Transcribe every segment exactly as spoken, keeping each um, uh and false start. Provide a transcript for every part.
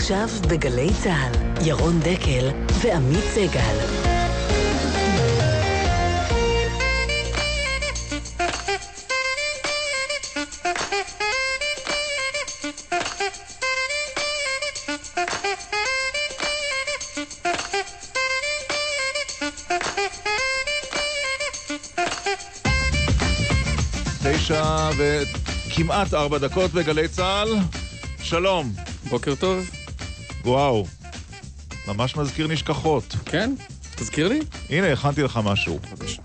עכשיו בגלי צהל, ירון דקל ועמית סגל. תשע וכמעט ארבע דקות בגלי צהל. שלום. בוקר טוב. וואו, ממש מזכיר נשכחות. כן? תזכיר לי? הנה, הכנתי לך משהו. בבקשה.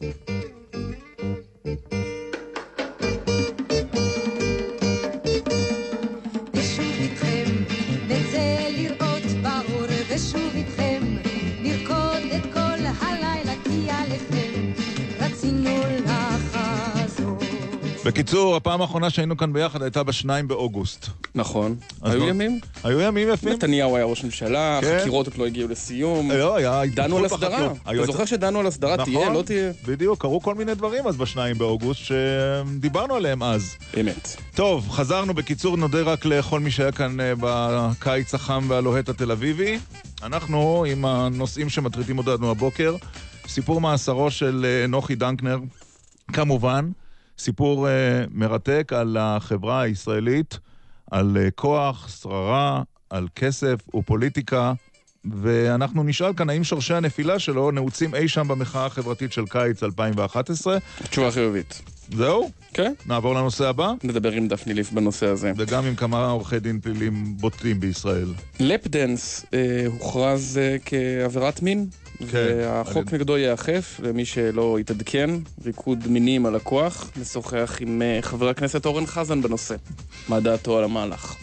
ושוב איתכם נצא לראות באור, ושוב איתכם נרקוד את כל הלילה, כי עליכם רצינו לחזור. בקיצור, הפעם האחרונה שהיינו כאן ביחד הייתה בשניים באוגוסט. נכון. אז היו לא- ימים? היו ימים יפים. נתניהו היה ראש ממשלה, כן. חקירות עוד לא הגיעו לסיום. לא, היה דנו על התפתחות הסדרה. בחקירות. היו אתה את- זוכר שדנו על הסדרה? נכון, תהיה, לא תהיה? בדיוק, קרו כל מיני דברים אז בשניים באוגוסט שדיברנו עליהם אז. אמת. טוב, חזרנו. בקיצור, נודה רק לכל מי שהיה כאן אה, בקיץ החם והלוהט התל אביבי. אנחנו עם הנושאים שמטרידים אותנו הבוקר. סיפור מאסרו של אה, נוחי דנקנר, כמובן. סיפור אה, מרתק על החברה הישראלית, על אה, כוח, שררה, על כסף ופוליטיקה. ואנחנו נשאל כאן האם שורשי הנפילה שלו נעוצים אי שם במחאה החברתית של קיץ אלפיים ואחת עשרה. תשובה חיובית. זהו? כן? נעבור לנושא הבא. נדבר עם דפני ליף בנושא הזה. וגם עם כמה עורכי דין פלילים בוטים בישראל. לפ דנס אה, הוכרז אה, כעבירת מין, כן. והחוק אני- נגדו ייאכף, למי שלא יתעדכן, ריקוד מיני עם הלקוח, נשוחח עם אה, חבר הכנסת אורן חזן בנושא. מה דעתו על המהלך?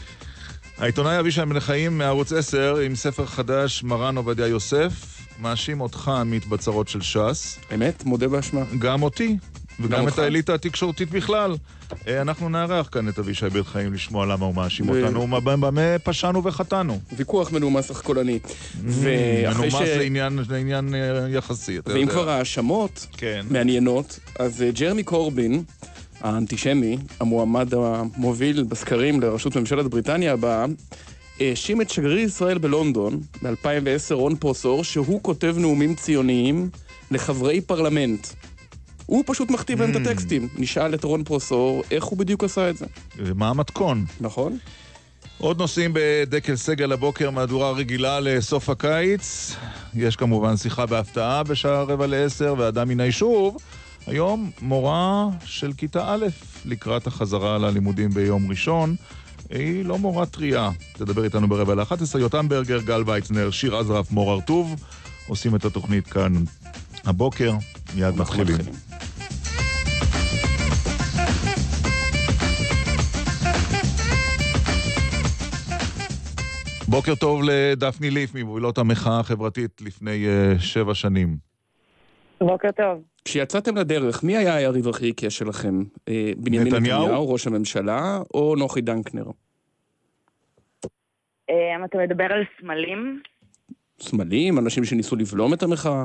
העיתונאי אבישי בן חיים מערוץ עשר עם ספר חדש, מרן עובדיה יוסף, מאשים אותך מתבצרות של ש"ס, אמת? מודה באשמה. גם אותי, וגם את אותך? האליטה התקשורתית בכלל. אה, אנחנו נארח כאן את אבישי בן חיים לשמוע למה הוא מאשים ו- אותנו, ומה- במה פשענו וחטאנו. ויכוח מנומס אך קולני. ואחרי ש... מנומס לעניין, לעניין אה, יחסי, אתה ואם יודע. כבר האשמות כן. מעניינות, אז אה, ג'רמי קורבין, האנטישמי, המועמד המוביל בסקרים לראשות ממשלת בריטניה הבאה, האשים את שגריר ישראל בלונדון ב-אלפיים ועשר, רון פרוסור, שהוא כותב נאומים ציוניים לחברי פרלמנט. הוא פשוט מכתיב להם את הטקסטים. נשאל את רון פרוסור איך הוא בדיוק עשה את זה. מה המתכון? נכון? עוד נושאים בדקל סגל הבוקר, מהדורה רגילה לסוף הקיץ. יש כמובן שיחה בהפתעה בשעה רבע לעשר, ואדם מן היישוב. היום מורה של כיתה א' לקראת החזרה ללימודים ביום ראשון. היא לא מורה טריה. תדבר איתנו ברבע לאחת עשרה. יותם ברגר, גל ויצנר, שיר עזרף, מור ארטוב. עושים את התוכנית כאן הבוקר. מיד מתחילים. בוקר טוב לדפני ליף, ממובילות המחאה החברתית לפני uh, שבע שנים. בוקר טוב. כשיצאתם לדרך, מי היה היריב הכי עיקש שלכם? אה, בנימין נתניהו? נתניהו, ראש הממשלה, או נוחי דנקנר? Um, אתה מדבר על סמלים? סמלים, אנשים שניסו לבלום את המחאה?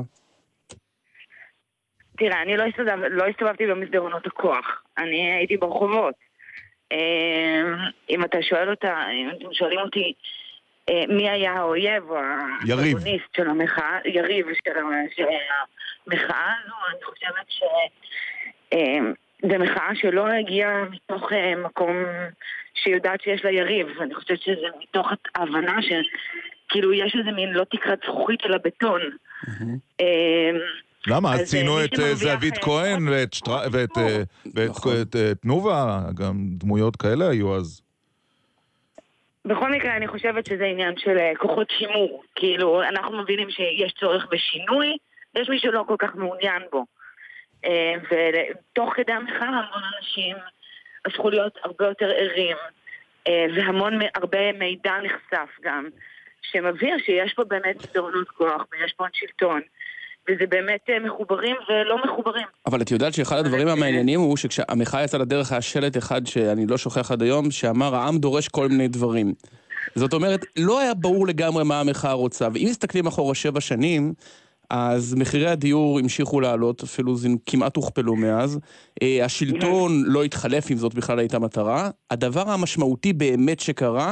תראה, אני לא, הסתובב, לא הסתובבתי במסדרונות הכוח. אני הייתי ברחובות. Um, אם אתה שואל אותה, אם אתם שואלים אותי uh, מי היה האויב או יריב. האנטגוניסט של המחאה, יריב של, של המחאה הזו, אני חושבת ש... Um, זה מחאה שלא הגיעה מתוך uh, מקום שיודעת שיש לה יריב. אני חושבת שזה מתוך ההבנה שכאילו יש איזה מין לא תקרת זכוכית של הבטון. Um, למה? אז אז, ציינו מי את שמרוויח, אה, זהבית אה, כהן ואת שטר- ואת, אה, ואת נכון. את, אה, תנובה, גם דמויות כאלה היו אז. בכל מקרה, אני חושבת שזה עניין של אה, כוחות שימור. כאילו, אנחנו מבינים שיש צורך בשינוי, ויש מי שלא כל כך מעוניין בו. אה, ותוך כדי המחאה, המון אנשים הפכו להיות הרבה יותר ערים, אה, והמון, הרבה מידע נחשף גם, שמבהיר שיש פה באמת מסדרונות כוח, ויש פה שלטון, וזה באמת אה, מחוברים ולא מחוברים. אבל את יודעת שאחד הדברים המעניינים הוא שכשהמחאה יצאה לדרך היה שלט אחד שאני לא שוכח עד היום, שאמר העם דורש כל מיני דברים. זאת אומרת, לא היה ברור לגמרי מה המחאה רוצה, ואם מסתכלים אחורה שבע שנים, אז מחירי הדיור המשיכו לעלות, אפילו זה כמעט הוכפלו מאז, השלטון לא התחלף אם זאת בכלל הייתה מטרה, הדבר המשמעותי באמת שקרה,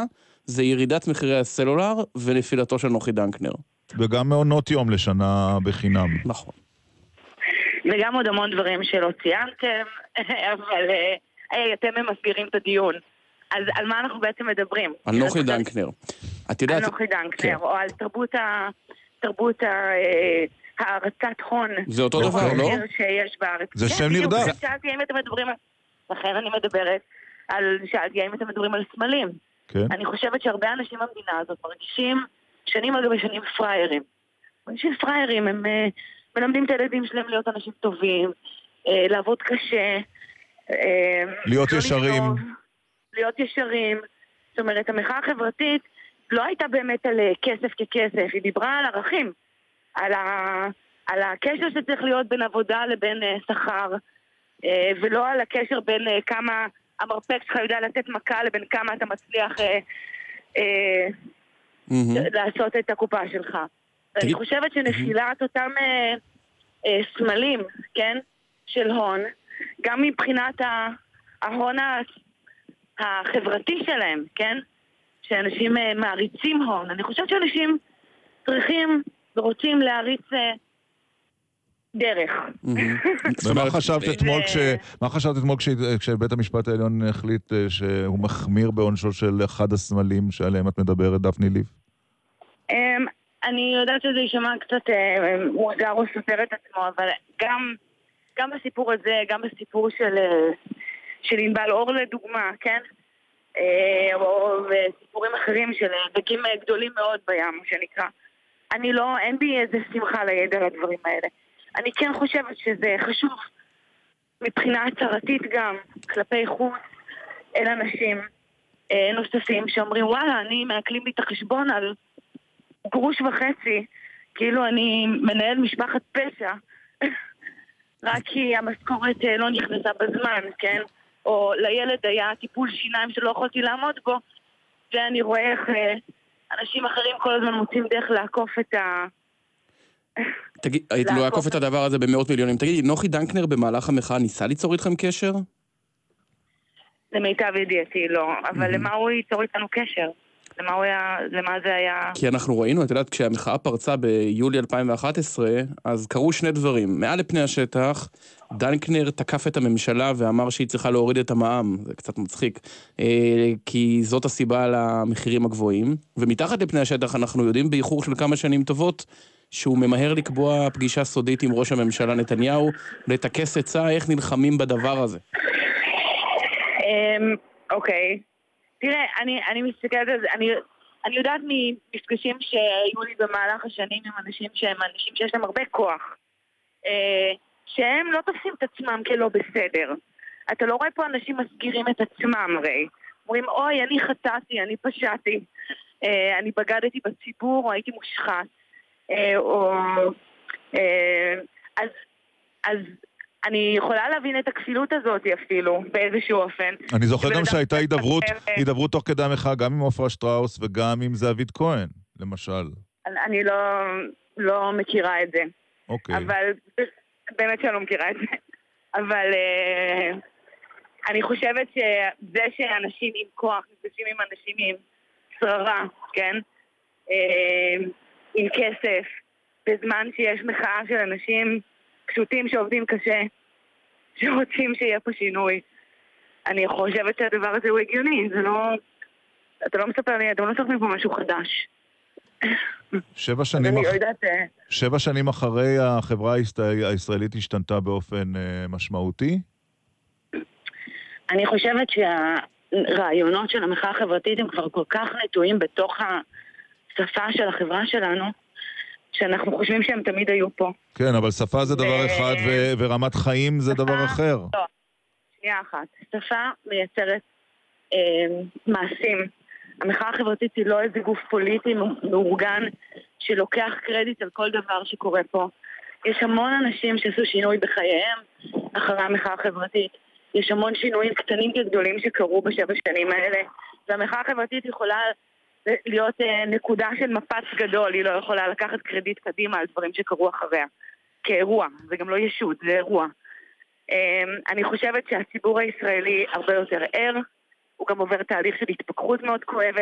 זה ירידת מחירי הסלולר ונפילתו של נוחי דנקנר. וגם מעונות יום לשנה בחינם. נכון. וגם עוד המון דברים שלא ציינתם, אבל היי, אתם ממסגרים את הדיון. אז על מה אנחנו בעצם מדברים? על נוחי דנקנר. את יודעת... על נוחי דנקנר, או על תרבות ה... תרבות ה... הערצת הון. זה אותו דבר, לא? שיש בארץ. זה שם נרדף. שאלתי האם אתם מדברים על... לכן אני מדברת על... שאלתי האם אתם מדברים על סמלים. כן. אני חושבת שהרבה אנשים במדינה הזאת מרגישים שנים על גבי שנים פריירים. אנשים פריירים, הם מלמדים את הילדים שלהם להיות אנשים טובים, לעבוד קשה, להיות ישרים. להיות ישרים. זאת אומרת, המחאה החברתית לא הייתה באמת על כסף ככסף, היא דיברה על ערכים. על, ה, על הקשר שצריך להיות בין עבודה לבין uh, שכר, uh, ולא על הקשר בין uh, כמה המרפק שלך יודע לתת מכה לבין כמה אתה מצליח uh, uh, mm-hmm. לעשות את הקופה שלך. Mm-hmm. אני חושבת שנפילת אותם uh, uh, סמלים, כן, של הון, גם מבחינת ההון החברתי שלהם, כן, שאנשים uh, מעריצים הון. אני חושבת שאנשים צריכים ורוצים להריץ דרך. ומה חשבת אתמול מה חשבת אתמול כשבית המשפט העליון החליט שהוא מחמיר בעונשו של אחד הסמלים שעליהם את מדברת, דפני ליף? אני יודעת שזה יישמע קצת מוזר או סותר את עצמו, אבל גם גם בסיפור הזה, גם בסיפור של ענבל אור לדוגמה, כן? או סיפורים אחרים של דגים גדולים מאוד בים, שנקרא. אני לא, אין בי איזה שמחה לידע על הדברים האלה. אני כן חושבת שזה חשוב מבחינה הצהרתית גם, כלפי חוץ, אל אנשים אה, נוספים שאומרים, וואלה, אני מעקלים לי את החשבון על גרוש וחצי, כאילו אני מנהל משפחת פשע, רק כי המשכורת אה, לא נכנסה בזמן, כן? או לילד היה טיפול שיניים שלא יכולתי לעמוד בו, ואני רואה איך... אה, אנשים אחרים כל הזמן מוצאים דרך לעקוף את ה... תגיד, לעקוף את הדבר הזה במאות מיליונים. תגידי, נוחי דנקנר במהלך המחאה ניסה ליצור איתכם קשר? למיטב ידיעתי לא, אבל למה הוא ייצור איתנו קשר? למה הוא היה, למה זה היה... כי אנחנו ראינו, את יודעת, כשהמחאה פרצה ביולי אלפיים ואחת עשרה, אז קרו שני דברים. מעל לפני השטח, דנקנר תקף את הממשלה ואמר שהיא צריכה להוריד את המע"מ, זה קצת מצחיק, כי זאת הסיבה למחירים הגבוהים. ומתחת לפני השטח אנחנו יודעים באיחור של כמה שנים טובות, שהוא ממהר לקבוע פגישה סודית עם ראש הממשלה נתניהו, לתקס עצה איך נלחמים בדבר הזה. אוקיי. תראה, אני, אני מסתכלת על זה, אני, אני יודעת ממפגשים שהיו לי במהלך השנים עם אנשים שהם אנשים שיש להם הרבה כוח, אה, שהם לא תופסים את עצמם כלא בסדר. אתה לא רואה פה אנשים מסגירים את עצמם, הרי. אומרים, אוי, אני חטאתי, אני פשעתי, אה, אני בגדתי בציבור, או הייתי מושחת. אה, או... אה, אז... אז אני יכולה להבין את הכפילות הזאת אפילו, באיזשהו אופן. אני זוכר גם שהייתה הידברות, הידברות תוך כדי המחאה, גם עם עופרה שטראוס וגם עם זהבית כהן, למשל. אני לא, לא מכירה את זה. אוקיי. אבל, באמת שאני לא מכירה את זה. אבל אני חושבת שזה שאנשים עם כוח, נפגשים עם אנשים עם שררה, כן? עם כסף, בזמן שיש מחאה של אנשים פשוטים שעובדים קשה, שרוצים שיהיה פה שינוי. אני חושבת שהדבר הזה הוא הגיוני, זה לא... אתה לא מספר לי, אתה לא מספר לי פה משהו חדש. שבע שנים, אח... יודעת... שבע שנים אחרי החברה הישראלית השתנתה באופן משמעותי? אני חושבת שהרעיונות של המחאה החברתית הם כבר כל כך נטועים בתוך השפה של החברה שלנו, שאנחנו חושבים שהם תמיד היו פה. כן, אבל שפה זה דבר אחד, ו- ורמת חיים זה דבר אחר. לא, שנייה אחת. שפה מייצרת אה, מעשים. המחאה החברתית היא לא איזה גוף פוליטי מאורגן, שלוקח קרדיט על כל דבר שקורה פה. יש המון אנשים שעשו שינוי בחייהם אחרי המחאה החברתית. יש המון שינויים קטנים כגדולים שקרו בשבע שנים האלה, והמחאה החברתית יכולה... להיות נקודה של מפץ גדול, היא לא יכולה לקחת קרדיט קדימה על דברים שקרו אחריה, כאירוע, זה גם לא ישות, זה אירוע. אני חושבת שהציבור הישראלי הרבה יותר ער, הוא גם עובר תהליך של התפכחות מאוד כואבת,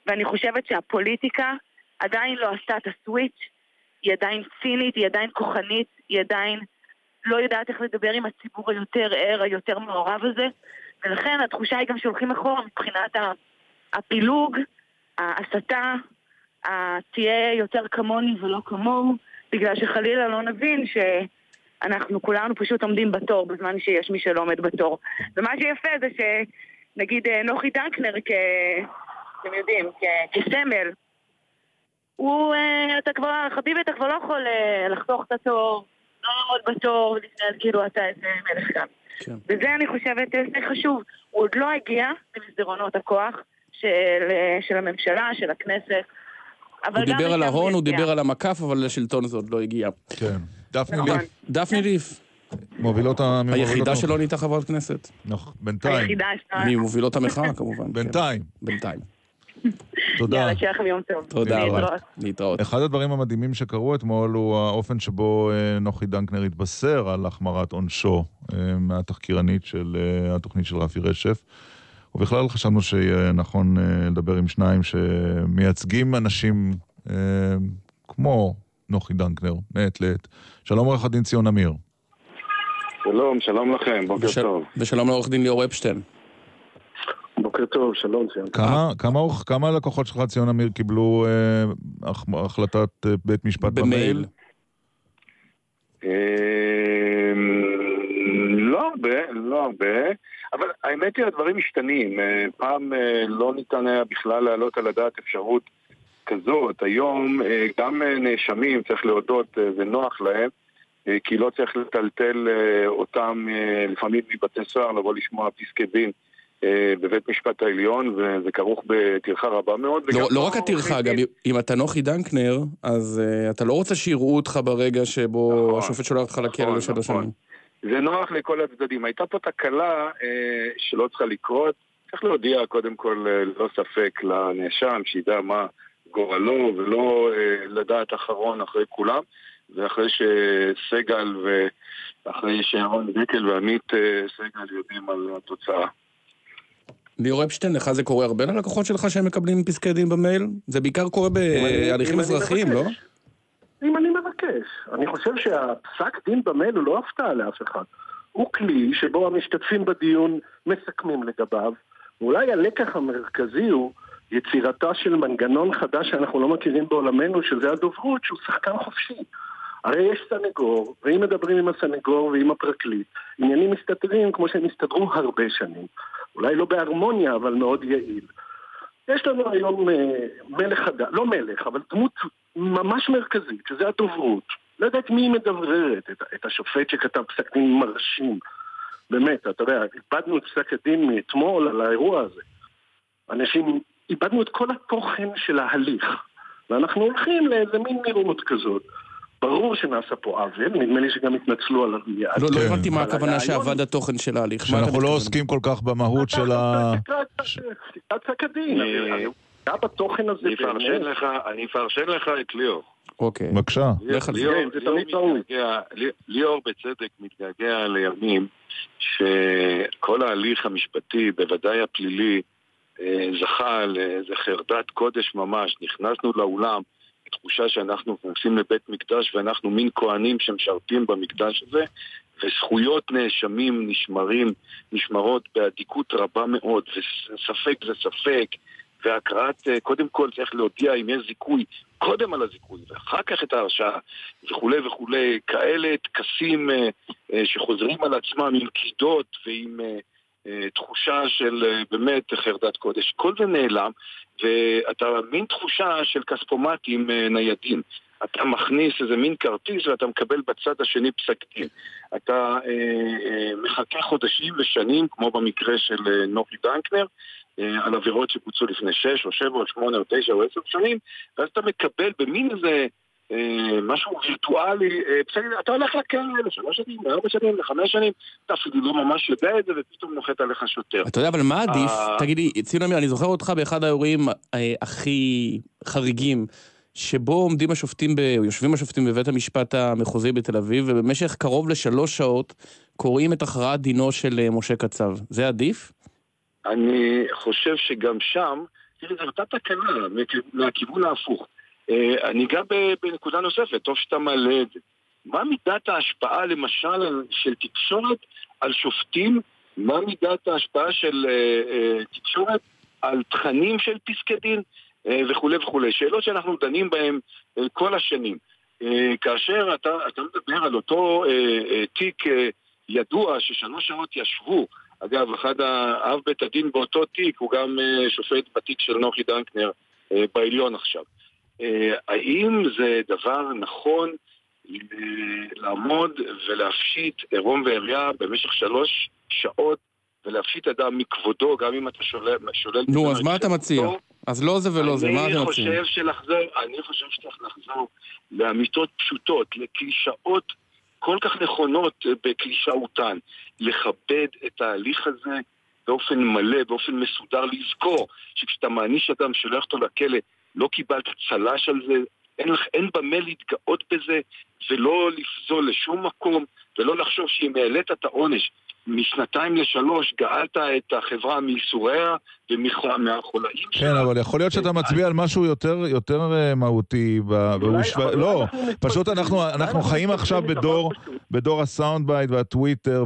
ואני חושבת שהפוליטיקה עדיין לא עשתה את הסוויץ', היא עדיין צינית, היא עדיין כוחנית, היא עדיין לא יודעת איך לדבר עם הציבור היותר ער, היותר מעורב הזה, ולכן התחושה היא גם שהולכים אחורה מבחינת הפילוג, ההסתה, תהיה יותר כמוני ולא כמוהו, בגלל שחלילה לא נבין שאנחנו כולנו פשוט עומדים בתור בזמן שיש מי שלא עומד בתור. ומה שיפה זה שנגיד נוחי דנקנר, כ... אתם יודעים, כ... כסמל, הוא, אתה כבר, חביבי, אתה כבר לא יכול לחתוך את התור, לא לעמוד בתור ולהתנהל כאילו אתה איזה מלך כאן. כן. וזה אני חושבת, זה חשוב. הוא עוד לא הגיע למסדרונות הכוח של, של הממשלה, של הכנסת. הוא דיבר על ההון, הוא דיבר על המקף, אבל לשלטון זה עוד לא הגיע. כן. דפני ליף. דפני ליף. מובילות המ... היחידה שלא נהייתה חברת כנסת. נכון, בינתיים. היחידה שלא. ממובילות המחאה, כמובן. בינתיים. בינתיים. תודה. יאללה, שיהיה לכם יום טוב. תודה רבה. להתראות. אחד הדברים המדהימים שקרו אתמול הוא האופן שבו נוחי דנקנר התבשר על החמרת עונשו מהתחקירנית של התוכנית של רפי רשף. ובכלל חשבנו שיהיה נכון לדבר עם שניים שמייצגים אנשים כמו נוחי דנקנר, מעת לעת. שלום עורך הדין ציון אמיר. שלום, שלום לכם, בוקר ושל... טוב. ושלום לעורך דין ליאור אפשטיין. בוקר טוב, שלום ציון. כמה, כמה, כמה לקוחות שלך ציון אמיר קיבלו אה, החלטת אה, בית משפט במייל? אה, לא הרבה, לא הרבה. אבל האמת היא, הדברים משתנים. פעם לא ניתן היה בכלל להעלות על הדעת אפשרות כזאת. היום גם נאשמים, צריך להודות, זה נוח להם, כי לא צריך לטלטל אותם לפעמים מבתי סוהר, לבוא לשמוע פסקי דין בבית משפט העליון, וזה כרוך בטרחה רבה מאוד. לא, לא רק הטרחה, גם אם אתה נוחי דנקנר, אז אתה לא רוצה שיראו אותך ברגע שבו נכון, השופט שולח אותך לכלא לשלוש שנים. זה נוח לכל הצדדים. הייתה פה תקלה אה, שלא צריכה לקרות. צריך להודיע קודם כל אה, לא ספק לנאשם שידע מה גורלו, ולא אה, לדעת אחרון אחרי כולם, ואחרי שסגל ואחרי שאהרון דקל ועמית אה, סגל יודעים על התוצאה. ליאור אפשטיין, לך זה קורה הרבה ללקוחות שלך שהם מקבלים פסקי דין במייל? זה בעיקר קורה בהליכים אזרחיים, לא? אם אני מבקש. אני חושב שהפסק דין במייל הוא לא הפתעה לאף אחד. הוא כלי שבו המשתתפים בדיון מסכמים לגביו. ואולי הלקח המרכזי הוא יצירתה של מנגנון חדש שאנחנו לא מכירים בעולמנו, שזה הדוברות, שהוא שחקן חופשי. הרי יש סנגור, ואם מדברים עם הסנגור ועם הפרקליט, עניינים מסתתרים כמו שהם הסתדרו הרבה שנים. אולי לא בהרמוניה, אבל מאוד יעיל. יש לנו היום מלך חדש, לא מלך, אבל דמות ממש מרכזית, שזה הדוברות. לא יודעת מי מדבררת, את, את השופט שכתב פסק דין מרשים. באמת, אתה יודע, איבדנו את פסק הדין מאתמול על האירוע הזה. אנשים, איבדנו את כל התוכן של ההליך. ואנחנו הולכים לאיזה מין נראות כזאת. ברור שנעשה פה עוול, נדמה לי שגם התנצלו על המיד. לא הבנתי מה הכוונה שעבד התוכן של ההליך. שאנחנו לא עוסקים כל כך במהות של ה... תקרא פסק הדין. היה בתוכן הזה... אני אפרשן לך את ליאור. אוקיי. בבקשה. ליאור בצדק מתגעגע לימים שכל ההליך המשפטי, בוודאי הפלילי, זכה לאיזה חרדת קודש ממש. נכנסנו לאולם, תחושה שאנחנו נכנסים לבית מקדש ואנחנו מין כהנים שמשרתים במקדש הזה, וזכויות נאשמים נשמרים, נשמרות בעדיקות רבה מאוד, וספק זה ספק, והקראת קודם כל צריך להודיע אם יש זיכוי קודם על הזיכוי, ואחר כך את ההרשעה, וכולי וכולי, כאלה תקסים שחוזרים על עצמם עם קידות ועם תחושה של באמת חרדת קודש. כל זה נעלם, ואתה מין תחושה של כספומטים ניידים. אתה מכניס איזה מין כרטיס ואתה מקבל בצד השני פסק דין. אתה אה, אה, מחכה חודשים ושנים, כמו במקרה של אה, נוחי דנקנר, אה, על עבירות שבוצעו לפני שש או שבע או שמונה או תשע או עשר שנים, ואז אתה מקבל במין איזה אה, משהו וירטואלי, אה, פסק דין, אתה הולך לכלא לשלוש שנים, לארבע שנים, לחמש שנים, אתה אפילו לא ממש יודע את זה, ופתאום נוחת עליך שוטר. אתה יודע, אבל מה עדיף? תגידי, ציון אמיר, אני זוכר אותך באחד האירועים אה, הכי חריגים, שבו עומדים השופטים, ב... יושבים השופטים בבית המשפט המחוזי בתל אביב, ובמשך קרוב לשלוש שעות קוראים את הכרעת דינו של משה קצב. זה עדיף? אני חושב שגם שם תראי, זו אותה תקלה מהכיוון ההפוך. אני אגע בנקודה נוספת, טוב שאתה מעלה את זה. מה מידת ההשפעה, למשל, של תקשורת על שופטים? מה מידת ההשפעה של תקשורת על תכנים של פסקי דין וכו' וכו'? שאלות שאנחנו דנים בהן כל השנים. כאשר אתה, אתה מדבר על אותו תיק ידוע ששלוש שעות ישבו, אגב, אחד האב בית הדין באותו תיק הוא גם שופט בתיק של נוחי דנקנר בעליון עכשיו. האם זה דבר נכון לעמוד ולהפשיט עירום ועריה במשך שלוש שעות ולהפשיט אדם מכבודו, גם אם אתה שולל... שולל נו, אז מה אתה מציע? אז לא זה ולא זה, מה אתה מציע? אני חושב שלחזור, אני חושב שצריך לחזור לאמיתות פשוטות, לקלישאות כל כך נכונות בקלישאותן, לכבד את ההליך הזה באופן מלא, באופן מסודר, לזכור שכשאתה מעניש אדם שולח אותו לכלא, לא קיבלת צלש על זה, אין, לך, אין במה להתגאות בזה, ולא לפזול לשום מקום, ולא לחשוב שאם העלית את העונש משנתיים לשלוש, גאלת את החברה מייסוריה ומהחולאים שלה. כן, אבל יכול להיות שאתה מצביע על משהו יותר, יותר מהותי. לא, פשוט אנחנו חיים עכשיו בדור, בדור הסאונד בייט והטוויטר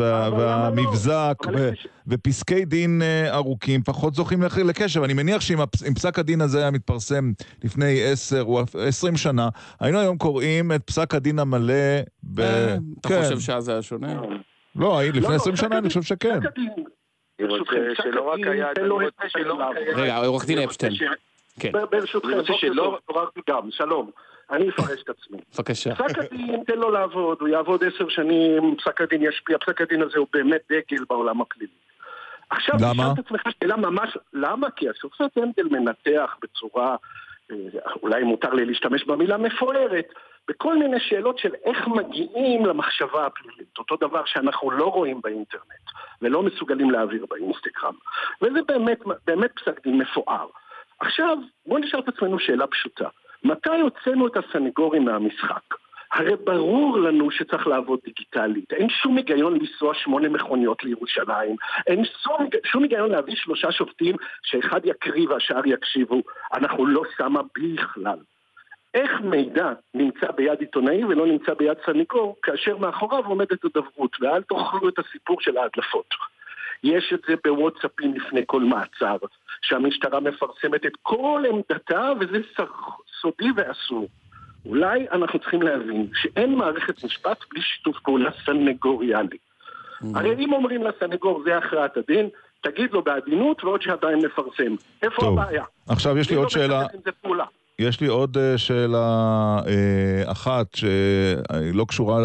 והמבזק ופסקי דין ארוכים, פחות זוכים לקשב. אני מניח שאם פסק הדין הזה היה מתפרסם לפני עשר או עשרים שנה, היינו היום קוראים את פסק הדין המלא. אתה חושב שזה היה שונה? לא, לפני עשרים שנה אני חושב שכן. אני רוצה שלא רק היה... רגע, עורך דין אפשטיין. ברשותכם, גם, שלום. אני אפרש את עצמי. בבקשה. פסק הדין, תן לו לעבוד, הוא יעבוד עשר שנים, פסק הדין ישפיע, פסק הדין הזה הוא באמת דגל בעולם הפלילי. עכשיו, למה? את עצמך שאלה ממש, למה? כי השופט הנדל מנתח בצורה, אולי מותר לי להשתמש במילה מפוארת, בכל מיני שאלות של איך מגיעים למחשבה הפלילית. אותו דבר שאנחנו לא רואים באינטרנט, ולא מסוגלים להעביר באינסטגרם. וזה באמת, באמת פסק דין מפואר. עכשיו, בואו נשאל את עצמנו שאלה פשוטה. מתי הוצאנו את הסנגורים מהמשחק? הרי ברור לנו שצריך לעבוד דיגיטלית. אין שום היגיון לנסוע שמונה מכוניות לירושלים. אין שום, שום היגיון להביא שלושה שופטים שאחד יקריא והשאר יקשיבו. אנחנו לא שמה בכלל. איך מידע נמצא ביד עיתונאי ולא נמצא ביד סנגור, כאשר מאחוריו עומדת הדברות, ואל תאכלו את הסיפור של ההדלפות. יש את זה בוואטסאפים לפני כל מעצר, שהמשטרה מפרסמת את כל עמדתה, וזה סודי ואסור. אולי אנחנו צריכים להבין שאין מערכת משפט בלי שיתוף פעולה סנגוריאלי. הרי אם אומרים לסנגור זה הכרעת הדין, תגיד לו בעדינות ועוד שעדיין נפרסם. איפה הבעיה? עכשיו יש לי עוד שאלה. יש לי עוד שאלה אחת שלא קשורה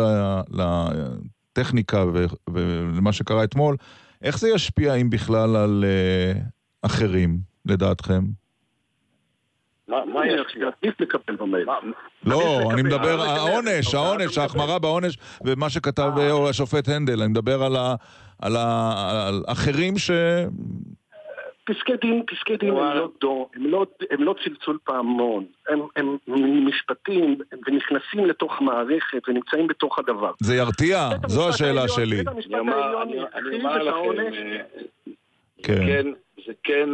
לטכניקה ולמה שקרה אתמול. איך זה ישפיע אם בכלל על אחרים, לדעתכם? מה יש להטיף לקבל במייל? לא, אני מדבר, העונש, העונש, ההחמרה בעונש, ומה שכתב השופט הנדל, אני מדבר על האחרים ש... פסקי דין, פסקי דין הם לא דו, הם לא, הם לא צלצול פעמון, הם, הם משפטים ונכנסים לתוך מערכת ונמצאים בתוך הדבר. זה ירתיע? זו השאלה שלי. אני אומר לכם, כן, זה כן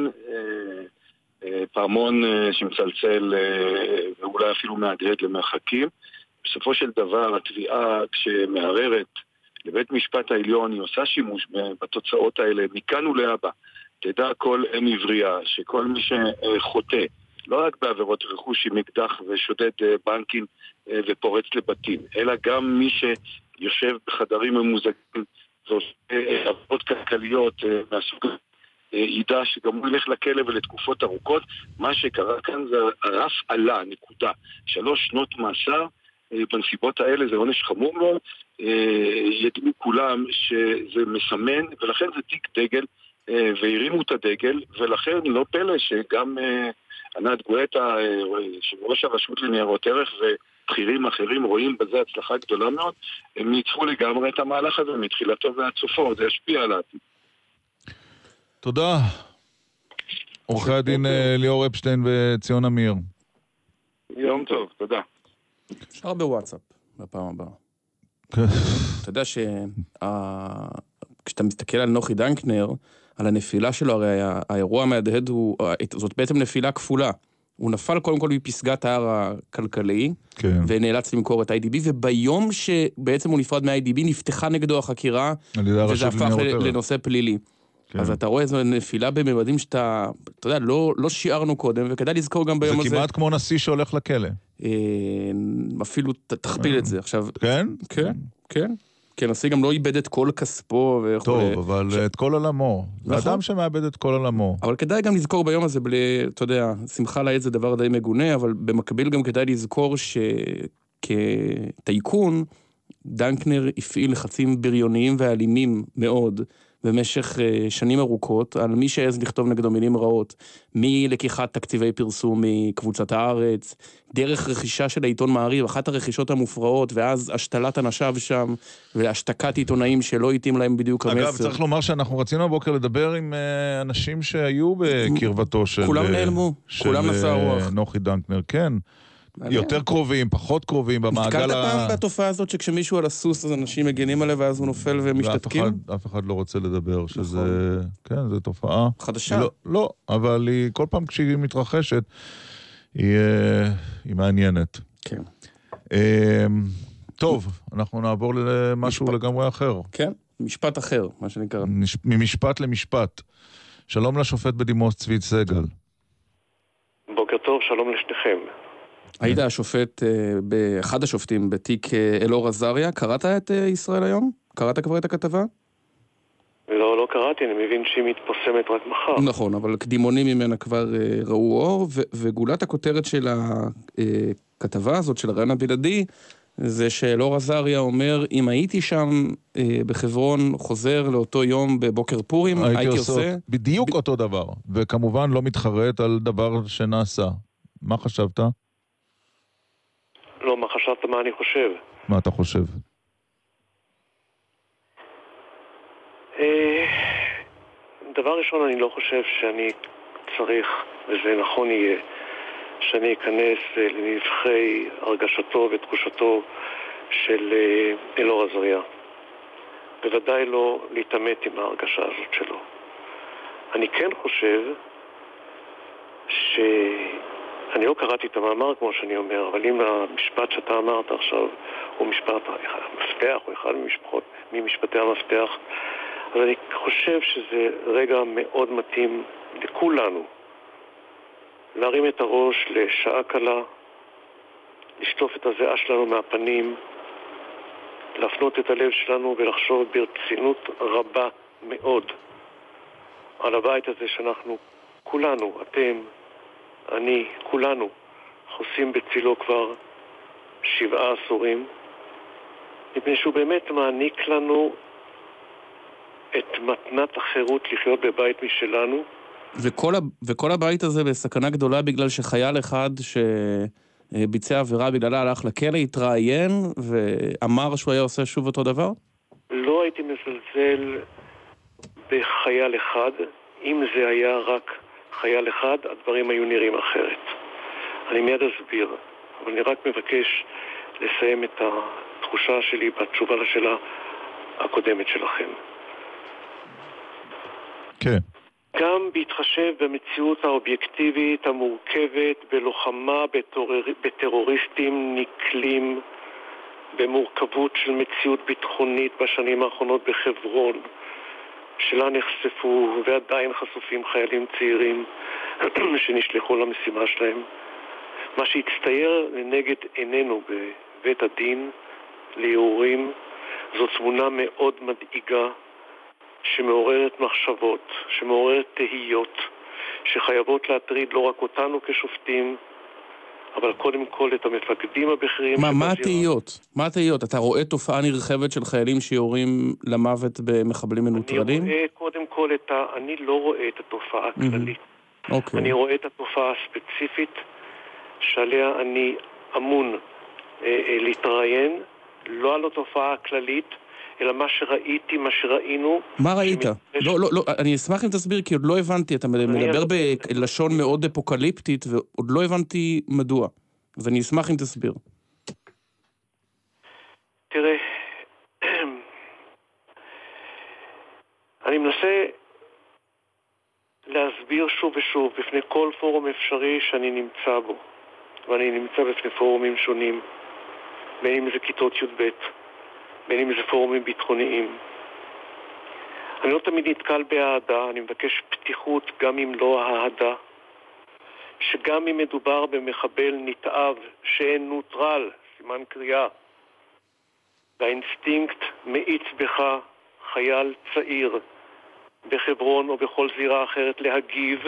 פעמון שמצלצל ואולי אפילו מהדהד למרחקים. בסופו של דבר התביעה כשמערערת לבית משפט העליון היא עושה שימוש בתוצאות האלה מכאן ולהבא. תדע כל אם עברייה, שכל מי שחוטא, לא רק בעבירות רכוש עם אקדח ושודד בנקים ופורץ לבתים, אלא גם מי שיושב בחדרים ממוזגים ועושה עבודות כלכליות מהסוג ידע שגם הוא ילך לכלא ולתקופות ארוכות. מה שקרה כאן זה הרף עלה, נקודה. שלוש שנות מאסר בנסיבות האלה זה עונש חמור מאוד. ידעו כולם שזה מסמן, ולכן זה תיק דגל, והרימו את הדגל, ולכן לא פלא שגם ענת גואטה, ראש הרשות לניירות ערך ובכירים אחרים רואים בזה הצלחה גדולה מאוד. הם ניצחו לגמרי את המהלך הזה מתחילתו ועד סופו, זה ישפיע על העתיד. תודה. עורכי הדין ליאור אפשטיין וציון אמיר. יום טוב, תודה. אפשר בוואטסאפ בפעם הבאה. אתה יודע שכשאתה מסתכל על נוחי דנקנר, על הנפילה שלו, הרי האירוע המהדהד הוא, זאת בעצם נפילה כפולה. הוא נפל קודם כל בפסגת ההר הכלכלי, כן. ונאלץ למכור את איי די בי, וביום שבעצם הוא נפרד מה-איי די בי, נפתחה נגדו החקירה, וזה הפך לנושא פלילי. כן. אז אתה רואה איזו נפילה בממדים שאתה, אתה יודע, לא, לא שיערנו קודם, וכדאי לזכור גם ביום הזה. זה כמעט כמו נשיא שהולך לכלא. אפילו תכפיל את זה. עכשיו, כן? כן, כן. כי הנשיא גם לא איבד את כל כספו. טוב, אבל את כל עולמו. זה אדם שמאבד את כל עולמו. אבל כדאי גם לזכור ביום הזה, בלי, אתה יודע, שמחה לעד זה דבר די מגונה, אבל במקביל גם כדאי לזכור שכטייקון, דנקנר הפעיל לחצים בריוניים ואלימים מאוד, במשך שנים ארוכות, על מי שעז לכתוב נגדו מילים רעות, מלקיחת תקציבי פרסום מקבוצת הארץ, דרך רכישה של העיתון מעריב, אחת הרכישות המופרעות, ואז השתלת אנשיו שם, והשתקת עיתונאים שלא התאים להם בדיוק המסר. אגב, צריך לומר שאנחנו רצינו הבוקר לדבר עם אנשים שהיו בקרבתו של... כולם נעלמו, כולם נסע רוח. נוחי דנקנר, כן. יותר קרובים, פחות קרובים, במעגל ה... נתקלת פעם בתופעה הזאת שכשמישהו על הסוס, אז אנשים מגינים עליו ואז הוא נופל ומשתתקים? ואף אחד לא רוצה לדבר, שזה... כן, זו תופעה... חדשה? לא, אבל היא, כל פעם כשהיא מתרחשת, היא מעניינת. כן. טוב, אנחנו נעבור למשהו לגמרי אחר. כן, משפט אחר, מה שנקרא. ממשפט למשפט. שלום לשופט בדימוס צבי סגל. בוקר טוב, שלום לשניכם. היית השופט, באחד השופטים בתיק אלאור עזריה, קראת את ישראל היום? קראת כבר את הכתבה? לא, לא קראתי, אני מבין שהיא מתפרסמת רק מחר. נכון, אבל קדימונים ממנה כבר ראו אור, וגולת הכותרת של הכתבה הזאת, של הרעיון הבלעדי, זה שאלאור עזריה אומר, אם הייתי שם בחברון, חוזר לאותו יום בבוקר פורים, הייתי עושה... בדיוק אותו דבר, וכמובן לא מתחרט על דבר שנעשה. מה חשבת? לא, מה חשבת מה אני חושב? מה אתה חושב? דבר ראשון, אני לא חושב שאני צריך, וזה נכון יהיה, שאני אכנס לנבחי הרגשתו ותחושתו של אלאור עזריה. בוודאי לא להתאמת עם ההרגשה הזאת שלו. אני כן חושב ש... אני לא קראתי את המאמר כמו שאני אומר, אבל אם המשפט שאתה אמרת עכשיו הוא משפט המפתח, או אחד ממשפחות, ממשפטי המפתח, אז אני חושב שזה רגע מאוד מתאים לכולנו להרים את הראש לשעה קלה, לשטוף את הזיעה שלנו מהפנים, להפנות את הלב שלנו ולחשוב ברצינות רבה מאוד על הבית הזה שאנחנו כולנו, אתם, אני, כולנו, חוסים בצילו כבר שבעה עשורים, מפני שהוא באמת מעניק לנו את מתנת החירות לחיות בבית משלנו. וכל, וכל הבית הזה בסכנה גדולה בגלל שחייל אחד שביצע עבירה בגללה הלך לכלא, התראיין ואמר שהוא היה עושה שוב אותו דבר? לא הייתי מזלזל בחייל אחד, אם זה היה רק חייל אחד, הדברים היו נראים אחרת. אני מיד אסביר, אבל אני רק מבקש לסיים את התחושה שלי בתשובה לשאלה הקודמת שלכם. כן. גם בהתחשב במציאות האובייקטיבית המורכבת, בלוחמה בטרור... בטרוריסטים נקלים, במורכבות של מציאות ביטחונית בשנים האחרונות בחברון, שלה נחשפו ועדיין חשופים חיילים צעירים שנשלחו למשימה שלהם. מה שהצטייר לנגד עינינו בבית הדין לערעורים זו תמונה מאוד מדאיגה שמעוררת מחשבות, שמעוררת תהיות, שחייבות להטריד לא רק אותנו כשופטים, אבל קודם כל את המפקדים הבכירים. מה, מה התהיות? מה התהיות? אתה רואה תופעה נרחבת של חיילים שיורים למוות במחבלים מנוטרלים? אני רואה קודם כל את ה... אני לא רואה את התופעה הכללית. Mm-hmm. Okay. אני רואה את התופעה הספציפית שעליה אני אמון אה, אה, להתראיין, לא על התופעה הכללית, אלא מה שראיתי, מה שראינו. מה ראית? שמתפש... לא, לא, לא, אני אשמח אם תסביר, כי עוד לא הבנתי, אתה מדבר בלשון מאוד אפוקליפטית, ועוד לא הבנתי מדוע. אז אני אשמח אם תסביר. תראה, אני מנסה להסביר שוב ושוב בפני כל פורום אפשרי שאני נמצא בו, ואני נמצא בפני פורומים שונים, בין אם זה כיתות י"ב, בין אם זה פורומים ביטחוניים. אני לא תמיד נתקל באהדה, אני מבקש פתיחות גם אם לא אהדה, שגם אם מדובר במחבל נתעב שאין נוטרל, סימן קריאה, והאינסטינקט מאיץ בך חייל צעיר בחברון או בכל זירה אחרת להגיב,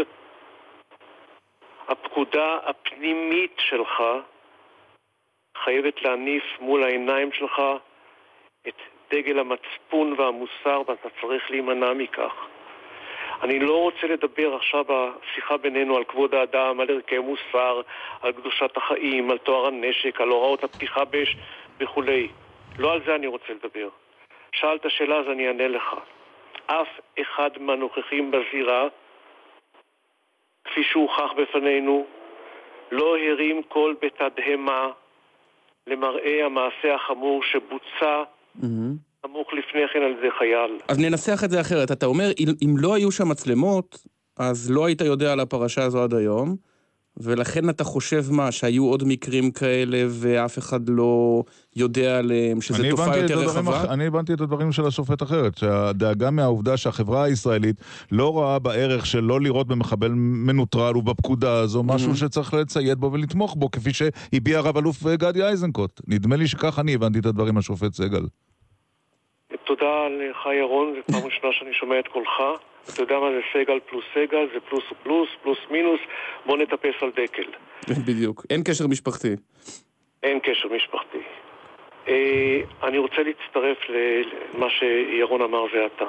הפקודה הפנימית שלך חייבת להניף מול העיניים שלך את דגל המצפון והמוסר, ואתה צריך להימנע מכך. אני לא רוצה לדבר עכשיו בשיחה בינינו על כבוד האדם, על ערכי מוסר, על קדושת החיים, על תואר הנשק, על הוראות הפתיחה באש וכו'. לא על זה אני רוצה לדבר. שאלת שאלה אז אני אענה לך. אף אחד מהנוכחים בזירה, כפי שהוכח בפנינו, לא הרים קול בתדהמה למראה המעשה החמור שבוצע סמוך לפני כן על זה חייל. אז ננסח את זה אחרת. אתה אומר, אם לא היו שם מצלמות, אז לא היית יודע על הפרשה הזו עד היום, ולכן אתה חושב מה, שהיו עוד מקרים כאלה ואף אחד לא יודע עליהם, שזה תופעה יותר רחבה? אני הבנתי את הדברים של השופט אחרת, שהדאגה מהעובדה שהחברה הישראלית לא רואה בערך של לא לראות במחבל מנוטרל ובפקודה הזו, משהו שצריך לציית בו ולתמוך בו, כפי שהביע רב אלוף גדי איזנקוט. נדמה לי שכך אני הבנתי את הדברים השופט סגל. תודה לך ירון, זה פעם ראשונה שאני שומע את קולך. אתה יודע מה זה סגל פלוס סגל, זה פלוס פלוס, פלוס מינוס, בוא נטפס על דקל. בדיוק, אין קשר משפחתי. אין קשר משפחתי. אה, אני רוצה להצטרף למה שירון אמר זה אתה.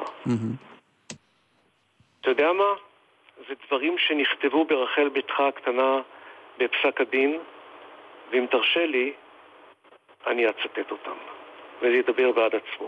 אתה יודע מה? זה דברים שנכתבו ברחל ביתך הקטנה בפסק הדין, ואם תרשה לי, אני אצטט אותם, וזה ידבר בעד עצמו.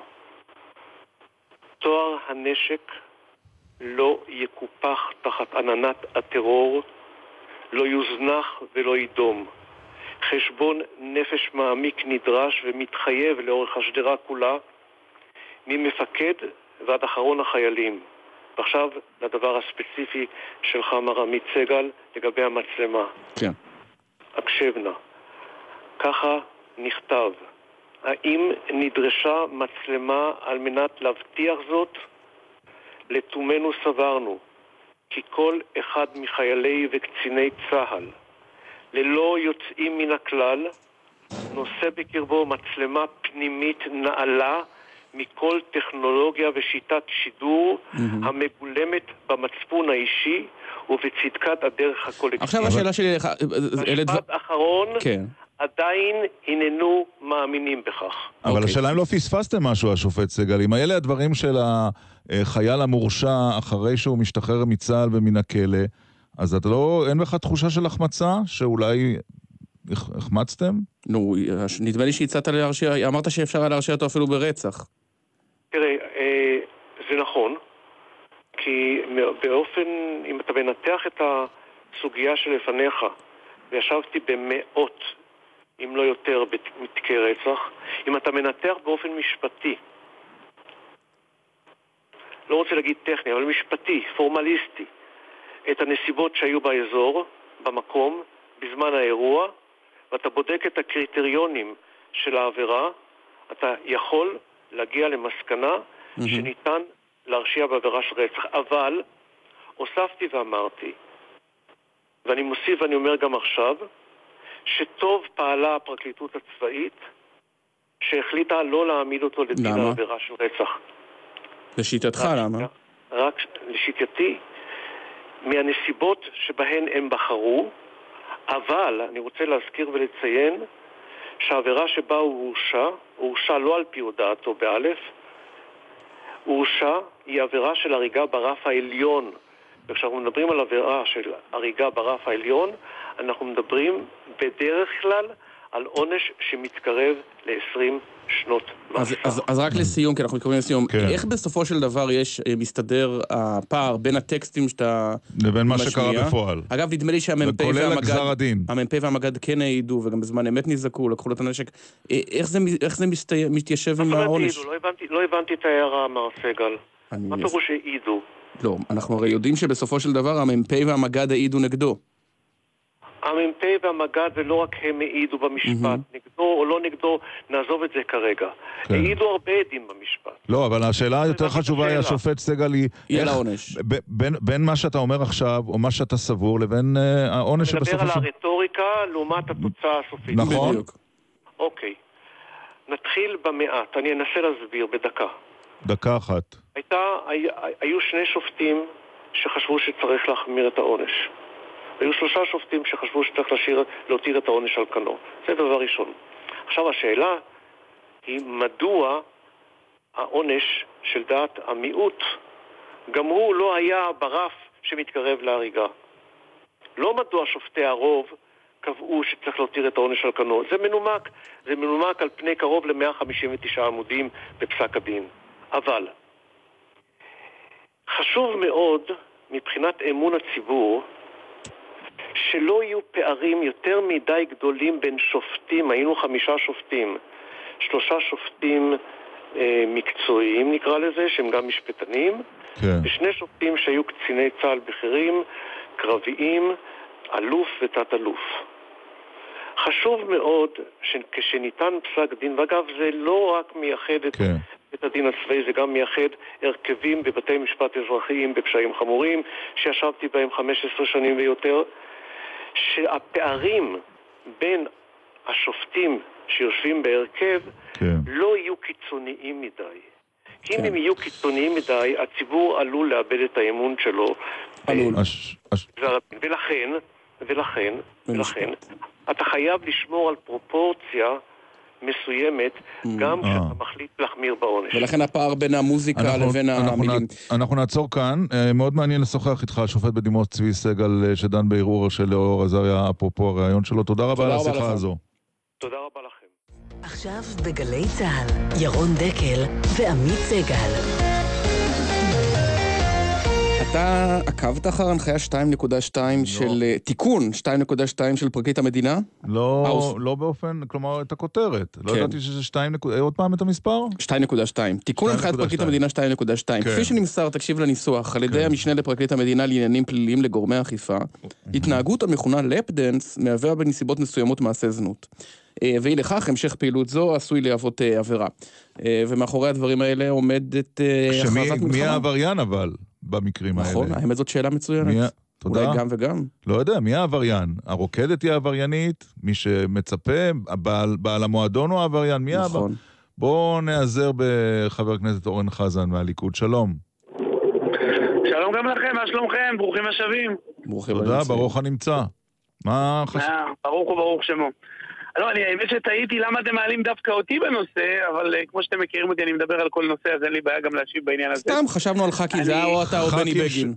תואר הנשק לא יקופח תחת עננת הטרור, לא יוזנח ולא יידום. חשבון נפש מעמיק נדרש ומתחייב לאורך השדרה כולה, ממפקד ועד אחרון החיילים. ועכשיו לדבר הספציפי שלך, מר עמית סגל, לגבי המצלמה. כן. הקשבנה. ככה נכתב. האם נדרשה מצלמה על מנת להבטיח זאת? לתומנו סברנו כי כל אחד מחיילי וקציני צה"ל ללא יוצאים מן הכלל נושא בקרבו מצלמה פנימית נעלה מכל טכנולוגיה ושיטת שידור mm-hmm. המגולמת במצפון האישי ובצדקת הדרך הקולקטיבית. עכשיו השאלה שלי לך... משפט אחרון, כן. עדיין הננו מאמינים בכך. אבל Okay. השאלה אם לא פספסתם משהו, השופט סגל. אם אלה הדברים של החייל המורשע אחרי שהוא משתחרר מצה"ל ומן הכלא, אז אתה לא, אין לך תחושה של החמצה שאולי החמצתם? נו, נדמה לי שהצעת להרשיע, אמרת שאפשר להרשיע אותו אפילו ברצח. תראה, זה נכון, כי באופן, אם אתה מנתח את הסוגיה שלפניך, וישבתי במאות, אם לא יותר, בתיקי רצח, אם אתה מנתח באופן משפטי, לא רוצה להגיד טכני, אבל משפטי, פורמליסטי, את הנסיבות שהיו באזור, במקום, בזמן האירוע, ואתה בודק את הקריטריונים של העבירה, אתה יכול להגיע למסקנה mm-hmm. שניתן להרשיע בעבירה של רצח. אבל הוספתי ואמרתי, ואני מוסיף ואני אומר גם עכשיו, שטוב פעלה הפרקליטות הצבאית שהחליטה לא להעמיד אותו לדין על עבירה של רצח. לשיטתך למה? רק לשיטתי, מהנסיבות שבהן הם בחרו, אבל אני רוצה להזכיר ולציין שהעבירה שבה הוא הורשע, הוא הורשע לא על פי הודעתו באלף, הוא הורשע היא עבירה של הריגה ברף העליון. וכשאנחנו מדברים על עבירה של הריגה ברף העליון, אנחנו מדברים בדרך כלל על עונש שמתקרב ל-עשרים שנות מאסר. אז, אז, אז רק לסיום, כי אנחנו מתקרבים לסיום, כן. איך בסופו של דבר יש, מסתדר הפער בין הטקסטים שאתה... לבין מה שקרה בפועל. אגב, נדמה לי שהמ"פ והמג"ד, והמג"ד כן העידו, וגם בזמן אמת נזעקו, לקחו לו את הנשק. איך זה, איך זה מסתי, מתיישב עם העונש? לא הבנתי, לא הבנתי את ההערה, מר סגל. מה פירוש העידו? לא, אנחנו הרי יודעים שבסופו של דבר המ"פ והמג"ד העידו נגדו. המ"פ והמג"ד ולא רק הם העידו במשפט, נגדו או לא נגדו, נעזוב את זה כרגע. העידו הרבה עדים במשפט. לא, אבל השאלה היותר חשובה היא, השופט סגל, היא יהיה לעונש. בין מה שאתה אומר עכשיו, או מה שאתה סבור, לבין העונש שבסופו של... נדבר על הרטוריקה לעומת התוצאה הסופית. נכון. אוקיי. נתחיל במעט, אני אנסה להסביר בדקה. דקה אחת. הייתה, היו שני שופטים שחשבו שצריך להחמיר את העונש. היו שלושה שופטים שחשבו שצריך להשאיר, להותיר את העונש על כנו. זה דבר ראשון. עכשיו השאלה היא מדוע העונש של דעת המיעוט גם הוא לא היה ברף שמתקרב להריגה. לא מדוע שופטי הרוב קבעו שצריך להותיר את העונש על כנו. זה מנומק, זה מנומק על פני קרוב ל-מאה חמישים ותשעה עמודים בפסק הדין. אבל חשוב מאוד מבחינת אמון הציבור שלא יהיו פערים יותר מדי גדולים בין שופטים. היינו חמישה שופטים, שלושה שופטים אה, מקצועיים נקרא לזה, שהם גם משפטנים, כן. ושני שופטים שהיו קציני צה"ל בכירים, קרביים, אלוף ותת אלוף. חשוב מאוד שכשניתן פסק דין, ואגב זה לא רק מייחד את, כן. את הדין הצבאי, זה גם מייחד הרכבים בבתי משפט אזרחיים בפשעים חמורים, שישבתי בהם חמש עשרה שנים ויותר, שהפערים בין השופטים שיושבים בהרכב כן. לא יהיו קיצוניים מדי. כן. אם הם יהיו קיצוניים מדי, הציבור עלול לאבד את האמון שלו. עלול. אש, אש. ולכן, ולכן, ולכן, אתה חייב לשמור על פרופורציה מסוימת, גם כשאתה מחליט להחמיר בעונש. ולכן הפער בין המוזיקה לבין המילים. אנחנו נעצור כאן. מאוד מעניין לשוחח איתך, השופט בדימוס צבי סגל, שדן בערעור של אלאור עזריה, אפרופו הרעיון שלו. תודה רבה על השיחה הזו. תודה רבה לכם. עכשיו בגלי צה"ל, ירון דקל ועמית סגל. אתה עקבת אחר הנחיה שתיים נקודה שתיים של תיקון שתיים נקודה שתיים של פרקליט המדינה? לא, לא באופן, כלומר את הכותרת. לא ידעתי שזה שתיים, עוד פעם את המספר? שתיים נקודה שתיים. תיקון הנחיית פרקליט המדינה שתיים נקודה שתיים. כפי שנמסר, תקשיב לניסוח, על ידי המשנה לפרקליט המדינה לעניינים פליליים לגורמי אכיפה, התנהגות המכונה לאפ דנס מהווה בנסיבות מסוימות מעשה זנות. והיא לכך, המשך פעילות זו עשוי להוות עבירה. ומאחורי הדברים האלה עומדת הכרזת מלחמה. מי העבריין אבל? במקרים האלה. נכון, האמת זאת שאלה מצוינת. תודה. אולי גם וגם. לא יודע, מי העבריין? הרוקדת היא העבריינית? מי שמצפה? בעל המועדון הוא העבריין? מי העבר? נכון. בואו נעזר בחבר הכנסת אורן חזן מהליכוד. שלום. שלום גם לכם, מה שלומכם? ברוכים השבים. תודה, ברוך הנמצא. מה חשוב? ברוך וברוך שמו. לא, אני האמת שטעיתי למה אתם מעלים דווקא אותי בנושא, אבל כמו שאתם מכירים אותי, אני מדבר על כל נושא, אז אין לי בעיה גם להשיב בעניין הזה. סתם, חשבנו על חכי, זה או אתה או בני בגין.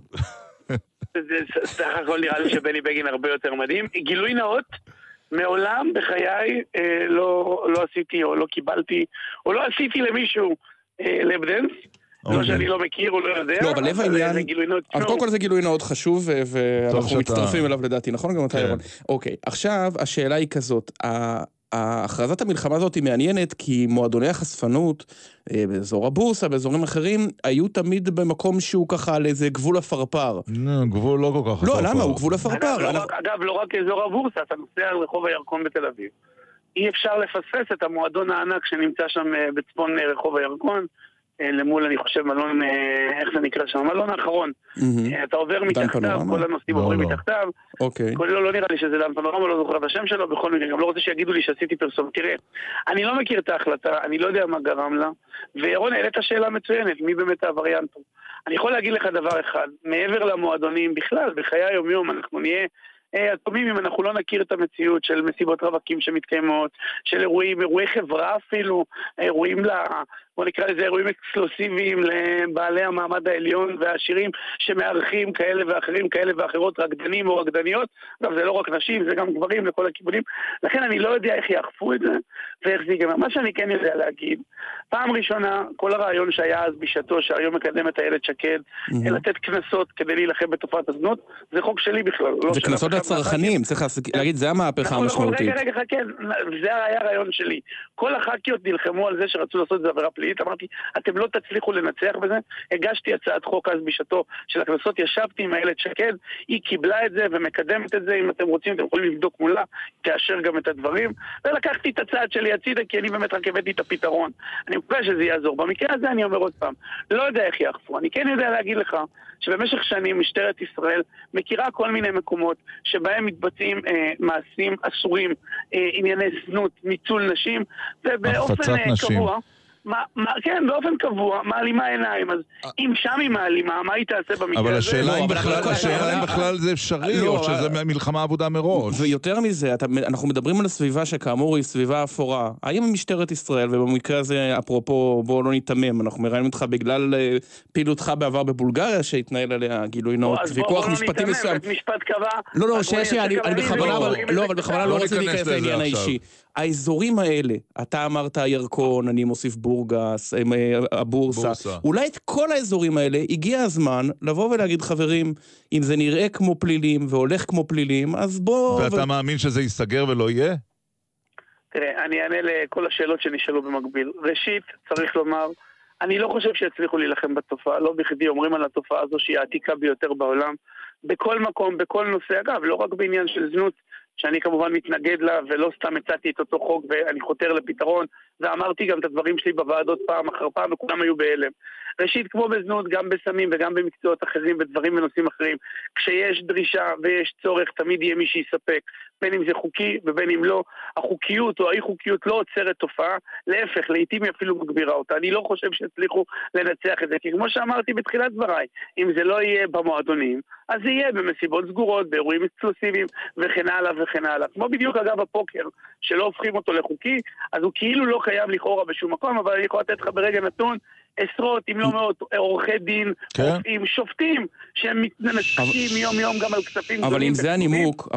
סך הכל נראה לי שבני בגין הרבה יותר מדהים. גילוי נאות, מעולם בחיי לא עשיתי או לא קיבלתי, או לא עשיתי למישהו לאפ דנס. לא שאני לא מכיר או לא יודע. לא, אבל לב העניין, אבל קודם כל זה גילוי נאות חשוב, ואנחנו מצטרפים אליו לדעתי, נכון? גם אתה ירון. אוקיי, עכשיו השאלה היא כזאת, ההכרזת המלחמה הזאת היא מעניינת, כי מועדוני החשפנות, באזור הבורסה, באזורים אחרים, היו תמיד במקום שהוא ככה על איזה גבול הפרפר. גבול לא כל כך הפרפר. לא, למה? הוא גבול הפרפר. אגב, לא רק אזור הבורסה, אתה נוסע על רחוב הירקון בתל אביב. אי אפשר לפספס את המועדון הענק שנמצא שם בצפון רחוב הירקון, למול, אני חושב, מלון, איך זה נקרא שם? מלון האחרון. אתה עובר מתחתיו, כל הנושאים עוברים מתחתיו. לא נראה לי שזה דן פנורמה, לא זוכר את השם שלו, בכל מקרה, גם לא רוצה שיגידו לי שעשיתי פרסום. תראה, אני לא מכיר את ההחלטה, אני לא יודע מה גרם לה, וירון, העלית שאלה מצוינת, מי באמת העבריין פה? אני יכול להגיד לך דבר אחד, מעבר למועדונים בכלל, בחיי היום-יום, אנחנו נהיה אטומים אם אנחנו לא נכיר את המציאות של מסיבות רווקים שמתקיימות, של אירועים, אירועי חברה אפילו, אירועים ל... בוא נקרא לזה אירועים אקסקלוסיביים לבעלי המעמד העליון והעשירים שמארחים כאלה ואחרים, כאלה ואחרות, רקדנים או רקדניות. אגב, זה לא רק נשים, זה גם גברים לכל הכיוונים. לכן אני לא יודע איך יאכפו את זה ואיך זה ייגמר. מה שאני כן יודע להגיד, פעם ראשונה, כל הרעיון שהיה אז בשעתו, שהיום מקדם את הילד שקד, לתת כנסות כדי להילחם בתופעת הזנות, זה חוק שלי בכלל. זה כנסות לצרכנים, צריך להגיד, זה המהפכה המשמעותית. רגע, רגע, כן, זה היה הרעיון שלי. כל הח"כיות נלחמו על זה שרצו לעשות את זה עבירה פלילית. פלילית, אמרתי, אתם לא תצליחו לנצח בזה, הגשתי הצעת חוק אז בשעתו של הכנסות, ישבתי עם איילת שקד, היא קיבלה את זה ומקדמת את זה, אם אתם רוצים, אתם יכולים לבדוק מולה, תאשר גם את הדברים, ולקחתי את הצעד שלי הצידה, כי אני באמת רק הבאתי את הפתרון. אני מקווה שזה יעזור. במקרה הזה אני אומר עוד פעם, לא יודע איך יאכפו, אני כן יודע להגיד לך, שבמשך שנים משטרת ישראל מכירה כל מיני מקומות שבהם מתבצעים אה, מעשים אסורים, אה, ענייני זנות, ניצול נשים, ובאופן אה, קבוע, מה, מה, כן, באופן קבוע, מעלימה עיניים, אז אם שם היא מעלימה, מה היא תעשה במקרה הזה? אבל השאלה אם בכלל, השאלה אם בכלל זה אפשרי, או שזה מלחמה עבודה מראש. ויותר מזה, אנחנו מדברים על הסביבה שכאמור היא סביבה אפורה. האם משטרת ישראל, ובמקרה הזה, אפרופו, בואו לא ניתמם, אנחנו מראיינים אותך בגלל פעילותך בעבר בבולגריה, שהתנהל עליה גילוי נאות, ויכוח משפטי מסוים. משפט קבע. לא, לא, שנייה, אני בכוונה, לא, אבל בכוונה לא רוצה להיכנס לעניין האישי. האזורים האלה, אתה אמרת הירקון, אני מוסיף בורגס, הבורסה, אולי את כל האזורים האלה הגיע הזמן לבוא ולהגיד חברים, אם זה נראה כמו פלילים והולך כמו פלילים, אז בוא... ואתה מאמין שזה ייסגר ולא יהיה? תראה, אני אענה לכל השאלות שנשאלו במקביל. ראשית, צריך לומר, אני לא חושב שיצליחו להילחם בתופעה, לא בכדי אומרים על התופעה הזו שהיא העתיקה ביותר בעולם, בכל מקום, בכל נושא, אגב, לא רק בעניין של זנות, שאני כמובן מתנגד לה, ולא סתם הצעתי את אותו חוק, ואני חותר לפתרון, ואמרתי גם את הדברים שלי בוועדות פעם אחר פעם, וכולם היו בהלם. ראשית, כמו בזנות, גם בסמים וגם במקצועות אחרים, בדברים ונושאים אחרים, כשיש דרישה ויש צורך, תמיד יהיה מי שיספק, בין אם זה חוקי ובין אם לא. החוקיות או האי-חוקיות לא עוצרת תופעה, להפך, לעתים היא אפילו מגבירה אותה. אני לא חושב שהצליחו לנצח את זה, כי כמו שאמרתי בתחילת דבריי, אם זה לא יהיה במועדונים, אז זה יהיה במסיבות סגורות, באירועים אקסקלוסיביים וכן הלאה וכן הלאה. כמו בדיוק אגב הפוקר, שלא הופכים אותו לחוקי, אז הוא כאילו לא קיים לכאורה בשום מקום, אבל אני יכול לתת לך ברגע נתון עשרות, אם לא מאות, עורכי דין, רופאים, שופטים, שהם מתנשקים יום יום גם על כספים. אבל אם זה הנימוק,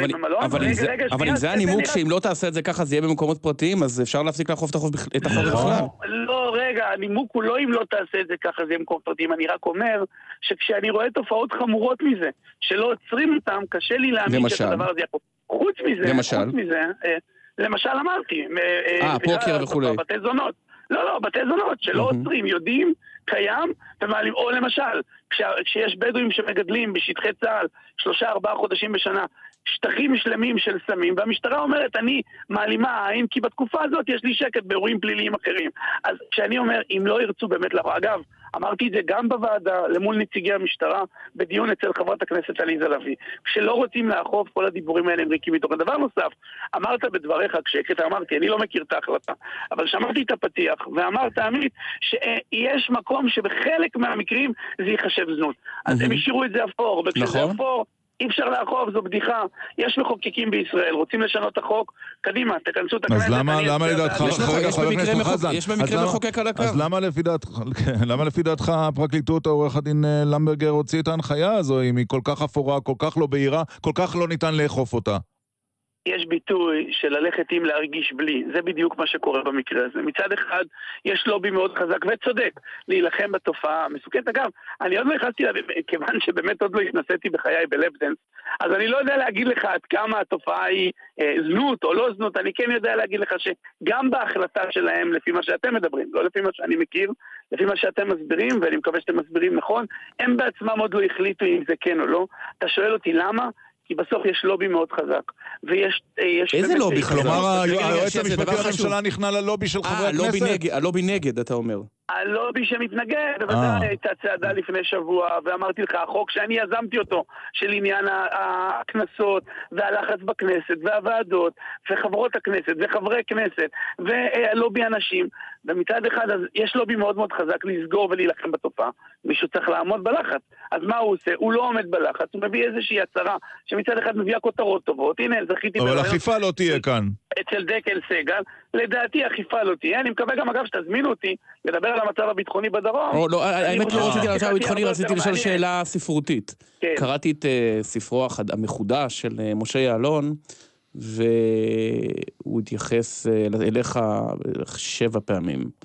אבל אם זה הנימוק שאם לא תעשה את זה ככה זה יהיה במקומות פרטיים, אז אפשר להפסיק לאכוף את החוב בכלל. לא, רגע, הנימוק הוא לא אם לא תעשה את זה ככה זה יהיה במקומות פרטיים, אני רק אומר שכשאני רואה תופעות חמורות מזה, שלא עוצרים אותם, קשה לי להאמין שהדבר הזה יחוף. חוץ מזה, חוץ מזה, למשל אמרתי, אה, פוקר וכו'. בתי זונות. לא, לא, בתי זונות שלא עוצרים, יודעים, קיים, ומעלים, או למשל, כשיש בדואים שמגדלים בשטחי צה"ל שלושה ארבעה חודשים בשנה, שטחים שלמים של סמים, והמשטרה אומרת, אני מעלימה עין, כי בתקופה הזאת יש לי שקט באירועים פליליים אחרים. אז כשאני אומר, אם לא ירצו באמת לבוא, אגב, אמרתי את זה גם בוועדה, למול נציגי המשטרה, בדיון אצל חברת הכנסת עליזה לביא, כשלא רוצים לאכוף, כל הדיבורים האלה הם ריקים מתוך. דבר נוסף, אמרת בדבריך, כשהקראת אמרתי, אני לא מכיר את ההחלטה, אבל שמעתי את הפתיח, ואמרת, עמית, שיש מקום שבחלק מהמקרים זה ייחשב זנות. אז הם השאירו את זה אפור, וכשזה אפור, אי אפשר לאכוף, זו בדיחה. יש מחוקקים בישראל, רוצים לשנות את החוק, קדימה, תכנסו את הכנסת. אז למה, למה לדעתך, יש במקרה מחוקק על הקו. אז למה לפי דעתך, למה לפי דעתך הפרקליטות או עורך הדין למברגר הוציא את ההנחיה הזו, אם היא כל כך אפורה, כל כך לא בהירה, כל כך לא ניתן לאכוף אותה? יש ביטוי של ללכת עם להרגיש בלי, זה בדיוק מה שקורה במקרה הזה. מצד אחד, יש לובי מאוד חזק וצודק להילחם בתופעה המסוכנת. אגב, אני עוד לא נכנסתי, כיוון שבאמת עוד לא התנסיתי בחיי בלפדנס, אז אני לא יודע להגיד לך עד כמה התופעה היא אה, זנות או לא זנות, אני כן יודע להגיד לך שגם בהחלטה שלהם, לפי מה שאתם מדברים, לא לפי מה שאני מכיר, לפי מה שאתם מסבירים, ואני מקווה שאתם מסבירים נכון, הם בעצמם עוד לא החליטו אם זה כן או לא. אתה שואל אותי למה? כי בסוף יש לובי מאוד חזק, ויש... איזה לובי? כלומר, היועץ המשפטי לממשלה נכנע ללובי של חברי הכנסת? הלובי נגד, אתה אומר. הלובי שמתנגד, בוודאי הייתה צעדה לפני שבוע, ואמרתי לך, החוק שאני יזמתי אותו, של עניין הכנסות, והלחץ בכנסת, והוועדות, וחברות הכנסת, וחברי כנסת, והלובי אנשים, ומצד אחד, אז יש לובי מאוד מאוד חזק לסגור ולהילחם בתופעה. מישהו צריך לעמוד בלחץ. אז מה הוא עושה? הוא לא עומד בלחץ, הוא מביא איזושהי הצהרה, שמצד אחד מביאה כותרות טובות. הנה, זכיתי... אבל אכיפה לא תהיה כאן. אצל דקל סגל, לדעתי אכיפה לא תהיה. אני מקווה גם אגב שתזמינו אותי לדבר על המצב הביטחוני בדרום. לא, האמת לא רציתי על המצב הביטחוני, רציתי לשאול שאלה ספרותית. קראתי את ספרו המחודש של משה יעלון, והוא התייחס אליך שבע פעמים.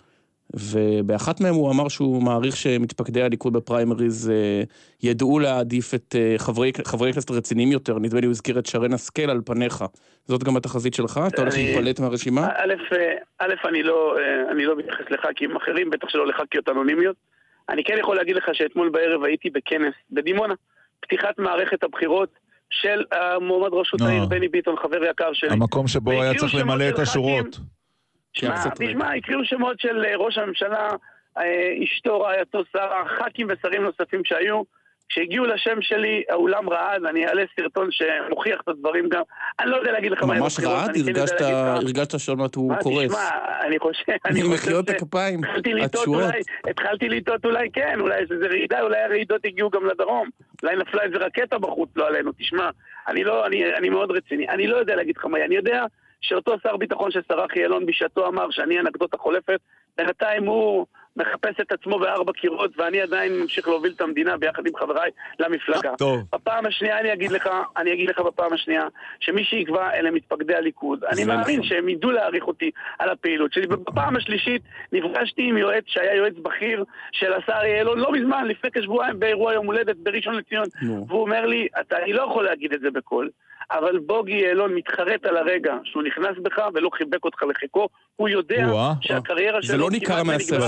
ובאחת מהם הוא אמר שהוא מעריך שמתפקדי הליכוד בפריימריז ידעו להעדיף את חברי, חברי כנסת רציניים יותר, נדמה לי הוא הזכיר את שרן השכל על פניך. זאת גם התחזית שלך? אתה הולך להתפלט מהרשימה? א', א', אני לא, אני לא מתייחס לח"כים אחרים, בטח שלא לח"כיות אנונימיות. אני כן יכול להגיד לך שאתמול בערב הייתי בכנס בדימונה, פתיחת מערכת הבחירות של המועמד ראשות העיר בני ביטון, חבר יקר שלי. המקום שבו היה צריך למלא את השורות. תשמע, הקריאו שמות של ראש הממשלה, אשתו, רעייתו, שרה, ח"כים ושרים נוספים שהיו, כשהגיעו לשם שלי, האולם רעד, אני אעלה סרטון שמוכיח את הדברים גם, אני לא יודע להגיד לך מה... ממש רעד? הרגשת שעונת הוא קורס. תשמע, אני חושב... אני מחיאות הכפיים, התשועות. התחלתי לטעות אולי כן, אולי איזה רעידה, אולי הרעידות הגיעו גם לדרום, אולי נפלה איזה רקטה בחוץ, לא עלינו, תשמע, אני מאוד רציני, אני לא יודע להגיד לך מה, אני יודע שאותו שר ביטחון ששרח ילון בשעתו אמר שאני אנקדוטה חולפת, בינתיים הוא מחפש את עצמו בארבע קירות, ואני עדיין ממשיך להוביל את המדינה ביחד עם חבריי למפלגה. טוב. בפעם השנייה אני אגיד לך, אני אגיד לך בפעם השנייה, שמי שיקבע אלה מתפקדי הליכוד. אני מאמין שהם ידעו להעריך אותי על הפעילות שלי. בפעם השלישית נפגשתי עם יועץ שהיה יועץ בכיר של השר ילון, לא מזמן, לפני כשבועיים באירוע יום הולדת בראשון לציון, והוא אומר לי, אתה, אני לא יכול להגיד את זה בכל, אבל בוגי יעלון מתחרט על הרגע שהוא נכנס בך ולא חיבק אותך לחיקו, הוא יודע שהקריירה שלו... זה לא ניכר מהספר.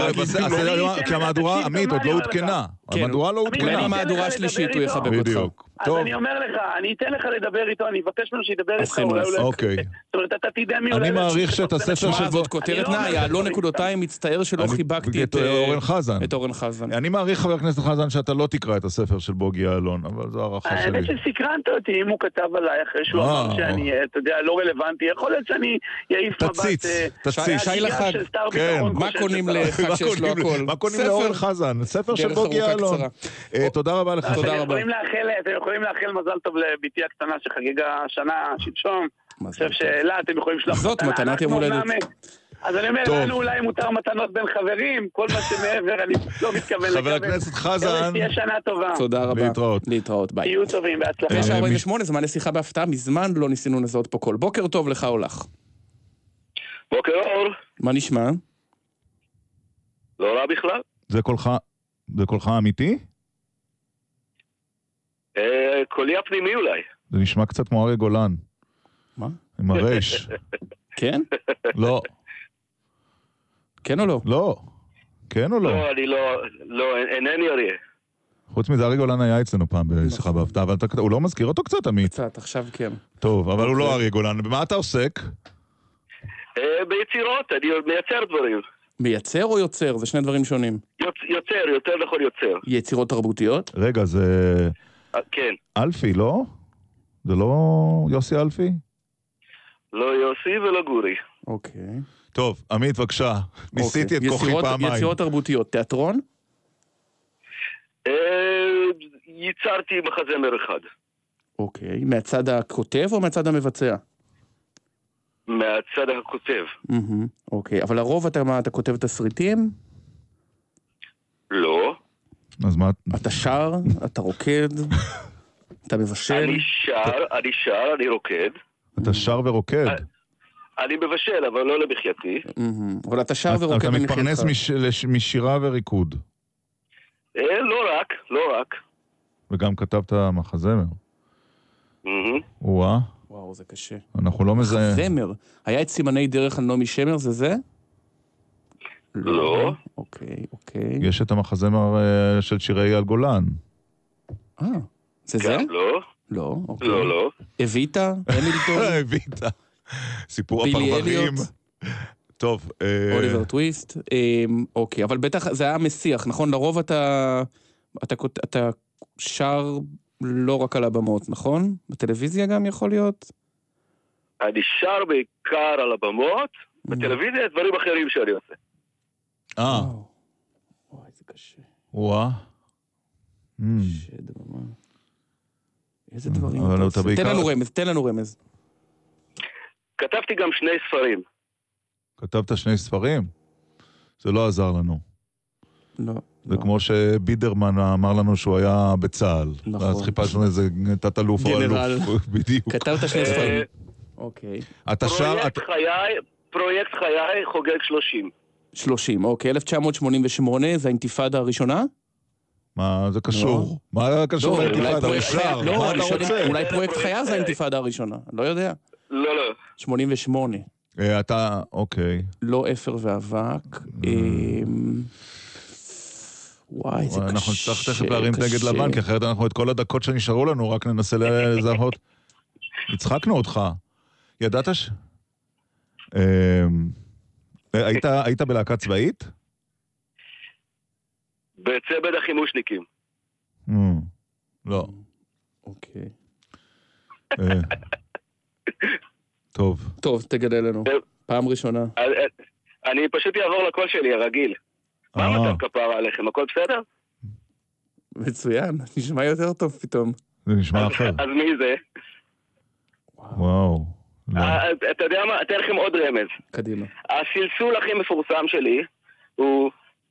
כי המהדורה, עמית, עוד לא עודכנה. המהדורה לא עודכנה. אולי המהדורה השלישית הוא יחבק אותך. אז אני אומר לך, אני אתן לך לדבר איתו, אני אבקש ממנו שידבר איתך. אוקיי. זאת אומרת, אתה תדע מי... אני מעריך שאת הספר של... זאת כותרת נאי, לא נקודותיים, מצטער שלא חיבקתי את אורן חזן. את אורן חזן. אני מעריך, חבר הכנסת חזן, שאתה לא תקרא את הספר של בוגי יעלון, אבל זו הערכה שלי. האמת שסקרנת אותי, אם הוא כתב עליי אחרי שהוא אמר שאני, אתה יודע, לא רלוונטי, יכול להיות שאני יעיף מבט... תציץ, תציץ. שי לחג. כן. מה קונים לחג שיש לו הכל? מה קונים לאורן חזן? ספר של בוגי יעלון. תודה רבה לך. תודה רבה. אתם יכולים לאחל מזל טוב לביתי הקטנה שחגגה שנה שלשום. אני חושב שאלה אתם יכולים לשלוח זאת מתנת יום הולדת. אז אני אומר, לנו אולי מותר מתנות בין חברים, כל מה שמעבר, אני לא מתכוון לקבל. חבר הכנסת חזן. תהיה שנה טובה. תודה רבה. להתראות. להתראות, ביי. תהיו טובים, בהצלחה. תשע ארבעים ושמונה, זמן לשיחה בהפתעה, מזמן לא ניסינו לזהות פה קול. בוקר טוב לך או לך. בוקר אור. מה נשמע? לא רע בכלל. זה קולך, זה קולך אמיתי? קולי הפנימי אולי. זה נשמע קצת כמו אריה גולן. מה? עם הרש. כן? לא. כן או לא? לא. כן או לא? לא, אני לא, לא, אינני אריה. חוץ מזה, אריה גולן היה אצלנו פעם בשיחה בהפתעה, אבל הוא לא מזכיר אותו קצת, עמית? קצת, עכשיו כן. טוב, אבל הוא לא אריה גולן. במה אתה עוסק? ביצירות, אני מייצר דברים. מייצר או יוצר? זה שני דברים שונים. יוצר, יותר נכון יוצר. יצירות תרבותיות? רגע, זה... כן. אלפי, לא? זה לא יוסי אלפי? לא יוסי ולא גורי. אוקיי. טוב, עמית, בבקשה. ניסיתי את כוחי פעמיים. יצירות תרבותיות, תיאטרון? ייצרתי מחזמר אחד. אוקיי. מהצד הכותב או מהצד המבצע? מהצד הכותב. אוקיי. אבל לרוב אתה כותב תסריטים? לא. אז מה? אתה שר, אתה רוקד, אתה מבשל. אני שר, אני שר, אני רוקד. אתה שר ורוקד. אני מבשל, אבל לא למחייתי. אבל אתה שר ורוקד אתה מתפרנס משירה וריקוד. לא רק, לא רק. וגם כתבת מחזמר. וואה. וואו, זה קשה. אנחנו לא מזהה. מחזמר. היה את סימני דרך על נעמי שמר, זה זה? לא. אוקיי, אוקיי. יש את המחזמר של שירי אייל גולן. אה, זה זה? לא. לא, אוקיי. לא, לא. אביטה, המילטון. אביטה. סיפור הפרברים. טוב. אוליבר טוויסט. אוקיי, אבל בטח זה היה מסיח, נכון? לרוב אתה אתה שר לא רק על הבמות, נכון? בטלוויזיה גם יכול להיות? אני שר בעיקר על הבמות, בטלוויזיה דברים אחרים שאני עושה. אה. וואי, זה קשה. וואה. שד במה. איזה דברים. תן לנו רמז, תן לנו רמז. כתבתי גם שני ספרים. כתבת שני ספרים? זה לא עזר לנו. לא. זה כמו שבידרמן אמר לנו שהוא היה בצה"ל. נכון. אז חיפשנו איזה תת-אלוף או אלוף. בדיוק. כתבת שני ספרים. אוקיי. אתה שר... פרויקט חיי חוגג שלושים. שלושים, אוקיי. אלף תשע מאות שמונים ושמונה, זה האינתיפאדה הראשונה? מה זה קשור? מה קשור לאינתיפאדה? אולי פרויקט חיה זה האינתיפאדה הראשונה, לא יודע. לא, לא. שמונים ושמונה. אתה, אוקיי. לא אפר ואבק. וואי, זה קשה. אנחנו נצטרך תכף להרים נגד לבן, כי אחרת אנחנו את כל הדקות שנשארו לנו, רק ננסה לזהות. הצחקנו אותך. ידעת ש... היית בלהקה צבאית? בצמד החימושניקים. לא. אוקיי. טוב. טוב, תגלה לנו. פעם ראשונה. אני פשוט אעבור לקול שלי, הרגיל. מה המצב כפרה עליכם? הכל בסדר? מצוין, נשמע יותר טוב פתאום. זה נשמע אחר. אז מי זה? וואו. אתה יודע מה? אתן לכם עוד רמז. קדימה. הסלסול הכי מפורסם שלי הוא...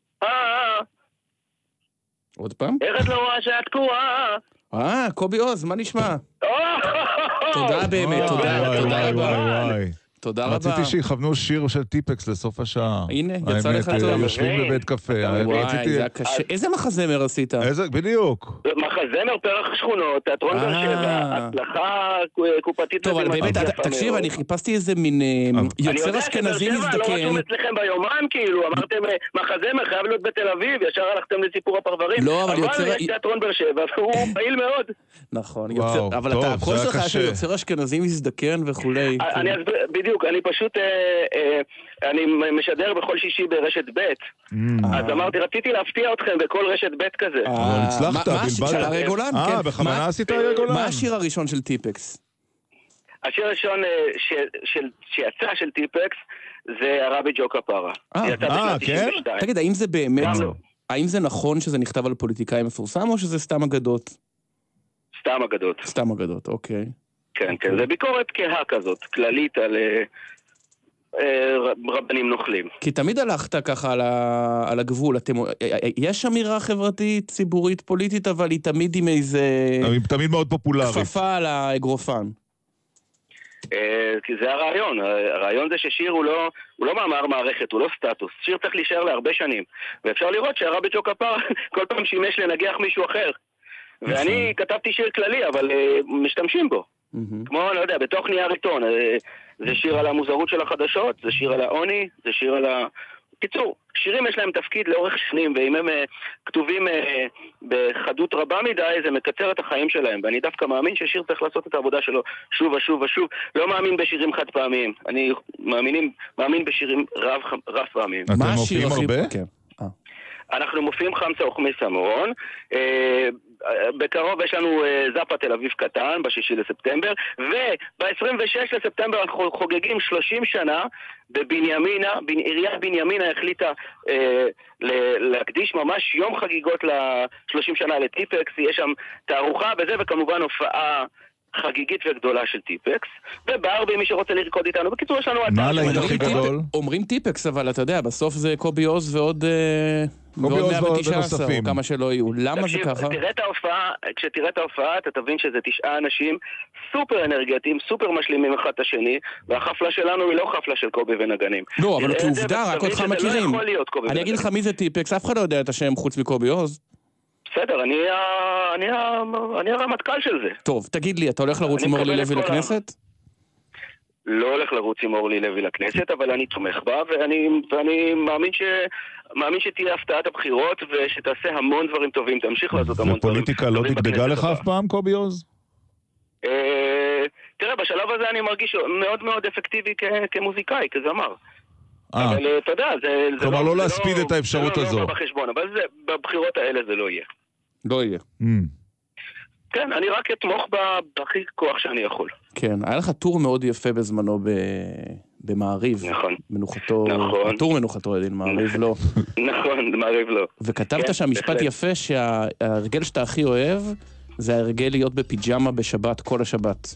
עוד פעם? איך לא רואה שאת תקועה? אה, קובי עוז, מה נשמע? תודה באמת, תודה, תודה רבה. תודה רבה. רציתי שיכוונו שיר של טיפקס לסוף השעה. הנה, יצא לך טוב. יושבים בבית קפה. וואי, זה היה קשה. איזה מחזמר עשית? בדיוק. מחזמר פרח שכונות, תיאטרון באר שבע, הצלחה קופתית. טוב, אבל באמת, תקשיב, אני חיפשתי איזה מין יוצר אשכנזי מזדקן. לא רשום אצלכם ביומן, כאילו, אמרתם מחזמר חייב להיות בתל אביב, ישר הלכתם לסיפור הפרברים. לא, אבל יוצר... אבל יש תיאטרון באר שבע, והוא פעיל מאוד. נכון, אבל אתה, הקול שלך שיוצר אשכנזי מזדקן וכולי. בדיוק, אני פשוט, אני משדר בכל שישי ברשת ב', אז אמרתי, רציתי להפתיע אתכם בכל רשת ב' כזה. הצלחת, בלבלת. של הרי גולן? אה, בכוונה עשית הרי גולן. מה השיר הראשון של טיפקס? השיר הראשון שיצא של טיפקס זה הרבי ג'ו כפרה. אה, כן? תגיד, האם זה באמת, האם זה נכון שזה נכתב על פוליטיקאי מפורסם, או שזה סתם אגדות? סתם אגדות. סתם אגדות, אוקיי. כן, כן, זה ביקורת כהה כזאת, כללית על רבנים נוכלים. כי תמיד הלכת ככה על הגבול, יש אמירה חברתית, ציבורית, פוליטית, אבל היא תמיד עם איזה... היא תמיד מאוד פופולרית. כפפה על האגרופן. כי זה הרעיון, הרעיון זה ששיר הוא לא, הוא לא מאמר מערכת, הוא לא סטטוס, שיר צריך להישאר להרבה שנים, ואפשר לראות שהרבי ג'ו כפרה כל פעם שימש לנגח מישהו אחר. ואני כתבתי שיר כללי, אבל משתמשים בו. כמו, לא יודע, בתוך נייר עיתון. זה שיר על המוזרות של החדשות, זה שיר על העוני, זה שיר על ה... קיצור, שירים יש להם תפקיד לאורך שנים, ואם הם כתובים בחדות רבה מדי, זה מקצר את החיים שלהם. ואני דווקא מאמין ששיר צריך לעשות את העבודה שלו שוב ושוב ושוב. לא מאמין בשירים חד פעמיים. אני מאמינים, מאמין בשירים רב, רב פעמיים. אתם מופיעים הרבה? כן. אנחנו מופיעים חמסה אוכמי סמרון, בקרוב יש לנו זאפה תל אביב קטן, בשישי לספטמבר, וב-עשרים ושש לספטמבר אנחנו חוגגים שלושים שנה בבנימינה, עיריית בנימינה החליטה להקדיש ממש יום חגיגות ל-שלושים שנה לטיפקס, יש שם תערוכה בזה וכמובן הופעה חגיגית וגדולה של טיפקס, וברבי מי שרוצה לרקוד איתנו. בקיצור, יש לנו... מה להיט הכי גדול? אומרים טיפקס, אבל אתה יודע, בסוף זה קובי עוז ועוד... קובי עוז ועוד נוספים. או כמה שלא יהיו. למה זה ככה? תראה את ההופעה, כשתראה את ההופעה, אתה תבין שזה תשעה אנשים סופר אנרגטיים, סופר משלימים אחד את השני, והחפלה שלנו היא לא חפלה של קובי ונגנים. לא, אבל כעובדה, רק אותך מכירים. אני אגיד לך מי זה טיפקס, אף אחד לא יודע את השם חוץ מקובי עוז. בסדר, אני הרמטכ"ל של זה. טוב, תגיד לי, אתה הולך לרוץ עם אורלי לוי לכנסת? לא הולך לרוץ עם אורלי לוי לכנסת, אבל אני תומך בה, ואני מאמין שתהיה הפתעת הבחירות, ושתעשה המון דברים טובים, תמשיך לעשות המון דברים. ופוליטיקה לא תגדגה לך אף פעם, קובי עוז? תראה, בשלב הזה אני מרגיש מאוד מאוד אפקטיבי כמוזיקאי, כזמר. אבל אתה יודע, זה... כלומר, לא להספיד את האפשרות הזו. לא בחשבון, אבל בבחירות האלה זה לא יהיה. לא יהיה. כן, אני רק אתמוך בהכי כוח שאני יכול. כן, היה לך טור מאוד יפה בזמנו במעריב. נכון. מנוחתו, טור מנוחתו עדין, מעריב לא. נכון, מעריב לא. וכתבת שם משפט יפה שההרגל שאתה הכי אוהב, זה ההרגל להיות בפיג'מה בשבת, כל השבת.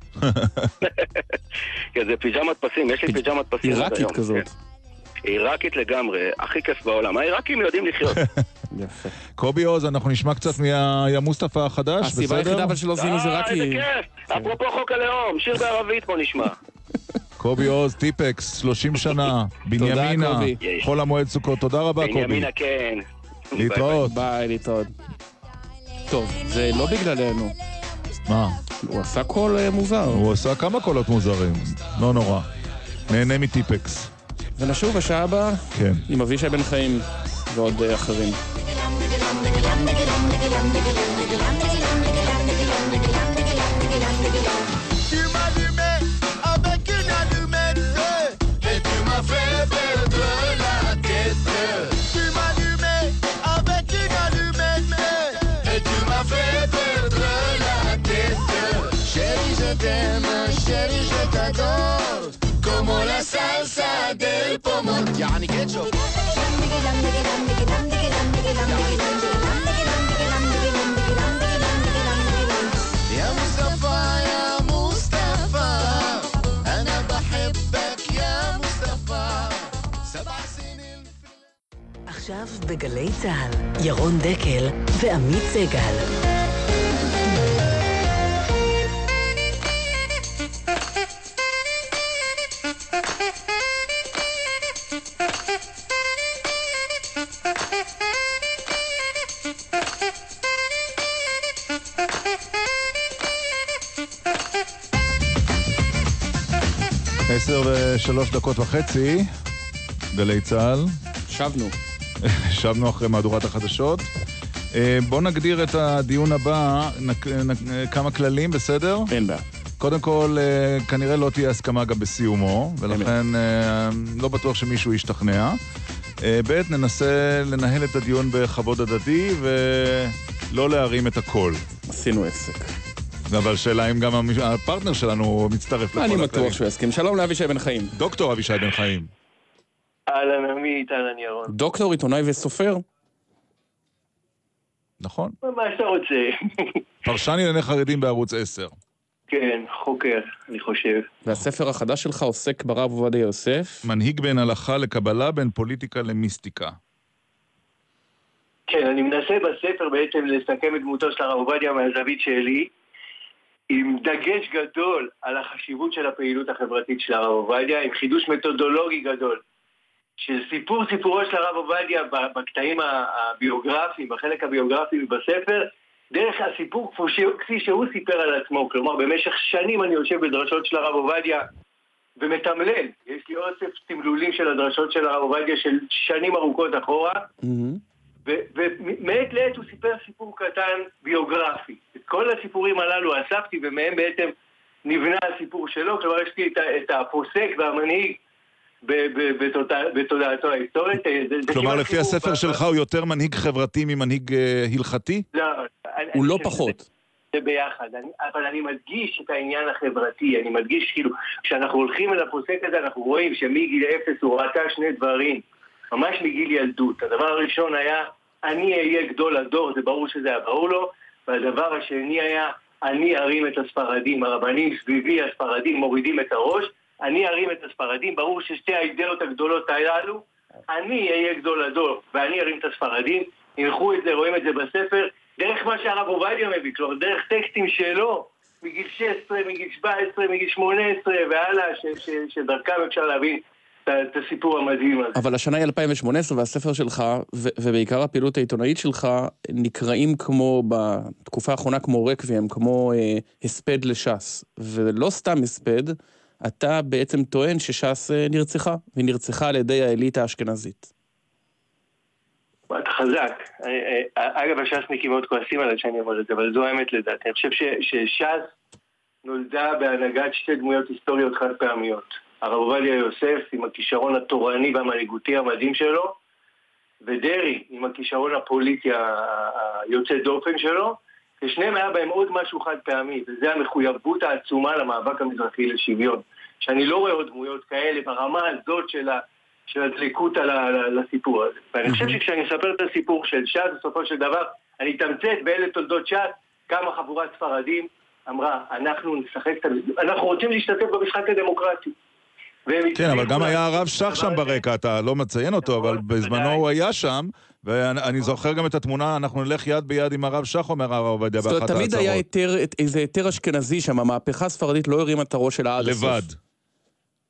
כן, זה פיג'מת פסים, יש לי פיג'מת פסים. עיראקית כזאת. עיראקית לגמרי, הכי כיף בעולם. העיראקים יודעים לחיות. יפה. קובי עוז, אנחנו נשמע קצת מה מוסטפא החדש, בסדר? הסיבה היחידה אבל שלא זינו זה רק... אה, איזה כיף! אפרופו חוק הלאום, שיר בערבית פה נשמע. קובי עוז, טיפקס, שלושים שנה, בנימינה, חול המועד סוכות. תודה רבה, קובי. בנימינה, כן. להתראות. ביי, להתראות. טוב, זה לא בגללנו. מה? הוא עשה קול מוזר. הוא עשה כמה קולות מוזרים. לא נורא. נהנה מטיפקס. ונשוב בשעה הבאה. כן. עם אבישי בן חיים ועוד אחרים. Chérie, je t'adore como la salsa del pomodoro. Yani ketchup. يا مصطفى يا مصطفى أنا بحبك يا مصطفى سبع سنين. עכשיו בגלי צהל, ירון דקל ועמית סגל. עשר ושלוש דקות וחצי, גלי צהל. שבנו. שבנו אחרי מהדורת החדשות. בואו נגדיר את הדיון הבא, כמה כללים, בסדר? אין בעיה. קודם כל, כנראה לא תהיה הסכמה גם בסיומו, ולכן לא בטוח שמישהו ישתכנע. ב' ננסה לנהל את הדיון בכבוד הדדי, ולא להרים את הכל. עשינו עסק. אבל שאלה אם גם הפרטנר שלנו מצטרף לכל הכללים. אני בטוח שהוא יסכים. שלום לאבישי בן חיים. דוקטור אבישי בן חיים. אהלן עמית, אהלן ירון. דוקטור, עיתונאי וסופר? נכון. מה שאתה רוצה. פרשן לענייני חרדים בערוץ עשר. כן, חוקר, אני חושב. והספר החדש שלך עוסק ברב עובדיה יוסף? מנהיג בין הלכה לקבלה, בין פוליטיקה למיסטיקה. כן, אני מנסה בספר בעצם לסכם את דמותו של הרב עובדיה מהזווית שלי, עם דגש גדול על החשיבות של הפעילות החברתית של הרב עובדיה, עם חידוש מתודולוגי גדול של סיפור סיפורו של הרב עובדיה בקטעים הביוגרפיים, בחלק הביוגרפי בספר, דרך הסיפור כפי שהוא סיפר על עצמו. כלומר, במשך שנים אני יושב בדרשות של הרב עובדיה ומתמלל. יש לי אוסף תמלולים של הדרשות של הרב עובדיה של שנים ארוכות אחורה, ומעת לעת הוא סיפר סיפור קטן ביוגרפי. את כל הסיפורים הללו אספתי, ומהם בעצם נבנה הסיפור שלו. כלומר, יש לי את הפוסק והמנהיג בתודעתו ההיסטורית. כלומר, לפי הספר שלך הוא יותר מנהיג חברתי ממנהיג הלכתי? לא, הוא לא פחות. זה ביחד, אבל אני מדגיש את העניין החברתי, אני מדגיש כאילו, כשאנחנו הולכים אל הפוסק הזה, אנחנו רואים שמגיל אפס הוא ראתה שני דברים, ממש מגיל ילדות. הדבר הראשון היה, אני אהיה גדול הדור, זה ברור שזה היה ברור לו, והדבר השני היה, אני ארים את הספרדים, הרבנים סביבי הספרדים מורידים את הראש, אני ארים את הספרדים, ברור ששתי האידאות הגדולות הללו, אני אהיה גדול הדור, ואני ארים את הספרדים, הנחו את זה, רואים את זה בספר, דרך מה שהרב עובדיה מביא, כלומר, דרך טקסטים שלו, מגיל שש עשרה, מגיל שבע עשרה, מגיל שמונה עשרה, והלאה, שדרכם אפשר להבין את הסיפור המדהים הזה. אבל השנה היא אלפיים ושמונה עשרה, והספר שלך, ובעיקר הפעילות העיתונאית שלך, נקראים כמו, בתקופה האחרונה, כמו רקוויהם, כמו אה, הספד לש"ס. ולא סתם הספד, אתה בעצם טוען שש"ס נרצחה, ונרצחה על ידי האליטה האשכנזית. אתה חזק. אגב, הש"סניקים מאוד כועסים עליי שאני אומר את זה, אבל זו האמת לדעתי. אני חושב שש"ס נולדה בהנהגת שתי דמויות היסטוריות חד פעמיות. הרב עובדיה יוסף עם הכישרון התורני והמנהיגותי המדהים שלו, ודרי עם הכישרון הפוליטי היוצא דופן שלו, ושניהם היה בהם עוד משהו חד פעמי, וזה המחויבות העצומה למאבק המזרחי לשוויון. שאני לא רואה עוד דמויות כאלה ברמה הזאת של ה... של הדליקות על הסיפור הזה. ואני חושב שכשאני אספר את הסיפור של ש"ס, בסופו של דבר, אני אתמצת באלה תולדות ש"ס, כמה חבורת ספרדים אמרה, אנחנו נשחק, אנחנו רוצים להשתתף במשחק הדמוקרטי. כן, אבל גם היה הרב שך שם ברקע, אתה לא מציין אותו, אבל בזמנו הוא היה שם, ואני זוכר גם את התמונה, אנחנו נלך יד ביד עם הרב שך, אומר הרב עובדיה באחת ההצהרות. תמיד היה איזה היתר אשכנזי שם, המהפכה הספרדית לא הרימה את הראש שלה עד הסוף. לבד.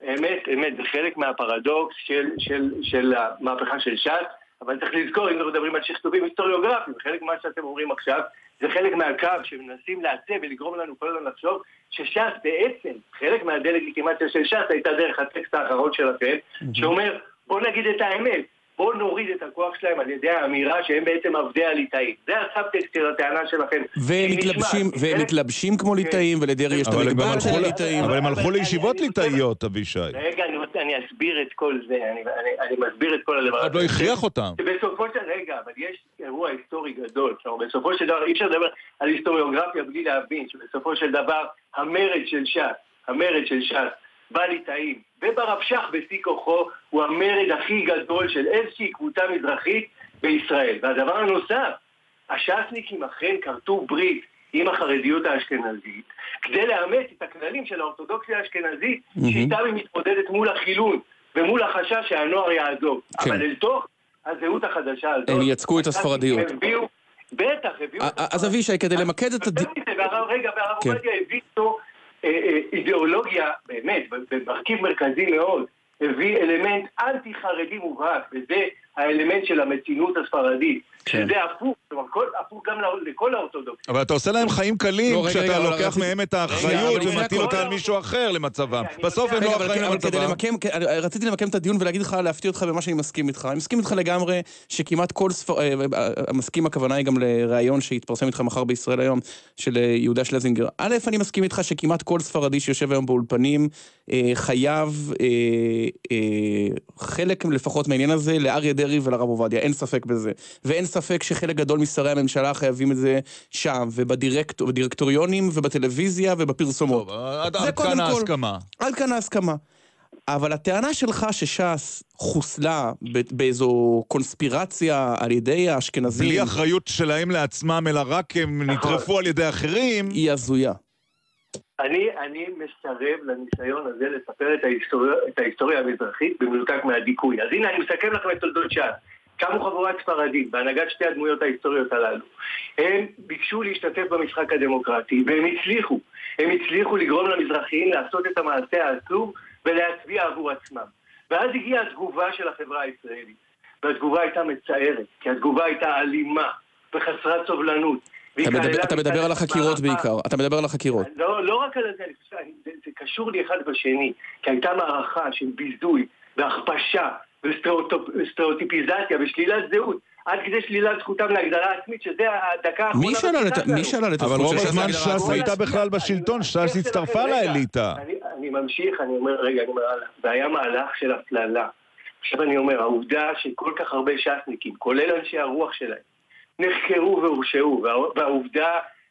באמת, זה חלק מהפרדוקס של, של, של המהפכה של ש"ס, אבל צריך לזכור, אם אנחנו מדברים על שכתובים היסטוריוגרפיים, חלק מה שאתם אומרים עכשיו, זה חלק מהקו שמנסים לעצב ולגרום לנו כל הזמן לחשוב, שש"ס בעצם, חלק מהדלגיטימציה של ש"ס הייתה דרך הטקסט האחרון שלכם, שאומר, בוא נגיד את האמת, בואו נוריד את הכוח שלהם על ידי האמירה שהם בעצם עבדי הליטאים. זה הסאבטקסט של הטענה שלכם. והם מתלבשים כמו ליטאים, ולדרי יש את המגבר של הליטאים. אבל הם הלכו לישיבות ליטאיות, אבישי. רגע, אני אסביר את כל זה, אני מסביר את כל הדבר. עוד לא הכריח אותם. בסופו של רגע, אבל יש אירוע היסטורי גדול. בסופו של דבר, אי אפשר לדבר על היסטוריוגרפיה בלי להבין, שבסופו של דבר, המרד של ש"ס, המרד של ש"ס, בליטאים וברבש"ח בשיא כוחו הוא המרד הכי גדול של איזושהי קבוצה מזרחית בישראל. והדבר הנוסף, הש"סניקים אכן כרתו ברית עם החרדיות האשכנזית כדי לאמץ את הכללים של האורתודוקסיה האשכנזית שאיתם היא מתמודדת מול החילון ומול החשש שהנוער יעזוב. כן. אבל אל תוך הזהות החדשה הזאת הם יצקו את הספרדיות. הביאו, בטח, הביאו... אז אבישי, כדי למקד את הדיון... רגע, והרב עובדיה הביא אותו אידיאולוגיה, באמת, במרכיב מרכזי מאוד, הביא אלמנט אנטי-חרדי מובהק, וזה האלמנט של המתינות הספרדית, שזה הפוך, הפוך גם לכל האורתודוקסים. אבל אתה עושה להם חיים קלים כשאתה לוקח מהם את האחריות ומטיל אותה על מישהו אחר למצבם. בסוף הם לא אחראים למצבם. רציתי למקם את הדיון ולהגיד לך, להפתיע אותך במה שאני מסכים איתך. אני מסכים איתך לגמרי שכמעט כל ספר... מסכים, הכוונה היא גם לראיון שהתפרסם איתך מחר בישראל היום, של יהודה שלזינגר. א', אני מסכים איתך שכמעט כל ספרדי שיושב היום באולפנים חייב חלק לפחות מהעניין הזה לאריה דרעי ולרב עובדיה. אין ספק בזה. ואין ספק שחלק גדול משרי הממשלה חייבים את זה שם, ובדירקטוריונים, ובטלוויזיה, ובפרסומות. עד כאן ההסכמה. עד כאן ההסכמה. אבל הטענה שלך שש"ס חוסלה באיזו קונספירציה על ידי האשכנזים... בלי אחריות שלהם לעצמם, אלא רק הם נטרפו על ידי אחרים... היא הזויה. אני, אני מסרב לניסיון הזה לספר את ההיסטוריה, את ההיסטוריה המזרחית במנותק מהדיכוי. אז הנה, אני מסכם לכם את תולדות ש"ס. קמו חבורת ספרדים בהנהגת שתי הדמויות ההיסטוריות הללו. הם ביקשו להשתתף במשחק הדמוקרטי, והם הצליחו. הם הצליחו לגרום למזרחיים לעשות את המעשה העצוב ולהצביע עבור עצמם. ואז הגיעה התגובה של החברה הישראלית. והתגובה הייתה מצערת, כי התגובה הייתה אלימה וחסרת סובלנות. אתה מדבר על החקירות בעיקר, אתה מדבר על החקירות. לא רק על זה, זה קשור לי אחד בשני, כי הייתה מערכה של ביזוי והכפשה וסטריאוטיפיזציה ושלילת זהות, עד כדי שלילת זכותם להגדרה עצמית, שזה הדקה האחרונה... מי שאלה את אבל רוב הזמן ש"ס הייתה בכלל בשלטון, ש"ס הצטרפה לאליטה. אני ממשיך, אני אומר, רגע, אני אומר, זה היה מהלך של הפללה. עכשיו אני אומר, העובדה שכל כך הרבה ש"סניקים, כולל אנשי הרוח שלהם, נחקרו והורשעו, והעובדה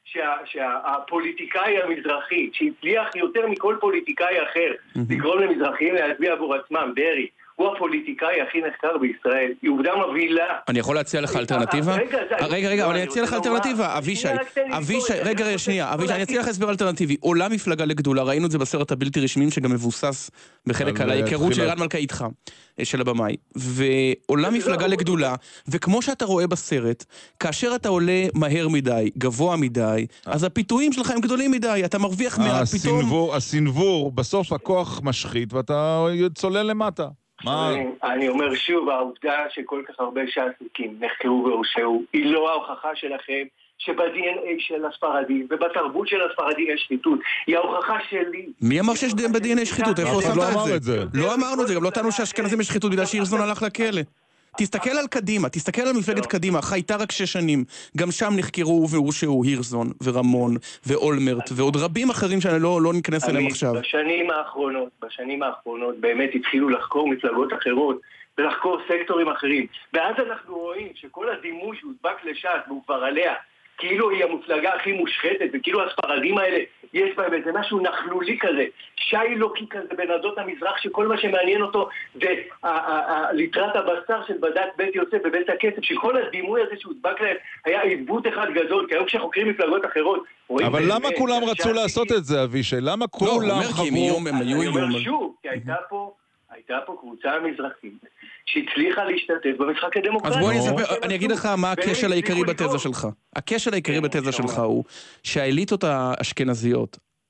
שהפוליטיקאי המזרחי, שהצליח יותר מכל פוליטיקאי אחר, לגרום למזרחיים להצביע עבור עצמם, דרעי, הוא הפוליטיקאי הכי נחקר בישראל, היא עובדה מבהילה. אני יכול להציע לך אלטרנטיבה? רגע, רגע, אבל אני אציע לך אלטרנטיבה, אבישי, אבישי, רגע, רגע, שנייה, אבישי, אני אציע לך הסבר אלטרנטיבי, עולה מפלגה לגדולה, ראינו את זה בסרט הבלתי רשמיים, שגם מבוסס בחלק על ההיכרות של ערן מלכה איתך, של הבמאי, ועולה מפלגה לגדולה, וכמו שאתה רואה בסרט, כאשר אתה עולה מהר מדי, גבוה מדי, אז הפיתויים שלך הם גדולים מדי, אתה מרוויח מעט פתאום. הסנוור, בסוף הכוח משחית, ואתה צולל למטה. אני אומר שוב, העובדה שכל כך הרבה ש"סניקים נחקרו והורשעו, היא לא ההוכחה שלכם שב-די אן איי של הספרדים ובתרבות של הספרדים יש שחיתות. היא ההוכחה שלי. מי אמר שיש ב-די אן איי שחיתות? איפה הוספת את זה? לא אמרנו את זה, גם לא טענו שהאשכנזים יש שחיתות בגלל שהירסון הלך לכלא. תסתכל על קדימה, תסתכל על מפלגת קדימה, חייתה רק שש שנים, גם שם נחקרו והורשעו הירסון ורמון ואולמרט ועוד רבים אחרים שאני לא, לא ניכנס אליהם עכשיו. בשנים האחרונות, בשנים האחרונות באמת התחילו לחקור מפלגות אחרות ולחקור סקטורים אחרים, ואז אנחנו רואים שכל הדימוי שהודבק לש"ס והוא כבר עליה, כאילו היא המפלגה הכי מושחתת, וכאילו הספרדים האלה, יש בהם איזה משהו נחלולי כזה, שיילוקי כזה בין עדות המזרח, שכל מה שמעניין אותו זה ליטרת הבשר של בדת בית יוסף ובית הכסף, שכל הדימוי הזה שהודבק להם היה עיוות אחד גדול, כי היום כשחוקרים מפלגות אחרות... אבל למה כולם רצו לעשות את זה, אבישי? למה כולם חברו... אני אומר שוב, כי הייתה פה... הייתה פה קבוצה מזרחית שהצליחה להשתתף במשחק הדמוקרטי. אז בואי נספר, אני אגיד לך מה הכשל העיקרי בתזה שלך. הכשל העיקרי בתזה שלך הוא שהאליטות האשכנזיות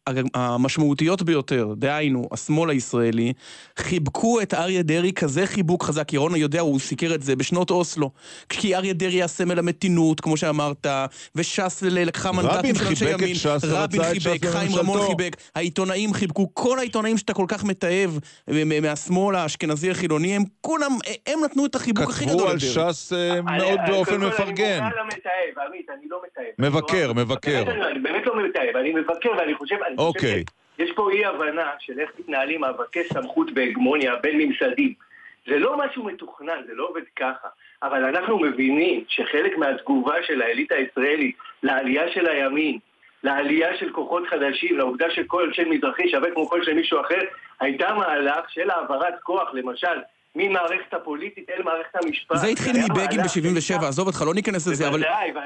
המשמעותיות ביותר, דהיינו, השמאל הישראלי, חיבקו את אריה דרעי כזה חיבוק חזק. ירון יודע, הוא סיקר את זה בשנות אוסלו. כי אריה דרעי היה סמל המתינות, כמו שאמרת, וש"ס לקחה מנדטים של אנשי ימין. רבין חיבק, חיים רמון חיבק, העיתונאים חיבקו, כל העיתונאים שאתה כל כך מתאהב מהשמאל האשכנזי החילוני, הם כולם, הם נתנו את החיבוק הכי גדול. כתבו על ש"ס מאוד באופן מפרגן. אני לא מתאהב, עמית, אני לא מתאהב. מבקר, מבקר. אני באמת לא מתאהב, אני מבקר ואני חושב, אוקיי. יש פה אי הבנה של איך מתנהלים מאבקי סמכות בהגמוניה בין ממסדים. זה לא משהו מתוכנן, זה לא עובד ככה. אבל אנחנו מבינים שחלק מהתגובה של האליטה הישראלית לעלייה של הימין, לעלייה של כוחות חדשים, לעובדה שכל של מזרחי שווה כמו כל של מישהו אחר, הייתה מהלך של העברת כוח, למשל, ממערכת הפוליטית אל מערכת המשפט. זה התחיל מבגין ב-שבעים ושבע, עזוב אותך, לא ניכנס לזה, אבל...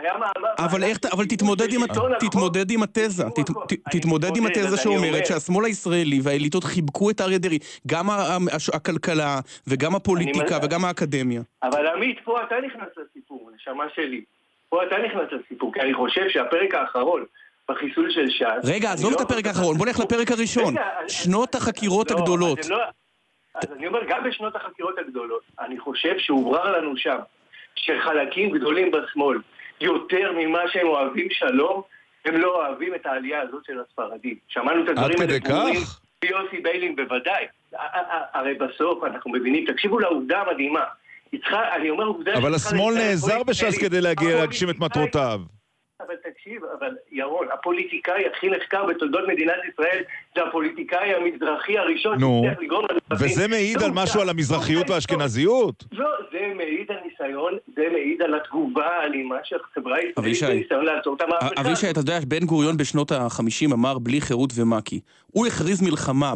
אבל תתמודד עם התזה, תתמודד עם התזה שאומרת שהשמאל הישראלי והאליטות חיבקו את אריה דרעי, גם הכלכלה וגם הפוליטיקה וגם האקדמיה. אבל עמית, פה אתה נכנס לסיפור, נשמה שלי. פה אתה נכנס לסיפור, כי אני חושב שהפרק האחרון בחיסול של ש"ס... רגע, עזוב את הפרק האחרון, בוא נלך לפרק הראשון. שנות החקירות הגדולות. אז אני אומר, גם בשנות החקירות הגדולות, אני חושב שהוברר לנו שם, שחלקים גדולים בשמאל, יותר ממה שהם אוהבים שלום, הם לא אוהבים את העלייה הזאת של הספרדים. שמענו את הדברים האלה פרורים, יוסי ביילין בוודאי. הרי בסוף אנחנו מבינים, תקשיבו לעובדה המדהימה. אני אומר עובדה... אבל השמאל נעזר בש"ס כדי להגיע להגשים את מטרותיו. אבל תקשיב, אבל ירון, הפוליטיקאי הכי נחקר בתולדות מדינת ישראל, זה הפוליטיקאי המזרחי הראשון. נו, וזה מעיד על משהו על המזרחיות והאשכנזיות? לא, זה מעיד על ניסיון, זה מעיד על התגובה האלימה של חברה ישראלית, ניסיון לעצור את המהפכה. אבישי, אתה יודע, בן גוריון בשנות ה-חמישים אמר בלי חירות ומק"י. הוא הכריז מלחמה,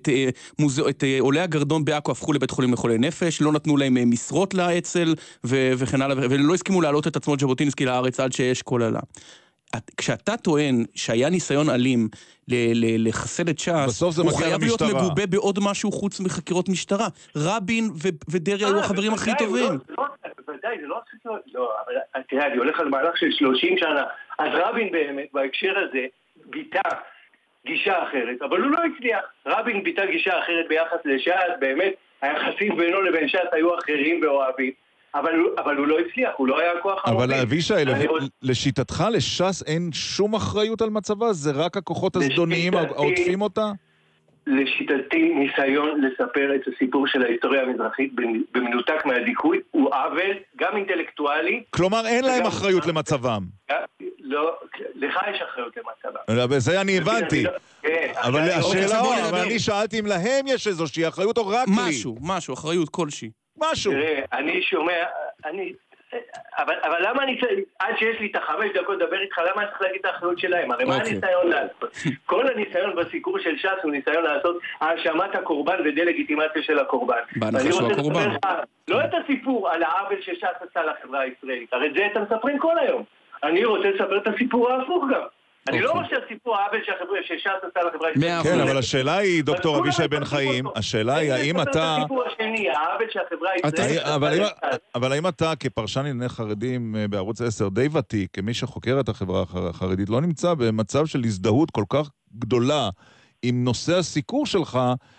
את עולי הגרדום בעכו הפכו לבית חולים לחולי נפש, לא נתנו להם משרות לאצ"ל וכן הלאה, ולא הסכימו להעלות את עצמו ז'בוטינסקי לארץ עד שיש כל עלה. כשאתה טוען שהיה ניסיון אלים לחסל את ש"ס, הוא חייב להיות מגובה בעוד משהו חוץ מחקירות משטרה. רבין ודרעי היו החברים הכי טובים. בוודאי, זה לא חקירות, לא, אבל תראה, אני הולך על מהלך של שלושים שנה, אז רבין באמת, בהקשר הזה, ביטא גישה אחרת, אבל הוא לא הצליח. רבין ביטא גישה אחרת ביחס לש"ס, באמת, היחסים בינו לבין ש"ס היו אחרים ואוהבים. אבל, אבל הוא לא הצליח, הוא לא היה כוח הרבה. אבל אבישי, לשיטתך לש"ס אין שום אחריות על מצבה? זה רק הכוחות הזדוניים העוטפים אותה? לשיטתי, ניסיון לספר את הסיפור של ההיסטוריה המזרחית במנותק מהדיכוי, הוא עוול, גם אינטלקטואלי. כלומר, אין להם אחריות למצבם. לא, לך יש אחריות למצבם. בזה אני הבנתי. אבל השאלה, אבל אני שאלתי אם להם יש איזושהי אחריות או רק לי. משהו, משהו, אחריות כלשהי. משהו. תראה, אני שומע, אני... אבל, אבל למה אני צריך, עד שיש לי את החמש דקות לדבר איתך, למה אני צריך להגיד את האחריות שלהם? הרי מה הניסיון לעשות? כל הניסיון בסיקור של ש"ס הוא ניסיון לעשות האשמת הקורבן ודה-לגיטימציה של הקורבן. בהנחה שהוא הקורבן. לא את הסיפור על העוול שש"ס עשה לחברה הישראלית, הרי זה אתם מספרים כל היום. אני רוצה לספר את הסיפור ההפוך גם. אני לא חושב סיפור העוול שש"ס עשה לחברה הישראלית. כן, אבל השאלה היא, דוקטור אבישי בן חיים, השאלה היא, האם אתה... הסיפור השני, העוול שהחברה הישראלית... אבל האם אתה, כפרשן לענייני חרדים בערוץ עשר, די ותיק, כמי שחוקר את החברה החרדית, לא נמצא במצב של הזדהות כל כך גדולה עם נושא הסיקור שלך,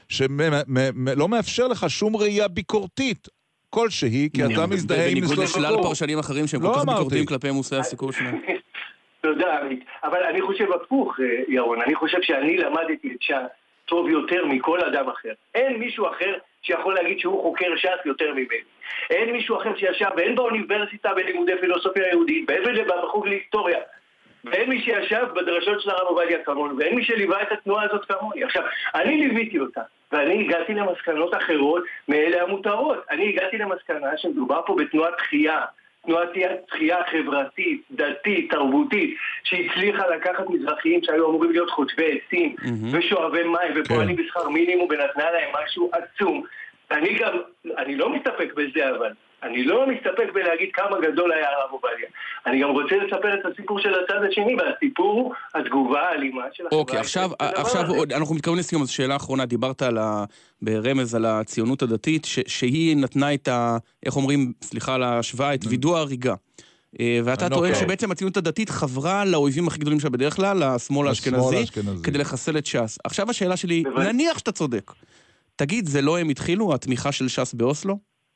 שלא מאפשר לך שום ראייה ביקורתית כלשהי, כי אתה מזדהה עם נושא הסיקור. בניגוד לשלל פרשנים אחרים שהם כל כך ביקורתיים כלפי מושא הסיקור שלהם. תודה, עמית. אבל אני חושב הפוך, ירון. אני חושב שאני למדתי את ש"ס טוב יותר מכל אדם אחר. אין מישהו אחר שיכול להגיד שהוא חוקר ש"ס יותר ממני. אין מישהו אחר שישב, ואין באוניברסיטה בלימודי פילוסופיה יהודית, ואין בחוג להיסטוריה. ואין מי שישב בדרשות של הרב עובדיה כמונו, ואין מי שליווה את התנועה הזאת כמוני. עכשיו, אני ליוויתי אותה, ואני הגעתי למסקנות אחרות מאלה המותרות. אני הגעתי למסקנה שמדובר פה בתנועת תחייה. תנועת תחייה חברתית, דתית, תרבותית, שהצליחה לקחת מזרחיים שהיו אמורים להיות חוטבי עצים ושואבי מים ופועלים בשכר מינימום ונתנה להם משהו עצום. אני גם, אני לא מסתפק בזה אבל, אני לא מסתפק בלהגיד כמה גדול היה הרב עובדיה. אני גם רוצה לספר את הסיפור של הצד השני, והסיפור הוא התגובה האלימה של החברה. אוקיי, עכשיו, עכשיו אנחנו מתקרבים לסיום, אז שאלה האחרונה, דיברת על ה... ברמז על הציונות הדתית, ש... שהיא נתנה את ה... איך אומרים, סליחה על ההשוואה, את וידוא ההריגה. ואתה טוען שבעצם הציונות הדתית חברה לאויבים הכי גדולים שלה בדרך כלל, לשמאל האשכנזי, כדי לחסל את ש"ס. עכשיו השאלה שלי, נניח שאתה צודק. תגיד, זה לא הם התחילו, התמיכה של ש"ס באוסלו?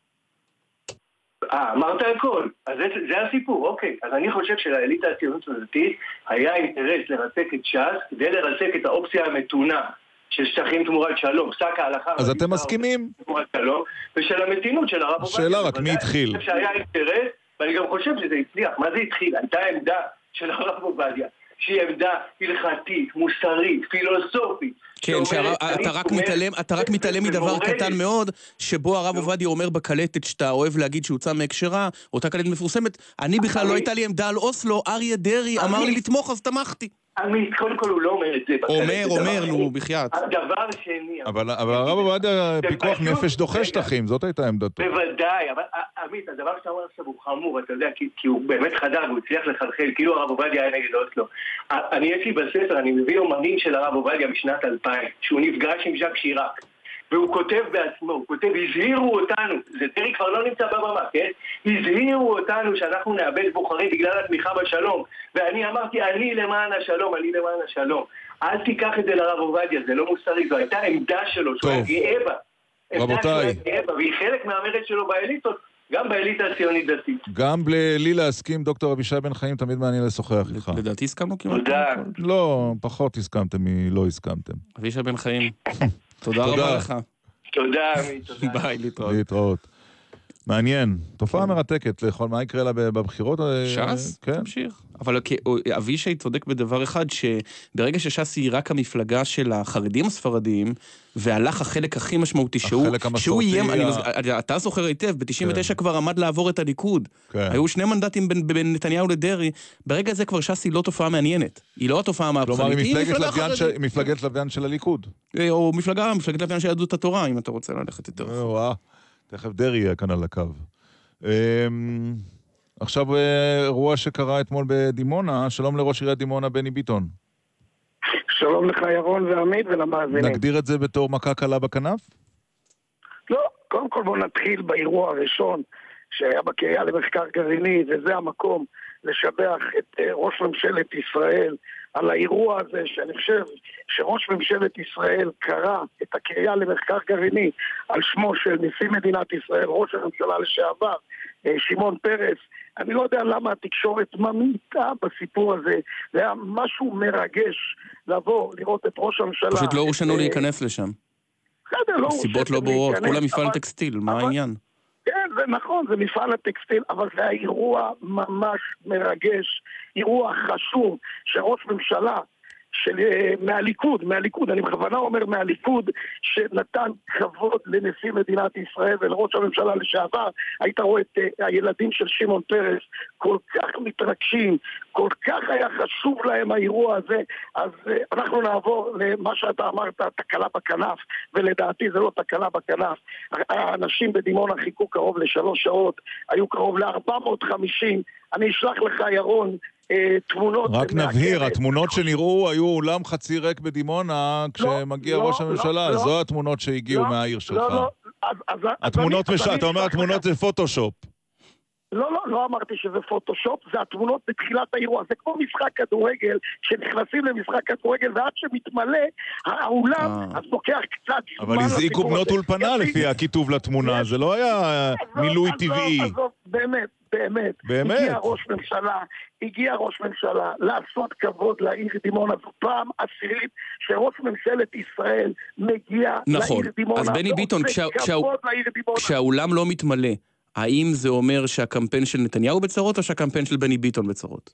אה, אמרת הכל. אז זה, זה הסיפור, אוקיי. אז אני חושב שלאליטה הציונות הדתית היה אינטרס לרסק את ש"ס, כדי לרסק את האופציה המתונה של שטחים תמורת שלום, פסק ההלכה. אז אתם מסכימים? תמורת שלום, ושל המתינות של הרב עובדיה. שאלה רק, מי התחיל? אני חושב שהיה אינטרס, ואני גם חושב שזה הצליח. מה זה התחיל? הייתה עמדה של הרב עובדיה, שהיא עמדה הלכתית, מוסרית, פילוסופית. כן, שאתה רק מתעלם מדבר קטן מאוד, שבו הרב עובדיה אומר בקלטת שאתה אוהב להגיד שהוצא מהקשרה, אותה קלטת מפורסמת, אני בכלל לא הייתה לי עמדה על אוסלו, אריה דרעי אמר לי לתמוך, אז תמכתי. עמית, קודם כל הוא לא אומר את זה. אומר, אומר, נו, בחייאת. דבר שני... אבל הרב עובדיה פיקוח נפש דוחה שטחים, זאת הייתה עמדתו. בוודאי, אבל עמית, הדבר שאתה אומר עכשיו הוא חמור, אתה יודע, כי הוא באמת חדר, הוא הצליח לחלחל, כאילו הרב עובדיה היה נגד אוסלו. אני יש לי בספר, אני מביא אומנים של הרב עובדיה משנת אלפיים, שהוא נפגש עם ז'ק שיראק. והוא כותב בעצמו, הוא כותב, הזהירו אותנו, זה דרעי כבר לא נמצא בבמה, כן? הזהירו אותנו שאנחנו נאבד בוחרים בגלל התמיכה בשלום, ואני אמרתי, אני למען השלום, אני למען השלום. אל תיקח את זה לרב עובדיה, זה לא מוסרי, זו הייתה עמדה שלו, שהוא היה גאה בה. רבותיי. והיא חלק מהמרד שלו באליטות, גם באליטה הציונית דתית. גם בלי להסכים, דוקטור אבישי בן חיים, תמיד מעניין לשוחח איתך. לדעתי הסכמנו כמעט. תודה. לא, פחות הסכמתם מלא הסכמתם. אבישי בן חיים. תודה רבה לך. תודה, עמית, תודה. ביי, להתראות. להתראות. מעניין. תופעה מרתקת לכל מה יקרה לה בבחירות. ש"ס? תמשיך. אבל אבישי צודק בדבר אחד, שברגע שש"ס היא רק המפלגה של החרדים הספרדיים, והלך החלק הכי משמעותי, שהוא איים, אתה זוכר היטב, ב-תשעים ותשע כבר עמד לעבור את הליכוד. היו שני מנדטים בין נתניהו לדרעי, ברגע זה כבר ש"ס היא לא תופעה מעניינת. היא לא התופעה המהפכנית. כלומר, היא מפלגת לוויין של הליכוד. או מפלגה, מפלגת לוויין של יהדות התורה, אם אתה רוצה ללכת יותר. וואו, תכף דרעי יהיה כאן על הקו. עכשיו אירוע שקרה אתמול בדימונה, שלום לראש עיריית דימונה בני ביטון. שלום לך ירון ועמית ולמאזינים. נגדיר את זה בתור מכה קלה בכנף? לא, קודם כל בוא נתחיל באירוע הראשון שהיה בקריה למחקר גרעיני, וזה המקום לשבח את ראש ממשלת ישראל על האירוע הזה, שאני חושב שראש ממשלת ישראל קרא את הקריה למחקר גרעיני על שמו של נשיא מדינת ישראל, ראש הממשלה לשעבר, שמעון פרס. אני לא יודע למה התקשורת ממעיטה בסיפור הזה, זה היה משהו מרגש לבוא, לראות את ראש הממשלה. פשוט לא הורשנו להיכנס לשם. בסדר, לא סיבות לא ברורות, כולה מפעל טקסטיל, מה העניין? כן, זה נכון, זה מפעל הטקסטיל, אבל זה האירוע ממש מרגש, אירוע חשוב, שראש ממשלה של, מהליכוד, מהליכוד, אני בכוונה אומר מהליכוד, שנתן כבוד לנשיא מדינת ישראל ולראש הממשלה לשעבר, היית רואה את הילדים של שמעון פרס כל כך מתרגשים, כל כך היה חשוב להם האירוע הזה, אז אנחנו נעבור למה שאתה אמרת, תקלה בכנף, ולדעתי זה לא תקלה בכנף. האנשים בדימונה חיכו קרוב לשלוש שעות, היו קרוב ל-ארבע מאות וחמישים, אני אשלח לך ירון, תמונות... רק נבהיר, התמונות שנראו היו אולם חצי ריק בדימונה כשמגיע ראש הממשלה, זו התמונות שהגיעו מהעיר שלך. התמונות, אתה אומר התמונות זה פוטושופ. לא, לא, לא אמרתי שזה פוטושופ, זה התמונות בתחילת האירוע, זה כמו משחק כדורגל, שנכנסים למשחק כדורגל ועד שמתמלא האולם, אז לוקח קצת זמן... אבל הזעיקו בנות אולפנה לפי הכיתוב לתמונה, זה לא היה מילוי טבעי. באמת, באמת, באמת. הגיע ראש ממשלה, הגיע ראש ממשלה לעשות כבוד לעיר דימונה, זו פעם עשירית שראש ממשלת ישראל מגיע נכון. לעיר דימונה. אז בני ביטון, כשה, כשה, כשהאולם לא מתמלא, האם זה אומר שהקמפיין של נתניהו בצרות או שהקמפיין של בני ביטון בצרות?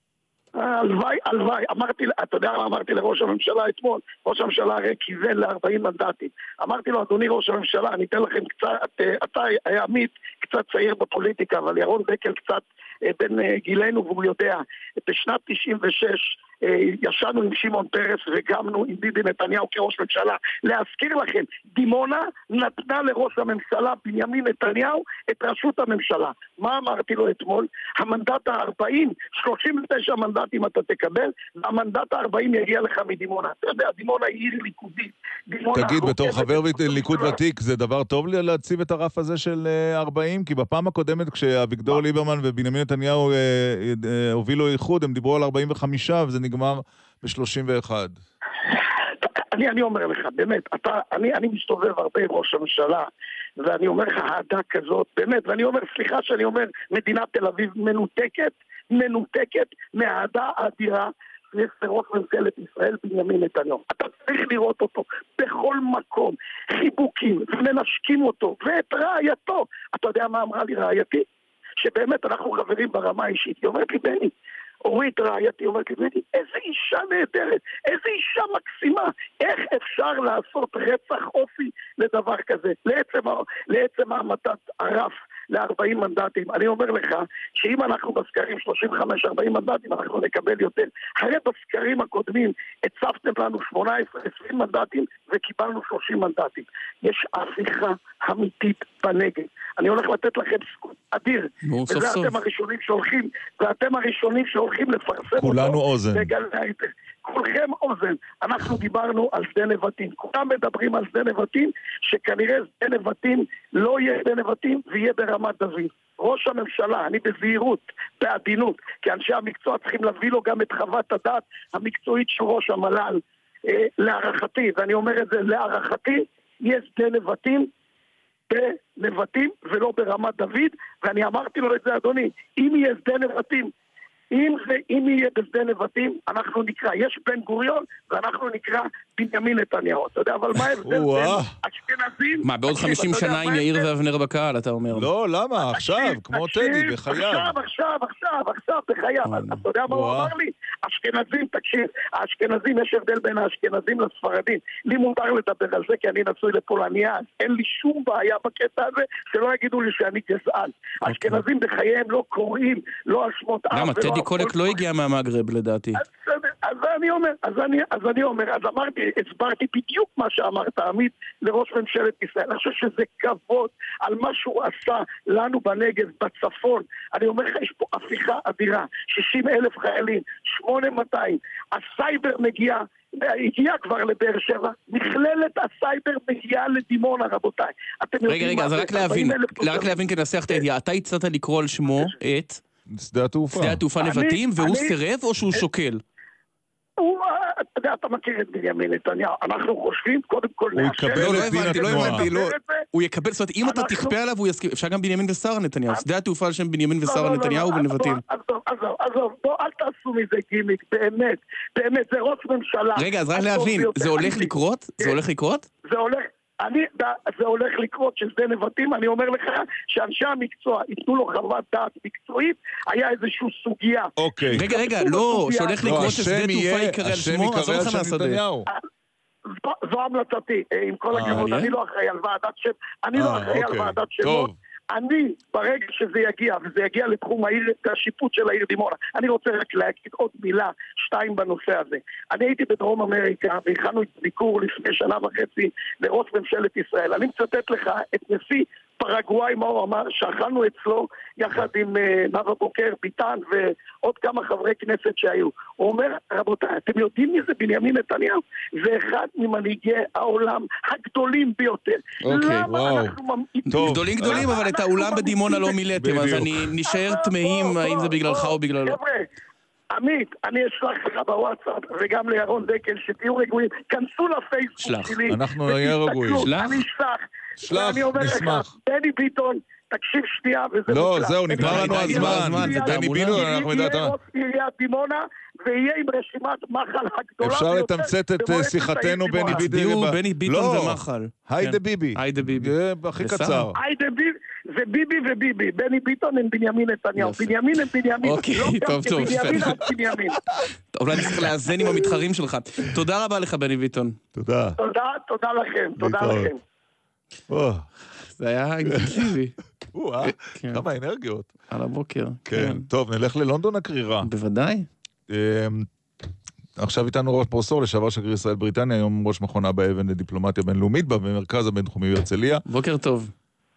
הלוואי, הלוואי, אמרתי, אתה יודע מה אמרתי לראש הממשלה אתמול? ראש הממשלה הרי כיוון ל-ארבעים מנדטים. אמרתי לו, אדוני ראש הממשלה, אני אתן לכם קצת, אתה היה עמית קצת צעיר בפוליטיקה, אבל ירון דקל קצת בין גילנו והוא יודע, בשנת תשעים ושש ישנו עם שמעון פרס וגמנו עם ביבי נתניהו כראש ממשלה. להזכיר לכם, דימונה נתנה לראש הממשלה בנימין נתניהו את ראשות הממשלה. מה אמרתי לו אתמול? המנדט ה-ארבעים, שלושים ותשע מנדטים אתה תקבל, והמנדט ה-ארבעים יגיע לך מדימונה. אתה יודע, דימונה היא עיר ליכודית. תגיד, בתור חבר ליכוד ותיק, זה דבר טוב לי להציב את הרף הזה של ארבעים? כי בפעם הקודמת כשאביגדור ליברמן ובנימין נתניהו הובילו איחוד, הם דיברו על ארבעים וחמש וזה נגמר ב-שלושים ואחת. אני, אני אומר לך, באמת, אתה, אני, אני מסתובב הרבה עם ראש הממשלה, ואני אומר לך, העדה כזאת, באמת, ואני אומר, סליחה שאני אומר, מדינת תל אביב מנותקת, מנותקת מהעדה האדירה, יש לראש ממשלת ישראל בנימין נתניהו. אתה צריך לראות אותו בכל מקום, חיבוקים, ומנשקים אותו, ואת רעייתו. אתה יודע מה אמרה לי רעייתי? שבאמת אנחנו חברים ברמה האישית. היא אומרת לי, בני, אורית רעייתי, אומרת לי, בני, איזה אישה נהדרת, איזה אישה מקסימה, איך אפשר לעשות רצח אופי לדבר כזה, לעצם, לעצם העמדת הרף ל-ארבעים מנדטים. אני אומר לך שאם אנחנו בסקרים שלושים וחמש ארבעים מנדטים, אנחנו נקבל יותר. הרי בסקרים הקודמים הצפתם לנו שמונה עשרה עשרים מנדטים וקיבלנו שלושים מנדטים. יש הפיכה אמיתית בנגב. אני הולך לתת לכם סקוט אדיר. וזה סוף אתם סוף. הראשונים שהולכים, ואתם הראשונים שהולכים לפרסם כולנו אותו. אוזן. כולכם אוזן. אנחנו דיברנו על שדה נבטים. כולם מדברים על שדה נבטים, שכנראה שדה נבטים לא יהיה שדה נבטים ויהיה ברמת דוד. ראש הממשלה, אני בזהירות, בעדינות, כי אנשי המקצוע צריכים להביא לו גם את חוות הדעת המקצועית של ראש המל"ל. אה, להערכתי, ואני אומר את זה להערכתי, יהיה שדה נבטים בנבטים ולא ברמת דוד, ואני אמרתי לו את זה, אדוני, אם יהיה שדה נבטים, אם זה, אם יהיה בשדה נבטים, אנחנו נקרא, יש בן גוריון, ואנחנו נקרא בנימין נתניהו. אתה יודע, אבל מה ההבדל בין אשכנזים? מה, בעוד חמישים שנה עם יאיר ואבנר בקהל, אתה אומר? לא, למה? עכשיו, כמו טדי, בחייו. עכשיו, עכשיו, עכשיו, עכשיו, בחייו. אתה יודע מה הוא אמר לי? אשכנזים, תקשיב, האשכנזים, יש הבדל בין האשכנזים לספרדים. לי מותר לדבר על זה, כי אני נשוי לפולניה, אין לי שום בעיה בקטע הזה, שלא יגידו לי שאני גזען. האשכנזים בחייהם לא קוראים, לא אשמות למה, טדי קולק לא הגיע מהמגרב לדעתי. אז אני אומר, אז אני, אז אני אומר, אז אמרתי, הסברתי בדיוק מה שאמרת, עמית, לראש ממשלת ישראל. אני חושב שזה כבוד על מה שהוא עשה לנו בנגב, בצפון. אני אומר לך, יש פה הפיכה אדירה, שישים אלף חיילים, שמונה מאתיים, הסייבר מגיע, הגיע כבר לבאר שבע, מכללת הסייבר מגיעה לדימונה, רבותיי. רגע, רגע, אז רק להבין, רק להבין כנסח את הידיעה, אתה הצעת לקרוא על שמו את שדה התעופה. שדה התעופה נבטים, והוא סירב או שהוא שוקל? הוא, אתה יודע, אתה מכיר את בנימין נתניהו. אנחנו חושבים, קודם כל, הוא יקבל את דין התנועה. הוא יקבל, זאת אומרת, אם אתה תכפה עליו, הוא יסכים. אפשר גם בנימין ושרה נתניהו. שדה התעופה על שם בנימין ושרה נתניהו בנבטים. עזוב, עזוב, עזוב, בוא, אל תעשו מזה גימיק, באמת. באמת, זה ראש ממשלה. רגע, אז רק להבין, זה הולך לקרות? זה הולך לקרות? זה הולך... אני, זה הולך לקרות של שדה נבטים, אני אומר לך שאנשי המקצוע ייתנו לו חוות דעת מקצועית, היה איזושהי סוגיה. אוקיי. רגע, רגע, לא, שהולך לקרות ששדה תעופה יקרא על שמו, אז לא לך מהשדה. זו המלצתי, עם כל הכבוד, אני לא אחראי על ועדת שם, אני לא אחראי על ועדת שמות. אני, ברגע שזה יגיע, וזה יגיע לתחום העיר, השיפוט של העיר דימונה, אני רוצה רק להגיד עוד מילה, שתיים בנושא הזה. אני הייתי בדרום אמריקה, והכנו את ביקור לפני שנה וחצי לראש ממשלת ישראל. אני מצטט לך את נשיא פרגוואי, מה הוא אמר, שאכלנו אצלו יחד עם נאוה בוקר, ביטן ועוד כמה חברי כנסת שהיו. הוא אומר, רבותיי, אתם יודעים מי זה בנימין נתניהו? זה אחד ממנהיגי העולם הגדולים ביותר. אוקיי, וואו. גדולים גדולים, אבל את האולם בדימונה לא מילאתם, אז אני נשאר תמהים האם זה בגללך או בגללו. עמית, אני אשלח לך בוואטסאפ וגם לירון דקל שתהיו רגועים, כנסו לפייסבוק שלי. אנחנו נהיה רגועים. אני אשלח. שלח, נשמח. בני ביטון, תקשיב שנייה וזה מוקלט. לא, זהו, נגמר לנו הזמן. בני ביטון, אנחנו יודעת. יהיה ראש עיריית דימונה, ויהיה עם רשימת מחל הגדולה. אפשר לתמצת את שיחתנו בני ביטון. בני ביטון ומחל. היידה ביבי. היידה ביבי. הכי קצר. היידה ביבי. זה ביבי וביבי. בני ביטון הם בנימין נתניהו. בנימין הם בנימין. אוקיי, טוב, טוב. בנימין הם בנימין. אולי נצטרך לאזן עם המתחרים שלך. תודה רבה לך, בני ביטון. תודה. תודה, תודה לכם. תודה לכם. זה היה אינטנסיבי. כמה אנרגיות. על הבוקר. כן. טוב, נלך ללונדון הקרירה. בוודאי. עכשיו איתנו ראש פרופסור לשעבר שגריר ישראל בריטניה, היום ראש מכון אבא אבן לדיפלומטיה בינלאומית בה, במרכז הבינתחומי בהרצליה. בוקר טוב.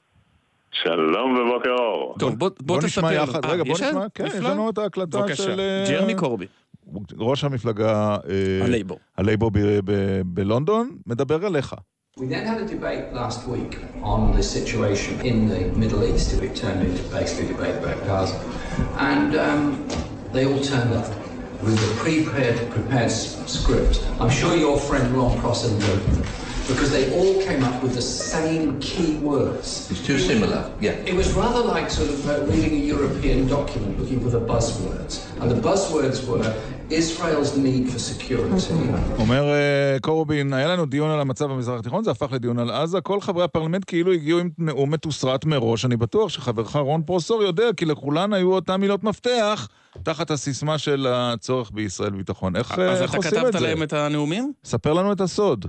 שלום ובוקר אור. טוב, בוא, בוא, בוא נשמע תספר. יחד, רגע, בוא נשמע, כן, יש לנו את ההקלטה בבקשה. של... ג'רמי קורבין. ראש המפלגה... הלייבור. הלייבור בלונדון, מדבר עליך. We then had a debate last week on the situation in the Middle East. It turned into basically a debate about Gaza. And um, they all turned up with a pre-prepared prepared script. I'm sure your friend Ron Prosser wrote them. Because they all came up with the same key words. It's too similar, yeah. It was rather like sort of uh, reading a European document looking for the buzzwords. And the buzzwords were Israel's need for security. אומר קורבין, היה לנו דיון על המצב במזרח התיכון, זה הפך לדיון על עזה. כל חברי הפרלמנט כאילו הגיעו עם נאום מתוסרט מראש. אני בטוח שחברך רון פרוסור יודע, כי לכולן היו אותם מילות מפתח תחת הסיסמה של הצורך בישראל ביטחון. איך עושים את זה? אז אתה כתבת להם את הנאומים? ספר לנו את הסוד.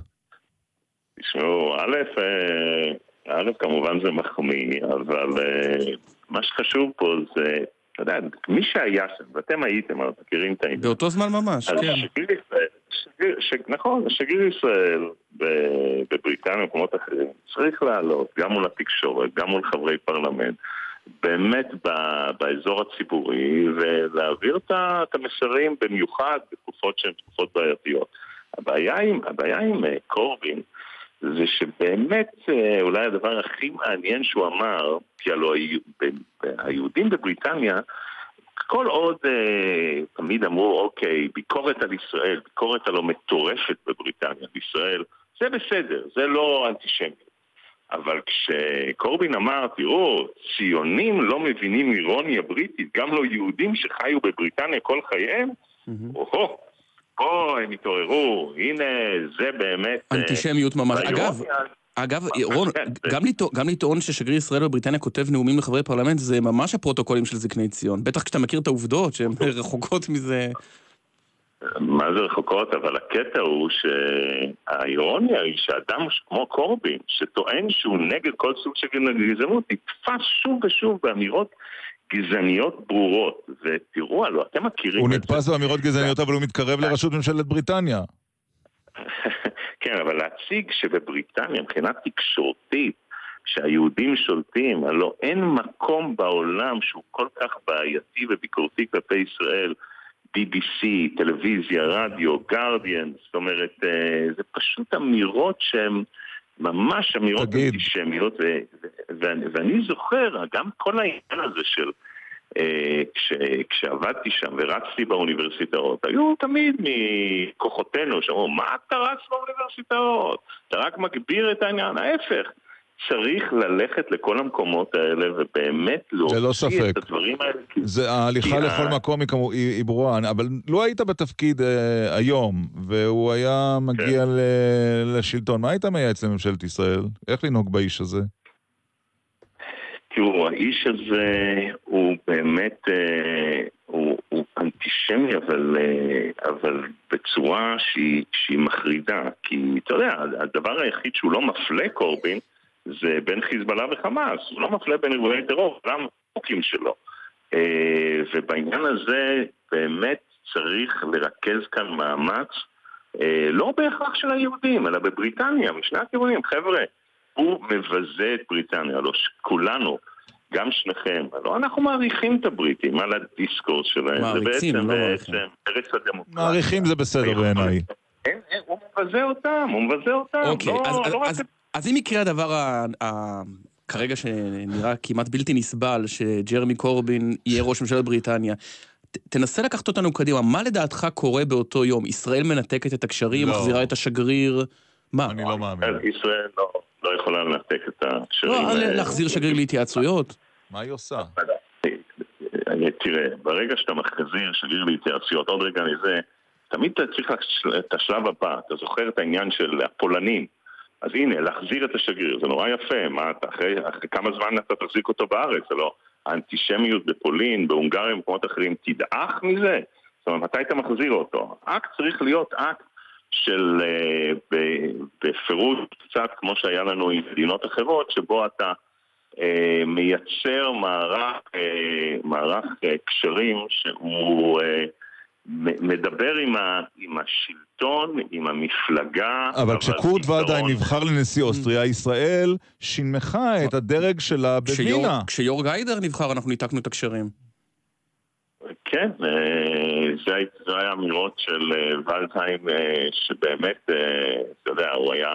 תשמעו, א', א', כמובן זה מחמיא, אבל מה שחשוב פה זה, אתה יודע, מי שהיה שם, ואתם הייתם, אבל מכירים את העניין. באותו זמן ממש, כן. שגריר ישראל, נכון, שגריר ישראל בבריטניה ובמקומות אחרים, צריך לעלות גם מול התקשורת, גם מול חברי פרלמנט, באמת באזור הציבורי, ולהעביר את המסרים במיוחד בתקופות שהן תקופות בעייתיות. הבעיה עם קורבין, זה שבאמת אולי הדבר הכי מעניין שהוא אמר, כי הלוא היהודים בבריטניה, כל עוד תמיד אמרו, אוקיי, ביקורת על ישראל, ביקורת הלא מטורפת בבריטניה, בישראל, זה בסדר, זה לא אנטישמיות. אבל כשקורבין אמר, תראו, ציונים לא מבינים אירוניה בריטית, גם לא יהודים שחיו בבריטניה כל חייהם, או-הו, פה הם התעוררו, הנה, זה באמת... אנטישמיות ממש. אגב, אגב, רון, גם לטעון ששגריר ישראל בבריטניה כותב נאומים לחברי פרלמנט, זה ממש הפרוטוקולים של זקני ציון. בטח כשאתה מכיר את העובדות, שהן רחוקות מזה... מה זה רחוקות? אבל הקטע הוא שהאירוניה היא שאדם כמו קורבין, שטוען שהוא נגד כל סוג של גזענות, נתפס שוב ושוב באמירות גזעניות ברורות, ותראו עלו, אתם מכירים... הוא נתפס באמירות גזעניות, אבל הוא מתקרב לראשות ממשלת בריטניה. כן, אבל להציג שבבריטניה, מבחינה תקשורתית, שהיהודים שולטים, הלוא אין מקום בעולם שהוא כל כך בעייתי וביקורתי כלפי ישראל, בי בי סי, טלוויזיה, רדיו, גארדיאן, זאת אומרת, זה פשוט אמירות שהן ממש אמירות אנטישמיות, ואני זוכר, גם כל העניין הזה של, כשעבדתי שם ורצתי באוניברסיטאות, היו תמיד מכוחותינו שאומרו, מה אתה רץ באוניברסיטאות? אתה רק מגביר את העניין, ההפך. צריך ללכת לכל המקומות האלה ובאמת להוציא את הדברים האלה. זה ההליכה לכל מקום היא ברורה, אבל לא היית בתפקיד היום, והוא היה מגיע לשלטון. מה היית מייעץ לממשלת ישראל? איך לנהוג באיש הזה? תראו, האיש הזה הוא באמת, הוא אנטישמי, אבל בצורה שהיא מחרידה. כי אתה יודע, הדבר היחיד שהוא לא מפלה קורבין, זה בין חיזבאללה וחמאס, הוא לא מפלה בין ארגוני טרור, גם חוקים שלו. ובעניין הזה באמת צריך לרכז כאן מאמץ, לא בהכרח של היהודים, אלא בבריטניה, משני הכיוונים. חבר'ה, הוא מבזה את בריטניה, לא כולנו, גם שניכם, לא אנחנו מעריכים את הבריטים על הדיסקורס שלהם. מעריצים, לא מעריכים. ארץ הדמוקרטיה. מעריכים זה בסדר בעיניי. הוא מבזה אותם, הוא מבזה אותם. אוקיי, אז... אז אם יקרה הדבר ה... ה... כרגע שנראה כמעט בלתי נסבל, שג'רמי קורבין יהיה ראש ממשלת בריטניה, ת, תנסה לקחת אותנו קדימה, מה לדעתך קורה באותו יום? ישראל מנתקת את הקשרים, לא. מחזירה את השגריר? מה? אני לא מאמין. ישראל לא, לא יכולה לנתק את הקשרים. לא, להחזיר שגריר להתייעצויות. מה היא עושה? תראה, ברגע שאתה מחזיר שגריר להתייעצויות, עוד רגע מזה, תמיד אתה צריך את השלב הבא, אתה זוכר את העניין של הפולנים, אז הנה, להחזיר את השגריר, זה נורא יפה, מה, אחרי, אחרי כמה זמן אתה תחזיק אותו בארץ, זה לא, האנטישמיות בפולין, בהונגריה, במקומות אחרים, תדעך מזה, זאת אומרת, מתי אתה מחזיר אותו? אקט צריך להיות אקט של, uh, בפירוט קצת, כמו שהיה לנו עם מדינות אחרות, שבו אתה uh, מייצר מערך, uh, מערך uh, קשרים שהוא... Uh, מדבר עם, ה, עם השלטון, עם המפלגה. אבל כשקורט ולדהיים נבחר לנשיא אוסטריה, ישראל שינמכה את הדרג שלה בווינה. כשיור גיידר נבחר, אנחנו ניתקנו את הקשרים. כן, זה, זה היה אמירות של ולדהיים, שבאמת, אתה יודע, הוא היה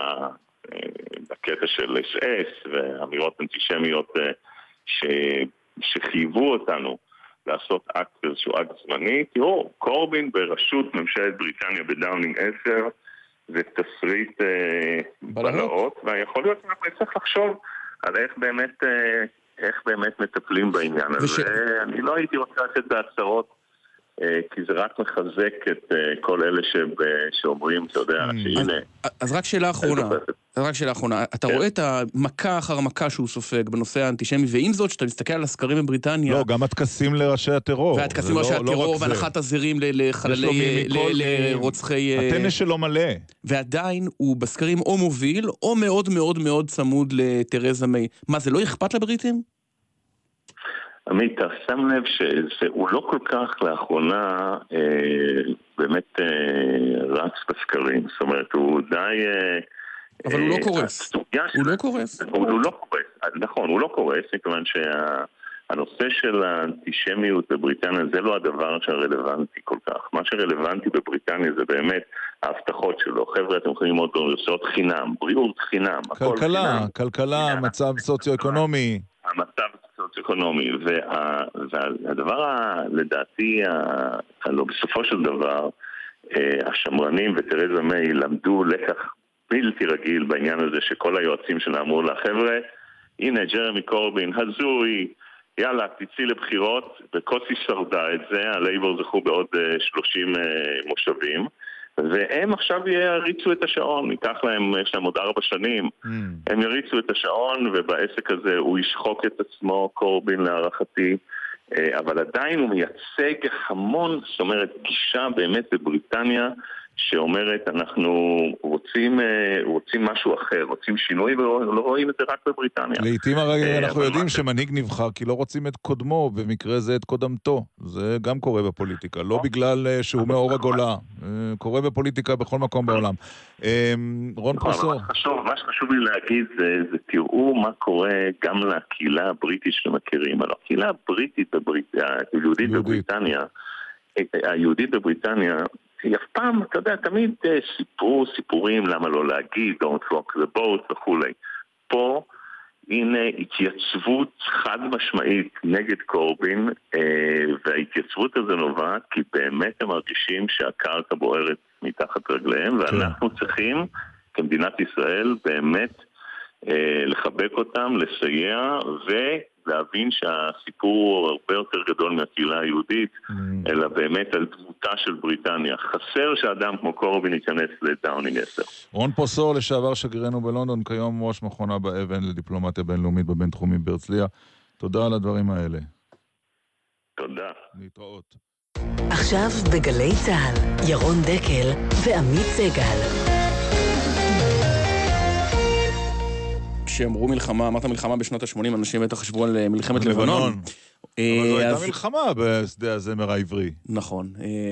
בקטע של אס אס, ואמירות אנטישמיות ש, שחייבו אותנו לעשות אקט איזשהו אקט זמני. תראו, קורבין בראשות ממשלת בריטניה בדאונינג עשר, זה תסריט אה, בלהות, ויכול להיות שאנחנו נצטרך לחשוב על איך באמת, אה, איך באמת מטפלים בעניין וש... הזה. אני לא הייתי רוצה לתת בהצהרות, אה, כי זה רק מחזק את אה, כל אלה שב, שאומרים, אתה יודע, שהנה... אז, אז רק שאלה אחרונה. רק שאלה אחרונה, אתה רואה את המכה אחר המכה שהוא סופג בנושא האנטישמי, ועם זאת, שאתה מסתכל על הסקרים בבריטניה... לא, גם התקסים לראשי הטרור. והתקסים לראשי הטרור, והנחת הזירים לחללי, לרוצחי... הטנס שלו מלא. ועדיין הוא בסקרים או מוביל, או מאוד מאוד מאוד צמוד לתרזה מיי. מה, זה לא אכפת לבריטים? עמית, אתה שם לב שהוא לא כל כך לאחרונה באמת רץ בסקרים. זאת אומרת, הוא די... אבל הוא לא קורס. הוא לא קורס. הוא לא קורס. נכון, הוא לא קורס, מכיוון שהנושא של האנטישמיות בבריטניה זה לא הדבר שרלוונטי כל כך. מה שרלוונטי בבריטניה זה באמת ההבטחות שלו. חבר'ה, אתם יכולים ללמוד באוניברסיטאות חינם, בריאות חינם, הכל חינם. כלכלה, כלכלה, מצב סוציו-אקונומי. המצב סוציו-אקונומי. והדבר, לדעתי, בסופו של דבר, השמרנים ותרזה מיי למדו לקח בלתי רגיל בעניין הזה שכל היועצים שלה אמרו לה, חבר'ה, הנה ג'רמי קורבין, הזוי, יאללה, תצאי לבחירות, בקוסי שרדה את זה, הלייבור זכו בעוד שלושים מושבים, והם עכשיו יריצו את השעון, ייקח להם, יש להם עוד ארבע שנים, mm. הם יריצו את השעון, ובעסק הזה הוא ישחוק את עצמו, קורבין להערכתי, אבל עדיין הוא מייצג המון, זאת אומרת, גישה באמת בבריטניה, שאומרת, אנחנו רוצים, רוצים משהו אחר, רוצים שינוי, ולא רואים את זה רק בבריטניה. לעתים הרגע אנחנו יודעים שמנהיג נבחר, כי לא רוצים את קודמו, במקרה זה את קודמתו. זה גם קורה בפוליטיקה, לא בגלל שהוא מאור הגולה. קורה בפוליטיקה בכל מקום בעולם. רון פרוסור. מה שחשוב לי להגיד זה, זה תראו מה קורה גם לקהילה הבריטית שמכירים. הקהילה הבריטית, היהודית בבריטניה, היהודית בבריטניה, אף פעם, אתה יודע, תמיד סיפרו סיפורים למה לא להגיד, don't rock the boat וכולי. פה, הנה התייצבות חד משמעית נגד קורבין, וההתייצבות הזו נובעת כי באמת הם מרגישים שהקרקע בוערת מתחת רגליהם, ואנחנו צריכים, כמדינת ישראל, באמת לחבק אותם, לסייע ולהבין שהסיפור הוא הרבה יותר גדול מהקהילה היהודית, אלא באמת על דמותה של בריטניה. חסר שאדם כמו קורבין ייכנס לדאונינג עשר. רון פרוסור, לשעבר שגרירנו בלונדון, כיום ראש מכונה באבן לדיפלומטיה בינלאומית בבינתחומי בהרצליה. תודה על הדברים האלה. תודה. להתראות. עכשיו בגלי צהל, ירון דקל ועמית סגל. כשאמרו מלחמה, אמרת מלחמה בשנות ה-שמונים, אנשים בטח חשבו על מלחמת לבנון. אבל זו הייתה מלחמה בשדה הזמר העברי. נכון.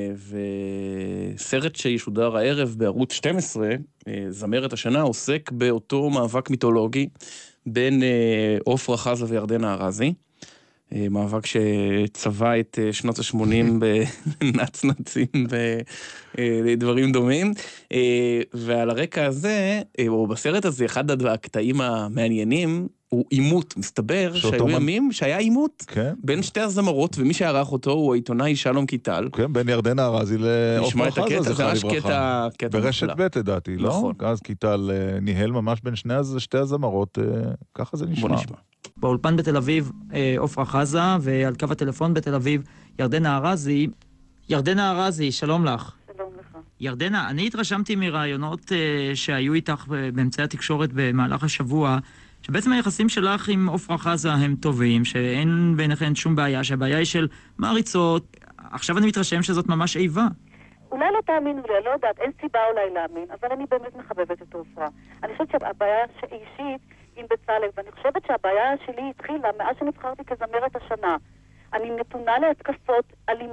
וסרט שישודר הערב בערוץ שתים עשרה, זמרת השנה, עוסק באותו מאבק מיתולוגי בין עופרה חזה וירדנה ארזי. מאבק שצבע את שנות ה-שמונים בנצנצים ודברים דומים. ועל הרקע הזה, או בסרט הזה, אחד הקטעים המעניינים, הוא אימות. מסתבר שהיו ימים שהיה אימות בין שתי הזמרות, ומי שערך אותו הוא העיתונאי שלום קיטל. כן, בין ירדנה ארזי לעופרה חזה, זכר לברכה. ברשת ב' לדעתי, לא? אז קיטל ניהל ממש בין שתי הזמרות, ככה זה נשמע. בוא נשמע. באולפן בתל אביב עופרה חזה, ועל קו הטלפון בתל אביב ירדנה ארזי. ירדנה ארזי, שלום לך. שלום לך. ירדנה, אני התרשמתי מרעיונות שהיו איתך באמצעי התקשורת במהלך השבוע, שבעצם היחסים שלך עם עופרה חזה הם טובים, שאין ביניכן שום בעיה, שהבעיה היא של מעריצות. עכשיו אני מתרשם שזאת ממש איבה. אולי לא תאמינו לי, אני לא יודעת, אין סיבה אולי להאמין, אבל אני באמת מחבבת את עופרה. אני חושבת שהבעיה אישית עם בצלאל, ואני חושבת שהבעיה שלי התחילה מאז שנבחרתי כזמרת השנה. אני נתונה להתקפות אלימות.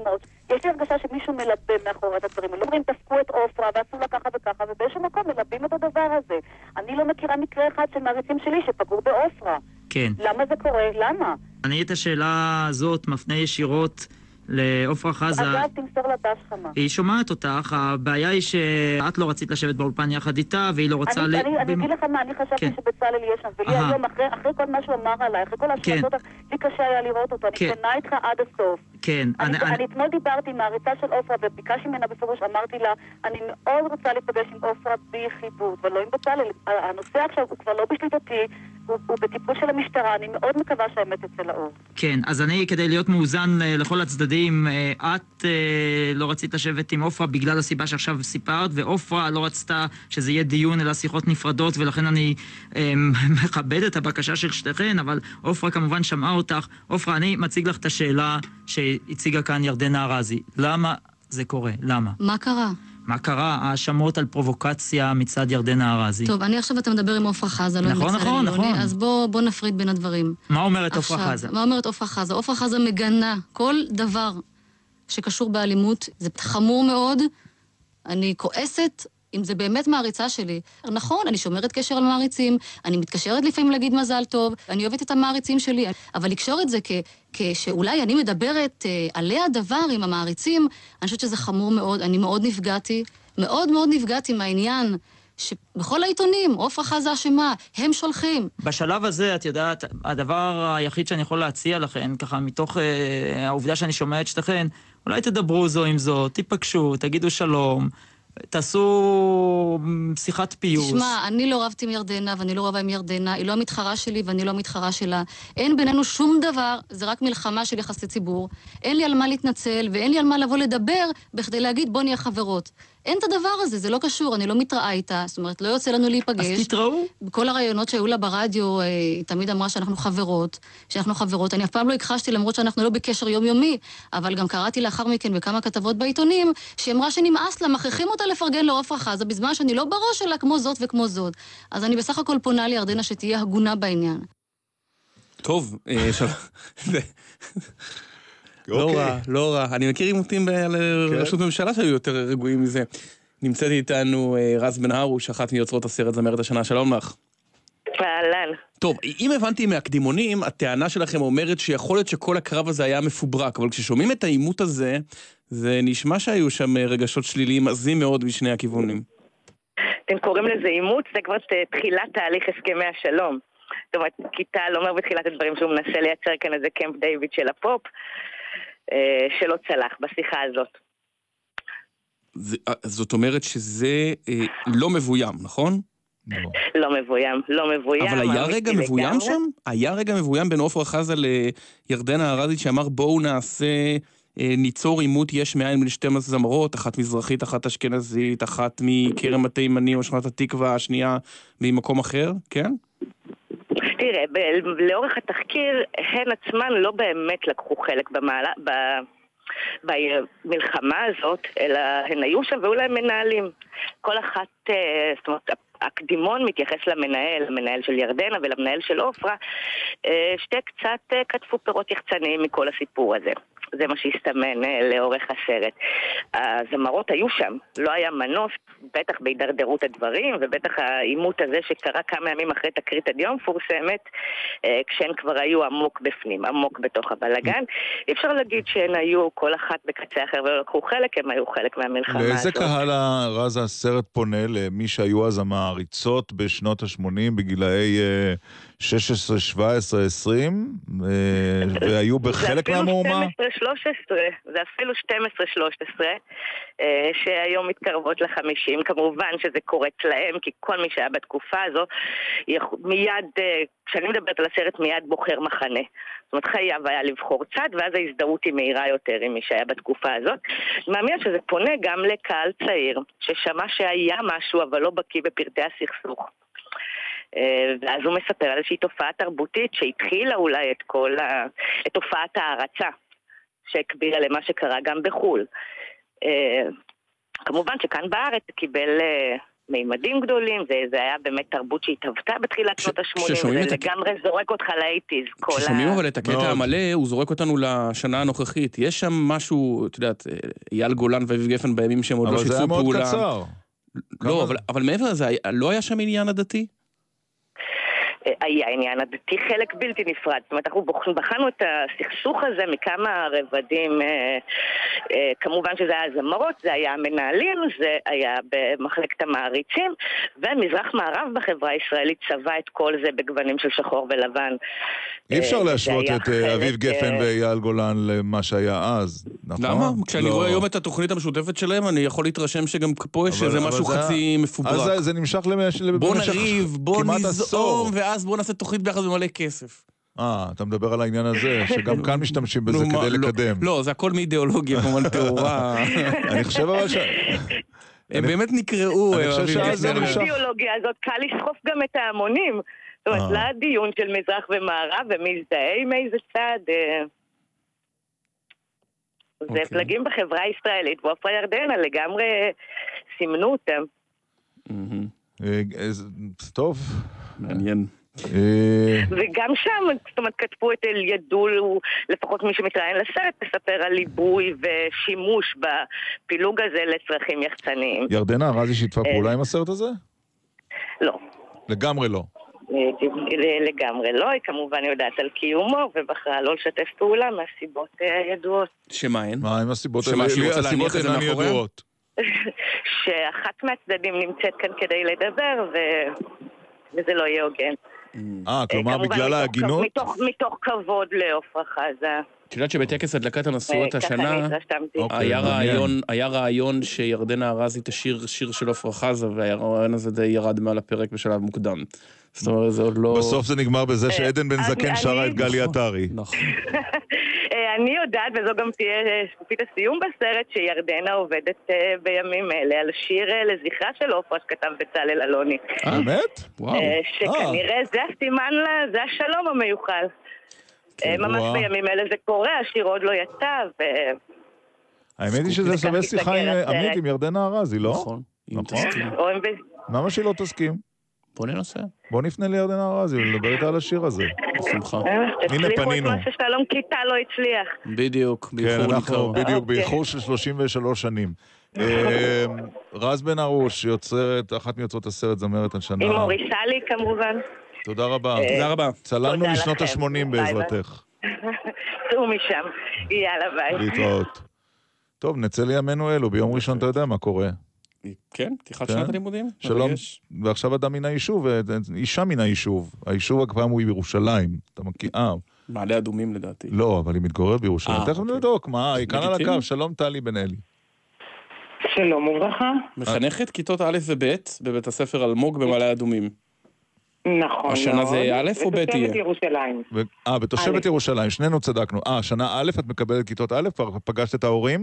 יש לי הרגשה שמישהו מלבם מאחורי את הדברים. לא אומרים, תפקו את אופרה ועשו לה ככה וככה, ובאיזשהו מקום מלבים את הדבר הזה. אני לא מכירה מקרה אחד של מעריצים שלי שפגעו באופרה. כן. למה זה קורה? למה? אני את השאלה הזאת מפנה ישירות לאופרה חזה. אגב, תמסור לה דש חמה. היא שומעת אותך, הבעיה היא שאת לא רצית לשבת באולפן יחד איתה, והיא לא רוצה... אני, ל... אני, אני אגיד לך מה, אני חשבתי כן. שבצלאל יהיה שם, ולי Aha. היום, אחרי, אחרי כל מה שהוא אמר עליי, אחרי כל השמטות, כן. לי קשה היה לראות אותו, כן. אני קונה איתך עד הסוף. כן. אני, אני, אני, אני... אני אתמול דיברתי עם העריצה של אופרה, וביקשתי ממנה בפירוש, אמרתי לה, אני מאוד רוצה להיפגש עם אופרה ביחידות, ולא עם בצלאל. הנושא עכשיו הוא כבר לא בשליטתי, הוא, הוא בטיפול של המשטרה, אני מאוד מקווה שהאמת אצל האור. כן, אז אני, כדי להיות מאוזן לכל הצדדים, את לא רצית לשבת עם אופרה בגלל הסיבה שעכשיו סיפרת, ואופרה לא רצתה שזה יהיה דיון אלא שיחות נפרדות, ולכן אני מכבד את הבקשה של שתיכן, אבל אופרה כמובן שמעה אותך. אופרה, אני מציג לך את השאלה שהציגה כאן ירדנה ארזי. למה זה קורה? למה? מה קרה? מה קרה? האשמות על פרובוקציה מצד ירדנה ארזי. טוב, אני עכשיו אתה מדבר עם אופרה חזה, לא עם נכון, נכון, נכון. אז בוא, בוא נפריד בין הדברים. מה אומרת אופרה חזה? מה אומרת אופרה חזה? אופרה חזה מגנה כל דבר שקשור באלימות, זה חמור מאוד, אני כועסת, אם זה באמת מעריצה שלי. נכון, אני שומרת קשר על מעריצים, אני מתקשרת לפעמים להגיד מזל טוב, אני אוהבת את המעריצים שלי, אבל לקשור את זה כ... כשאולי אני מדברת אה, עליה דבר עם המעריצים, אני חושבת שזה חמור מאוד, אני מאוד נפגעתי, מאוד מאוד נפגעתי מהעניין, שבכל העיתונים, אופרה חזה אשמה, הם שולחים. בשלב הזה, את יודעת, הדבר היחיד שאני יכול להציע לכם, ככה מתוך אה, העובדה שאני שומע את שתיכן, אולי תדברו זו עם זו, תיפגשו, תגידו שלום, תעשו שיחת פיוס. תשמע, אני לא רבתי עם ירדנה, ואני לא רבה עם ירדנה, היא לא המתחרה שלי ואני לא המתחרה שלה. אין בינינו שום דבר, זה רק מלחמה של יחסי ציבור. אין לי על מה להתנצל, ואין לי על מה לבוא לדבר, בכדי להגיד בוא נהיה חברות. אין את הדבר הזה, זה לא קשור, אני לא מתראה איתה, זאת אומרת, לא יוצא לנו להיפגש. אז תתראו. בכל הרעיונות שהיו לה ברדיו, היא תמיד אמרה שאנחנו חברות, שאנחנו חברות. אני אף פעם לא הכחשתי, למרות שאנחנו לא בקשר יומיומי, אבל גם קראתי לאחר מכן בכמה כתבות בעיתונים, שהיא אמרה שנמאס לה, מכריחים אותה לפרגן לעופרה חזה, בזמן שאני לא בראש שלה כמו זאת וכמו זאת. אז אני בסך הכל פונה לירדנה שתהיה הגונה בעניין. טוב, לא רע, לא רע. אני מכיר עימותים לרשות ממשלה שהיו יותר רגועים מזה. נמצאת איתנו רז בן הרוש, אחת מיוצרות הסרט זמרת השנה. שלום לך. אהלן. טוב, אם הבנתי מהקדימונים, הטענה שלכם אומרת שיכול להיות שכל הקרב הזה היה מפוברק, אבל כששומעים את העימות הזה, זה נשמע שהיו שם רגשות שליליים עזים מאוד בשני הכיוונים. אתם קוראים לזה עימות? זה כבר תחילת תהליך הסכמי השלום. זאת אומרת, קיטל אומר בתחילת הדברים שהוא מנסה לייצר כאן איזה קמפ דיוויד של הפופ, שלא צלח בשיחה הזאת. זאת אומרת שזה לא מבוים, נכון? לא מבוים, לא מבוים. אבל היה רגע מבוים שם? היה רגע מבוים בין עופרה חזה לירדנה ארזי שאמר בואו נעשה, ניצור עימות יש מאין בין שתי זמרות, אחת מזרחית, אחת אשכנזית, אחת מכרם התימני או שכונת התקווה, השנייה ממקום אחר, כן? תראה, לאורך התחקיר, הן עצמן לא באמת לקחו חלק במעלה, במלחמה הזאת, אלא הן היו שם ואולי מנהלים. כל אחת, זאת אומרת, הקדימון מתייחס למנהל, למנהל של ירדנה ולמנהל של אופרה, שתי קצת כתפו פירות יחצניים מכל הסיפור הזה. זה מה שהסתמן לאורך הסרט. הזמרות היו שם, לא היה מנוס, בטח בהידרדרות הדברים, ובטח העימות הזה שקרה כמה ימים אחרי תקרית הדיון פורסמת, כשהן כבר היו עמוק בפנים, עמוק בתוך הבלגן. אי אפשר להגיד שהן היו כל אחת בקצה אחר ולא לקחו חלק, הם היו חלק מהמלחמה הזאת. לאיזה קהל הרז הסרט פונה למי שהיו אז המעריצות בשנות ה-שמונים בגילאי שש עשרה, שבע עשרה, עשרים, והיו בחלק מהמהומה? זה אפילו שתים עשרה שלוש עשרה, שהיום מתקרבות ל-חמישים. כמובן שזה קורה אצלהם, כי כל מי שהיה בתקופה הזו, מיד, כשאני מדברת על הסרט, מיד בוחר מחנה. זאת אומרת, חייב היה לבחור צד, ואז ההזדהות היא מהירה יותר עם מי שהיה בתקופה הזאת. מאמין שזה פונה גם לקהל צעיר, ששמע שהיה משהו, אבל לא בקיא בפרטי הסכסוך. ואז הוא מספר על איזושהי תופעה תרבותית שהתחילה אולי את כל ה... את תופעת הערצה שהקבילה למה שקרה גם בחול. כמובן שכאן בארץ קיבל מימדים גדולים, זה, זה היה באמת תרבות שהתהוותה בתחילת שנות ה-שמונים, זה לגמרי זורק אותך לאייטיז. כששומעים אבל את הקטע המלא, הוא זורק אותנו לשנה הנוכחית. יש שם משהו, את יודעת, אייל גולן ואביב גפן בימים שהם עוד לא שיתפו פעולה. אבל זה היה מאוד קצר. לא, אבל, אבל מעבר לזה, לא היה שם עניין הדתי? היה עניין הדתי חלק בלתי נפרד. זאת אומרת, אנחנו בחנו את הסכסוך הזה מכמה רבדים, אה, אה, כמובן שזה היה זמרות, זה היה מנהלים, זה היה במחלקת המעריצים, ומזרח מערב בחברה הישראלית צבע את כל זה בגוונים של שחור ולבן. אי אפשר להשוות את אביב גפן ואייל גולן למה שהיה אז, נכון? למה? כשאני רואה היום את התוכנית המשותפת שלהם, אני יכול להתרשם שגם פה יש איזה משהו חצי מפוברק. אז זה נמשך במשך כמעט עשור. בוא נריב, בוא נזעום, ואז בוא נעשה תוכנית ביחד ומלא כסף. אה, אתה מדבר על העניין הזה, שגם כאן משתמשים בזה כדי לקדם. לא, זה הכל מאידיאולוגיה, כמובן תאורה. אני חושב אבל ש... הם באמת נקראו. אני חושב שזה נמשך. האידיאולוגיה הזאת קל לסחוף גם את ההמונים. זאת אומרת, לדיון של מזרח ומערב, ומזדהה עם איזה צד. זה פלגים בחברה הישראלית, ועופרה ירדנה לגמרי סימנו אותם. טוב. מעניין. וגם שם, זאת אומרת, כתבו את אלידול, לפחות מי שמתראיין לסרט, מספר על ליבוי ושימוש בפילוג הזה לצרכים יחצניים. ירדנה ארזי שיתפה פעולה עם הסרט הזה? לא. לגמרי לא. לגמרי לא, היא כמובן יודעת על קיומו, ובחרה לא לשתף פעולה מהסיבות ידועות. שמה הן? מה הן הסיבות? הסיבות אינן ידועות. שאחת מהצדדים נמצאת כאן כדי לדבר, וזה לא יהיה הוגן. אה, כלומר בגלל ההגינות? מתוך כבוד לעופרה חזה. את יודעת שבטקס הדלקת הנשואות השנה היה רעיון שירדנה ארזי תשיר שיר של עופרה חזה, והרעיון הזה די ירד מעל הפרק בשלב מוקדם. זאת אומרת, זה עוד לא... בסוף זה נגמר בזה שעדן בן זקן שרה את גלי עטרי. נכון. אני יודעת, וזו גם תהיה שקופית הסיום בסרט, שירדנה עובדת בימים אלה על שיר לזכרה של עופרה שכתב בצלאל אלוני. באמת? וואו. שכנראה זה הסימן לה, זה השלום המיוחל. ממש בימים אלה זה קורה, השיר עוד לא יצא, ו... האמת היא שזה שווה שיחה עמית עם ירדנה ארזי, לא? נכון. נכון. למה שהיא לא תסכים? בוא ננסה. בוא נפנה לירדנה ארזי ולדבר איתה על השיר הזה. בשמחה. הנה פנינו. מה ששלום כיתה לא הצליח. בדיוק, כן, אנחנו בדיוק באיחור של שלושים ושלוש שנים. רז בן ארוש, יוצרת, אחת מיוצרות הסרט זמרת השנה. עם אורי סלי כמובן. תודה רבה. תודה רבה. צללנו משנות ה-שמונים בעזרתך. צאו משם. יאללה ביי. להתראות. טוב, נצא לימינו אלו, ביום ראשון אתה יודע מה קורה. כן, פתיחת שנת הלימודים. שלום, ועכשיו אדם מן היישוב, אישה מן היישוב. היישוב הפעם הוא בירושלים. אתה מכיר? אה. מעלה אדומים לדעתי. לא, אבל היא מתגוררת בירושלים. תכף נבדוק, מה? היא כאן על הקו. שלום טלי בן אלי. שלום וברכה. מחנכת כיתות א' וב' בבית הספר אלמוג במעלה אדומים. נכון. השנה זה א' או ב' יהיה? בתושבת ירושלים. אה, בתושבת ירושלים. שנינו צדקנו. אה, שנה א', את מקבלת כיתות א', כבר פגשת את ההורים?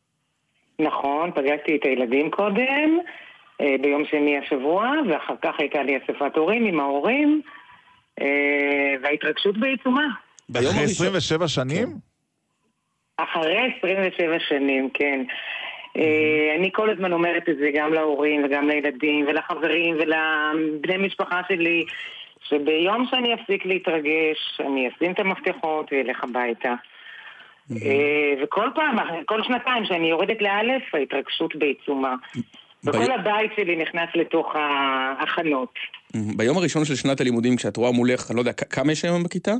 נכון, פגשתי את הילדים קודם, ביום שני השבוע, ואחר כך הייתה לי אספת הורים עם ההורים, וההתרגשות בעיצומה. אחרי עשרים ושבע שנים? אחרי עשרים ושבע שנים, כן. אני כל הזמן אומרת את זה גם להורים וגם לילדים ולחברים ולבני משפחה שלי, שביום שאני אפסיק להתרגש, אני אשים את המפתחות ואלך הביתה. וכל פעם, כל שנתיים שאני יורדת לאלף, ההתרגשות בעיצומה. וכל הבית שלי נכנס לתוך ההכנות. ביום הראשון של שנת הלימודים, כשאת רואה מולך, אני לא יודע, כמה יש היום בכיתה?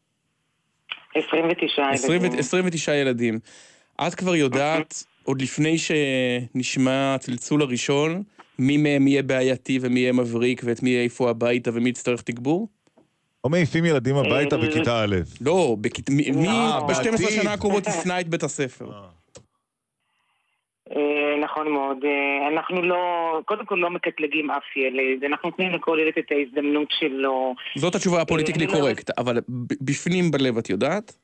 עשרים ותשעה ילדים. עשרים ותשעה ילדים. את כבר יודעת, עוד לפני שנשמע הצלצול הראשון, מי מהם יהיה בעייתי ומי יהיה מבריק, ואת מי יהיה איפה הביתה ומי יצטרך תגבור? או מעיפים ילדים הביתה בכיתה א'. לא, מי ב-שתים עשרה שנה הקרובות יפנה את בית הספר? נכון מאוד. אנחנו לא, קודם כל לא מקטלגים אף ילד. אנחנו נותנים לכל ילד את ההזדמנות שלו. זאת התשובה הפוליטיקלי קורקט, אבל בפנים בלב את יודעת?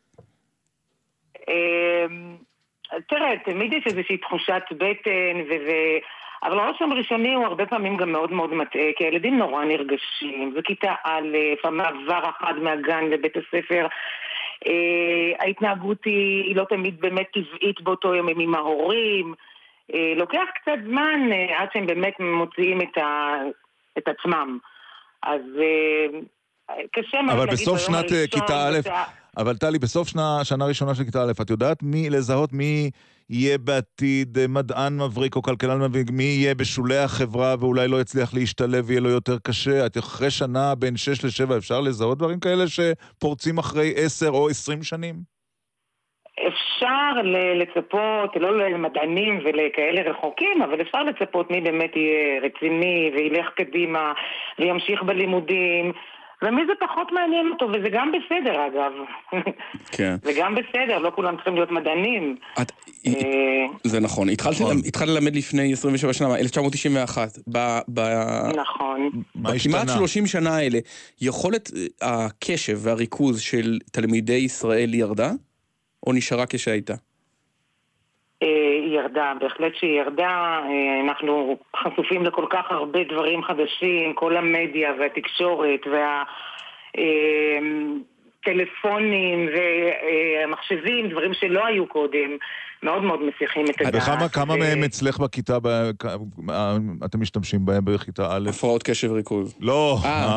תראה, תמיד יש איזושהי תחושת בטן וזה... אבל הרושם הראשוני הוא הרבה פעמים גם מאוד מאוד מטעה, כי הילדים נורא נרגשים, וכיתה א', המעבר אחד מהגן לבית הספר, אה, ההתנהגות היא, היא לא תמיד באמת טבעית באותו יום עם ההורים, לוקח קצת זמן עד שהם באמת מוציאים את, ה, את עצמם. אז קשה מאוד אבל להגיד בסוף ביום שנת הראשון, כיתה א', וזה... אבל טלי, בסוף שנה, שנה ראשונה של כיתה א', את יודעת מי לזהות מי יהיה בעתיד מדען מבריק או כלכלן מבריק, מי יהיה בשולי החברה ואולי לא יצליח להשתלב ויהיה לו יותר קשה? את אחרי שנה בין שש לשבע אפשר לזהות דברים כאלה שפורצים אחרי עשר או עשרים שנים? אפשר לצפות, לא למדענים ולכאלה רחוקים, אבל אפשר לצפות מי באמת יהיה רציני וילך קדימה וימשיך בלימודים, ומי זה פחות מעניין אותו, וזה גם בסדר אגב. כן. זה גם בסדר, לא כולם צריכים להיות מדענים. זה נכון. התחלת ללמד לפני עשרים ושבע שנה, אלף תשע מאות תשעים ואחת. נכון. בכמעט שלושים שנה האלה, יכולת הקשב והריכוז של תלמידי ישראל ירדה? או נשארה כשהייתה? היא ירדה, בהחלט שהיא ירדה. אנחנו חשופים לכל כך הרבה דברים חדשים, כל המדיה והתקשורת והטלפונים והמחשבים, דברים שלא היו קודם, מאוד מאוד מסיחים את הדעת. וכמה כמה מהם אצלך בכיתה, אתם משתמשים בהם בכיתה א'? הפרעות קשב וריכוז. לא,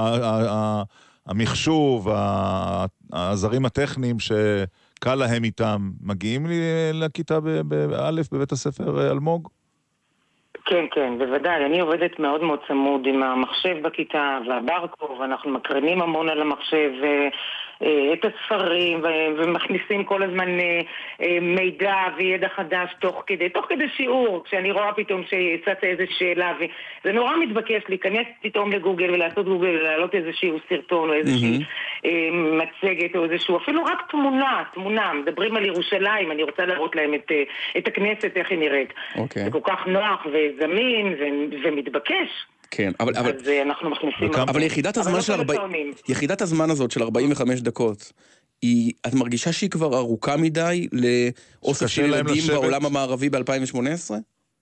המחשוב, העזרים הטכניים ש... קל להם איתם, מגיעים לי לכיתה באלף בבית הספר אלמוג? כן, כן, בוודאי. אני עובדת מאוד מאוד צמוד עם המחשב בכיתה והברקו, ואנחנו מקרנים המון על המחשב את הספרים, ומכניסים כל הזמן מידע וידע חדש תוך כדי, תוך כדי שיעור, כשאני רואה פתאום שיצאת איזו שאלה, וזה נורא מתבקש להיכנס פתאום לגוגל ולעשות גוגל ולהעלות איזשהו סרטון או איזושהי מצגת או איזשהו, אפילו רק תמונה, תמונה, מדברים על ירושלים, אני רוצה להראות להם את, את הכנסת, איך היא נראית. זה כל כך נוח וזמין ומתבקש. כן, אבל... אז אבל, אנחנו מכניסים... אבל יחידת הזמן, של ארבעים, יחידת הזמן הזאת של ארבעים וחמש דקות, היא, את מרגישה שהיא כבר ארוכה מדי לאוסף של ילדים בעולם המערבי ב-אלפיים ושמונה עשרה?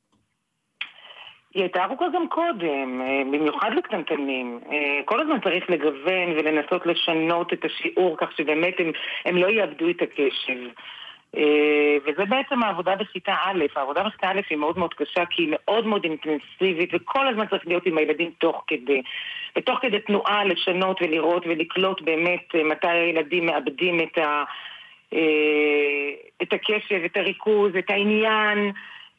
היא הייתה ארוכה גם קודם, במיוחד לקטנטנים. כל הזמן צריך לגוון ולנסות לשנות את השיעור כך שבאמת הם, הם לא יאבדו את הקשב. וזה בעצם העבודה בכיתה א'. העבודה בכיתה א' היא מאוד מאוד קשה, כי היא מאוד מאוד אינטנסיבית, וכל הזמן צריך להיות עם הילדים תוך כדי. ותוך כדי תנועה לשנות ולראות ולקלוט באמת מתי הילדים מאבדים את, ה, את הקשב, את הריכוז, את העניין,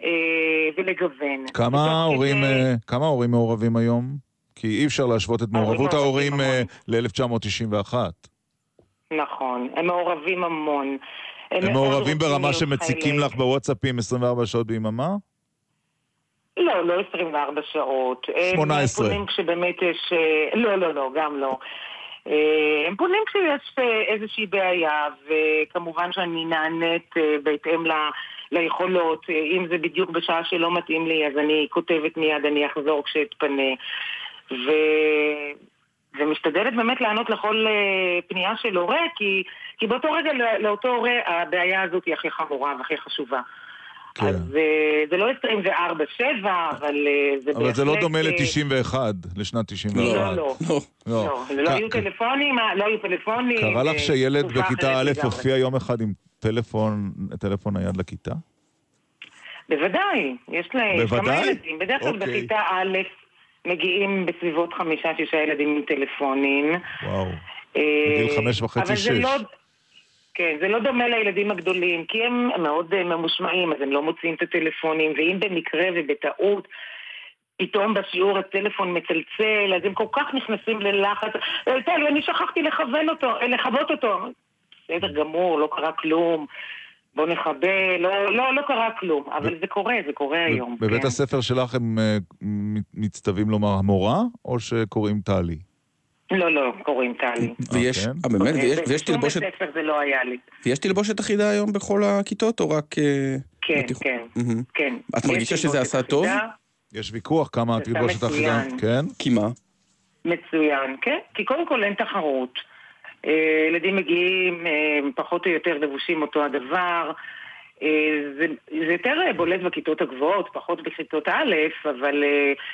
ולגוון. כמה הורים, כדי... כמה הורים מעורבים היום? כי אי אפשר להשוות את מעורבות ההורים ל-אלף תשע מאות תשעים ואחת. נכון, הם מעורבים המון. הם מעורבים ברמה שמציקים לך בוואטסאפים עשרים וארבע שעות ביממה? לא, לא עשרים וארבע שעות. שמונה עשרה. הם פונים כשבאמת יש... לא, לא, לא, גם לא. הם פונים כשיש איזושהי בעיה, וכמובן שאני נענית בהתאם ליכולות. אם זה בדיוק בשעה שלא מתאים לי, אז אני כותבת מיד, אני אחזור כשאתפנה. ו... ומשתדלת באמת לענות לכל פנייה של הורה, כי, כי באותו רגע לאותו הורה הבעיה הזאת היא הכי חמורה והכי חשובה. כן. אז זה לא עשרים וארבע שבע, אבל זה בהחלט... אבל זה לא דומה ל-תשעים ואחת, לשנת תשעים ואחת. לא, לא. לא, לא. לא היו טלפונים, לא היו טלפונים. קרה לך שילד בכיתה א' הופיע יום אחד עם טלפון, טלפון נייד לכיתה? בוודאי, יש להם כמה ילדים. בדרך כלל בכיתה א' מגיעים בסביבות חמישה, שישה ילדים עם טלפונים. וואו. בגיל חמש וחצי, שש. לא, כן, זה לא דומה לילדים הגדולים, כי הם מאוד ממושמעים, אז הם לא מוצאים את הטלפונים, ואם במקרה ובטעות, פתאום בשיעור הטלפון מצלצל, אז הם כל כך נכנסים ללחץ. טל, אני שכחתי לכוון אותו, לכבות אותו. בסדר גמור, לא קרה כלום. בוא נכבה, לא, לא, לא קרה כלום, אבל זה קורה, זה קורה היום. בבית הספר שלך הם מצטווים לומר המורה, או שקוראים טלי? לא, לא, קוראים טלי. ויש, באמת, ויש תלבושת... בשום בית ספר זה לא היה לי. ויש תלבושת אחידה היום בכל הכיתות, או רק... כן, כן, כן. את מרגישה שזה עשה טוב? יש ויכוח כמה תלבושת אחידה, כן? כי מה? מצוין, כן, כי קודם כל אין תחרות. ילדים מגיעים פחות או יותר לבושים אותו הדבר. זה, זה יותר בולט בכיתות הגבוהות, פחות בכיתות א', אבל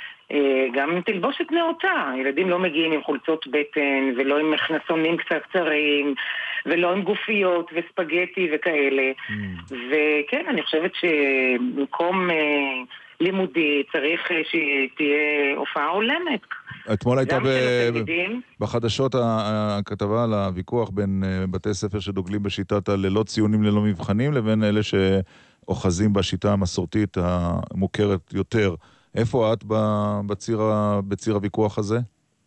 גם תלבושת נאותה. ילדים לא מגיעים עם חולצות בטן ולא עם מכנסונים קצת קצרים, ולא עם גופיות וספגטי וכאלה. וכן, אני חושבת שבמקום לימודי צריך שתהיה הופעה עולמת. אתמול הייתה בחדשות הכתבה על הוויכוח בין בתי ספר שדוגלים בשיטת הללא ציונים ללא מבחנים, לבין אלה שאוחזים בשיטה המסורתית המוכרת יותר. איפה את בציר, בציר הוויכוח הזה?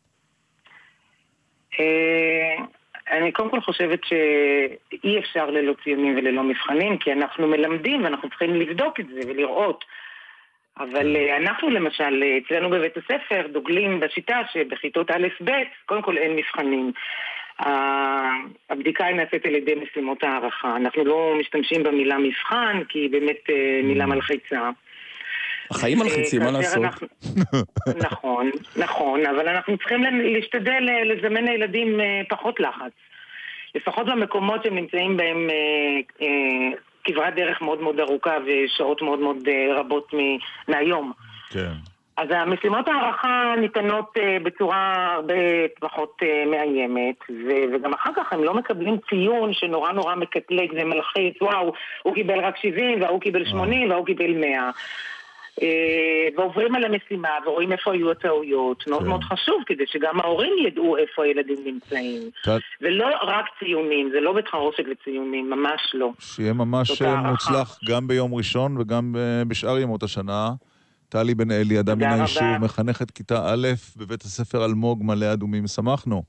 אני קודם כל חושבת שאי אפשר ללא ציונים וללא מבחנים, כי אנחנו מלמדים ואנחנו צריכים לבדוק את זה ולראות. אבל אנחנו למשל, אצלנו בבית הספר, דוגלים בשיטה שבכיתות א' ב', קודם כל אין מבחנים. הבדיקה היא נעשית על ידי משימות הערכה. אנחנו לא משתמשים במילה מבחן, כי היא באמת מילה מלחיצה. החיים מלחיצים, מה לעשות? נכון, נכון, אבל אנחנו צריכים להשתדל לזמן לילדים פחות לחץ. לפחות במקומות שהם נמצאים בהם כברת דרך מאוד מאוד ארוכה ושעות מאוד מאוד רבות מהיום. כן. אז המשימות הערכה ניתנות בצורה הרבה פחות מאיימת, וגם אחר כך הם לא מקבלים ציון שנורא נורא מקטלג ומלחיץ, וואו, הוא קיבל רק שבעים, והוא קיבל שמונים, והוא קיבל מאה. ועוברים על המשימה ורואים איפה היו הטעויות. מאוד מאוד חשוב כדי שגם ההורים ידעו איפה הילדים נמצאים, ולא רק ציונים, זה לא בתחרושת לציונים, ממש לא. שיהיה ממש מוצלח גם ביום ראשון וגם בשאר ימות השנה. טלי בן אלי, אדם מן היישוב, מחנכת כיתה א' בבית הספר אלמוג מלא אדומים, שמחנו.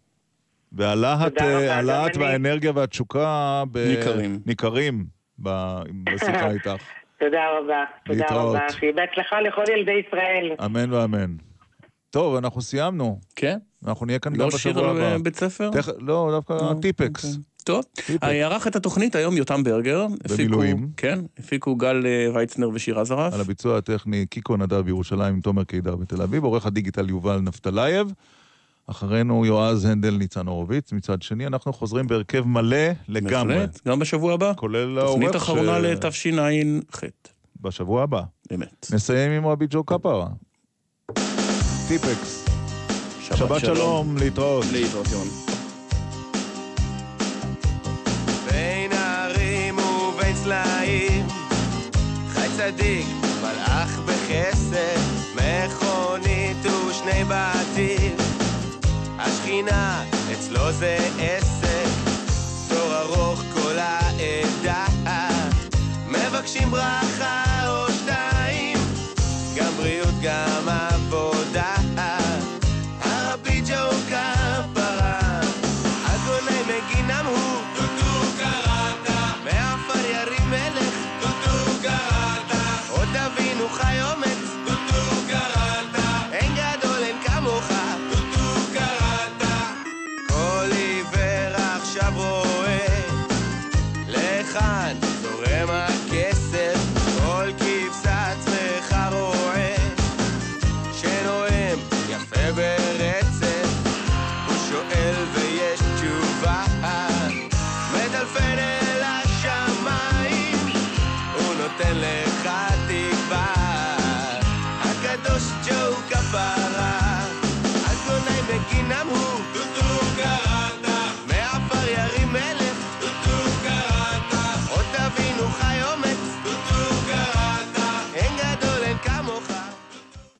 והלהט והאנרגיה והתשוקה ניכרים בשיחה איתך. תודה רבה, תודה רבה. שיהיה בהצלחה לכל ילדי ישראל. אמן ואמן. טוב, אנחנו סיימנו. כן? אנחנו נהיה כאן גם בשבוע הבא. לא שיר על בית ספר? לא, דווקא טיפקס. טוב, ערך את התוכנית היום יותם ברגר. במילואים. כן, הפיקו גל וייצנר ושירה זרף. על הביצוע הטכני קיקו נדב בירושלים עם תומר קידר בתל אביב, עורך הדיגיטל יובל נפתלייב. אחרינו יועז הנדל ניצן הורוביץ. מצד שני, אנחנו חוזרים בהרכב מלא לגמרי. גם בשבוע הבא. כולל העורך תוכנית אחרונה לתשע"ח. בשבוע הבא. באמת. נסיים עם רבי ג'ו קפרה. טיפקס. שבת שלום, להתראות. להתראות יום. בין הערים ובין סלעים חי צדיק, מלאך בחסד, מכונית ושני בתים. השכינה אצלו זה עסק, תור ארוך כל העדה, מבקשים ברכה או שתיים, גם בריאות גם עבודה. הרבי ג'ו קפרה, הגוני מגינם הוא טוטו קראתה, מעפר ירים מלך טוטו קראתה, עוד אבינו חי אומץ טוטו קראתה, אין גדול אין כמוך טוטו קראתה. כל עיוור עכשיו רואה לכאן זורם הכסף, כל כבשת צמחה רואה שנואם יפה ברצף, הוא שואל ויש תשובה, מדלפן אל השמיים, הוא נותן לך תקווה. הקדוש ג'ו קפרה, הגוני מגינם הוא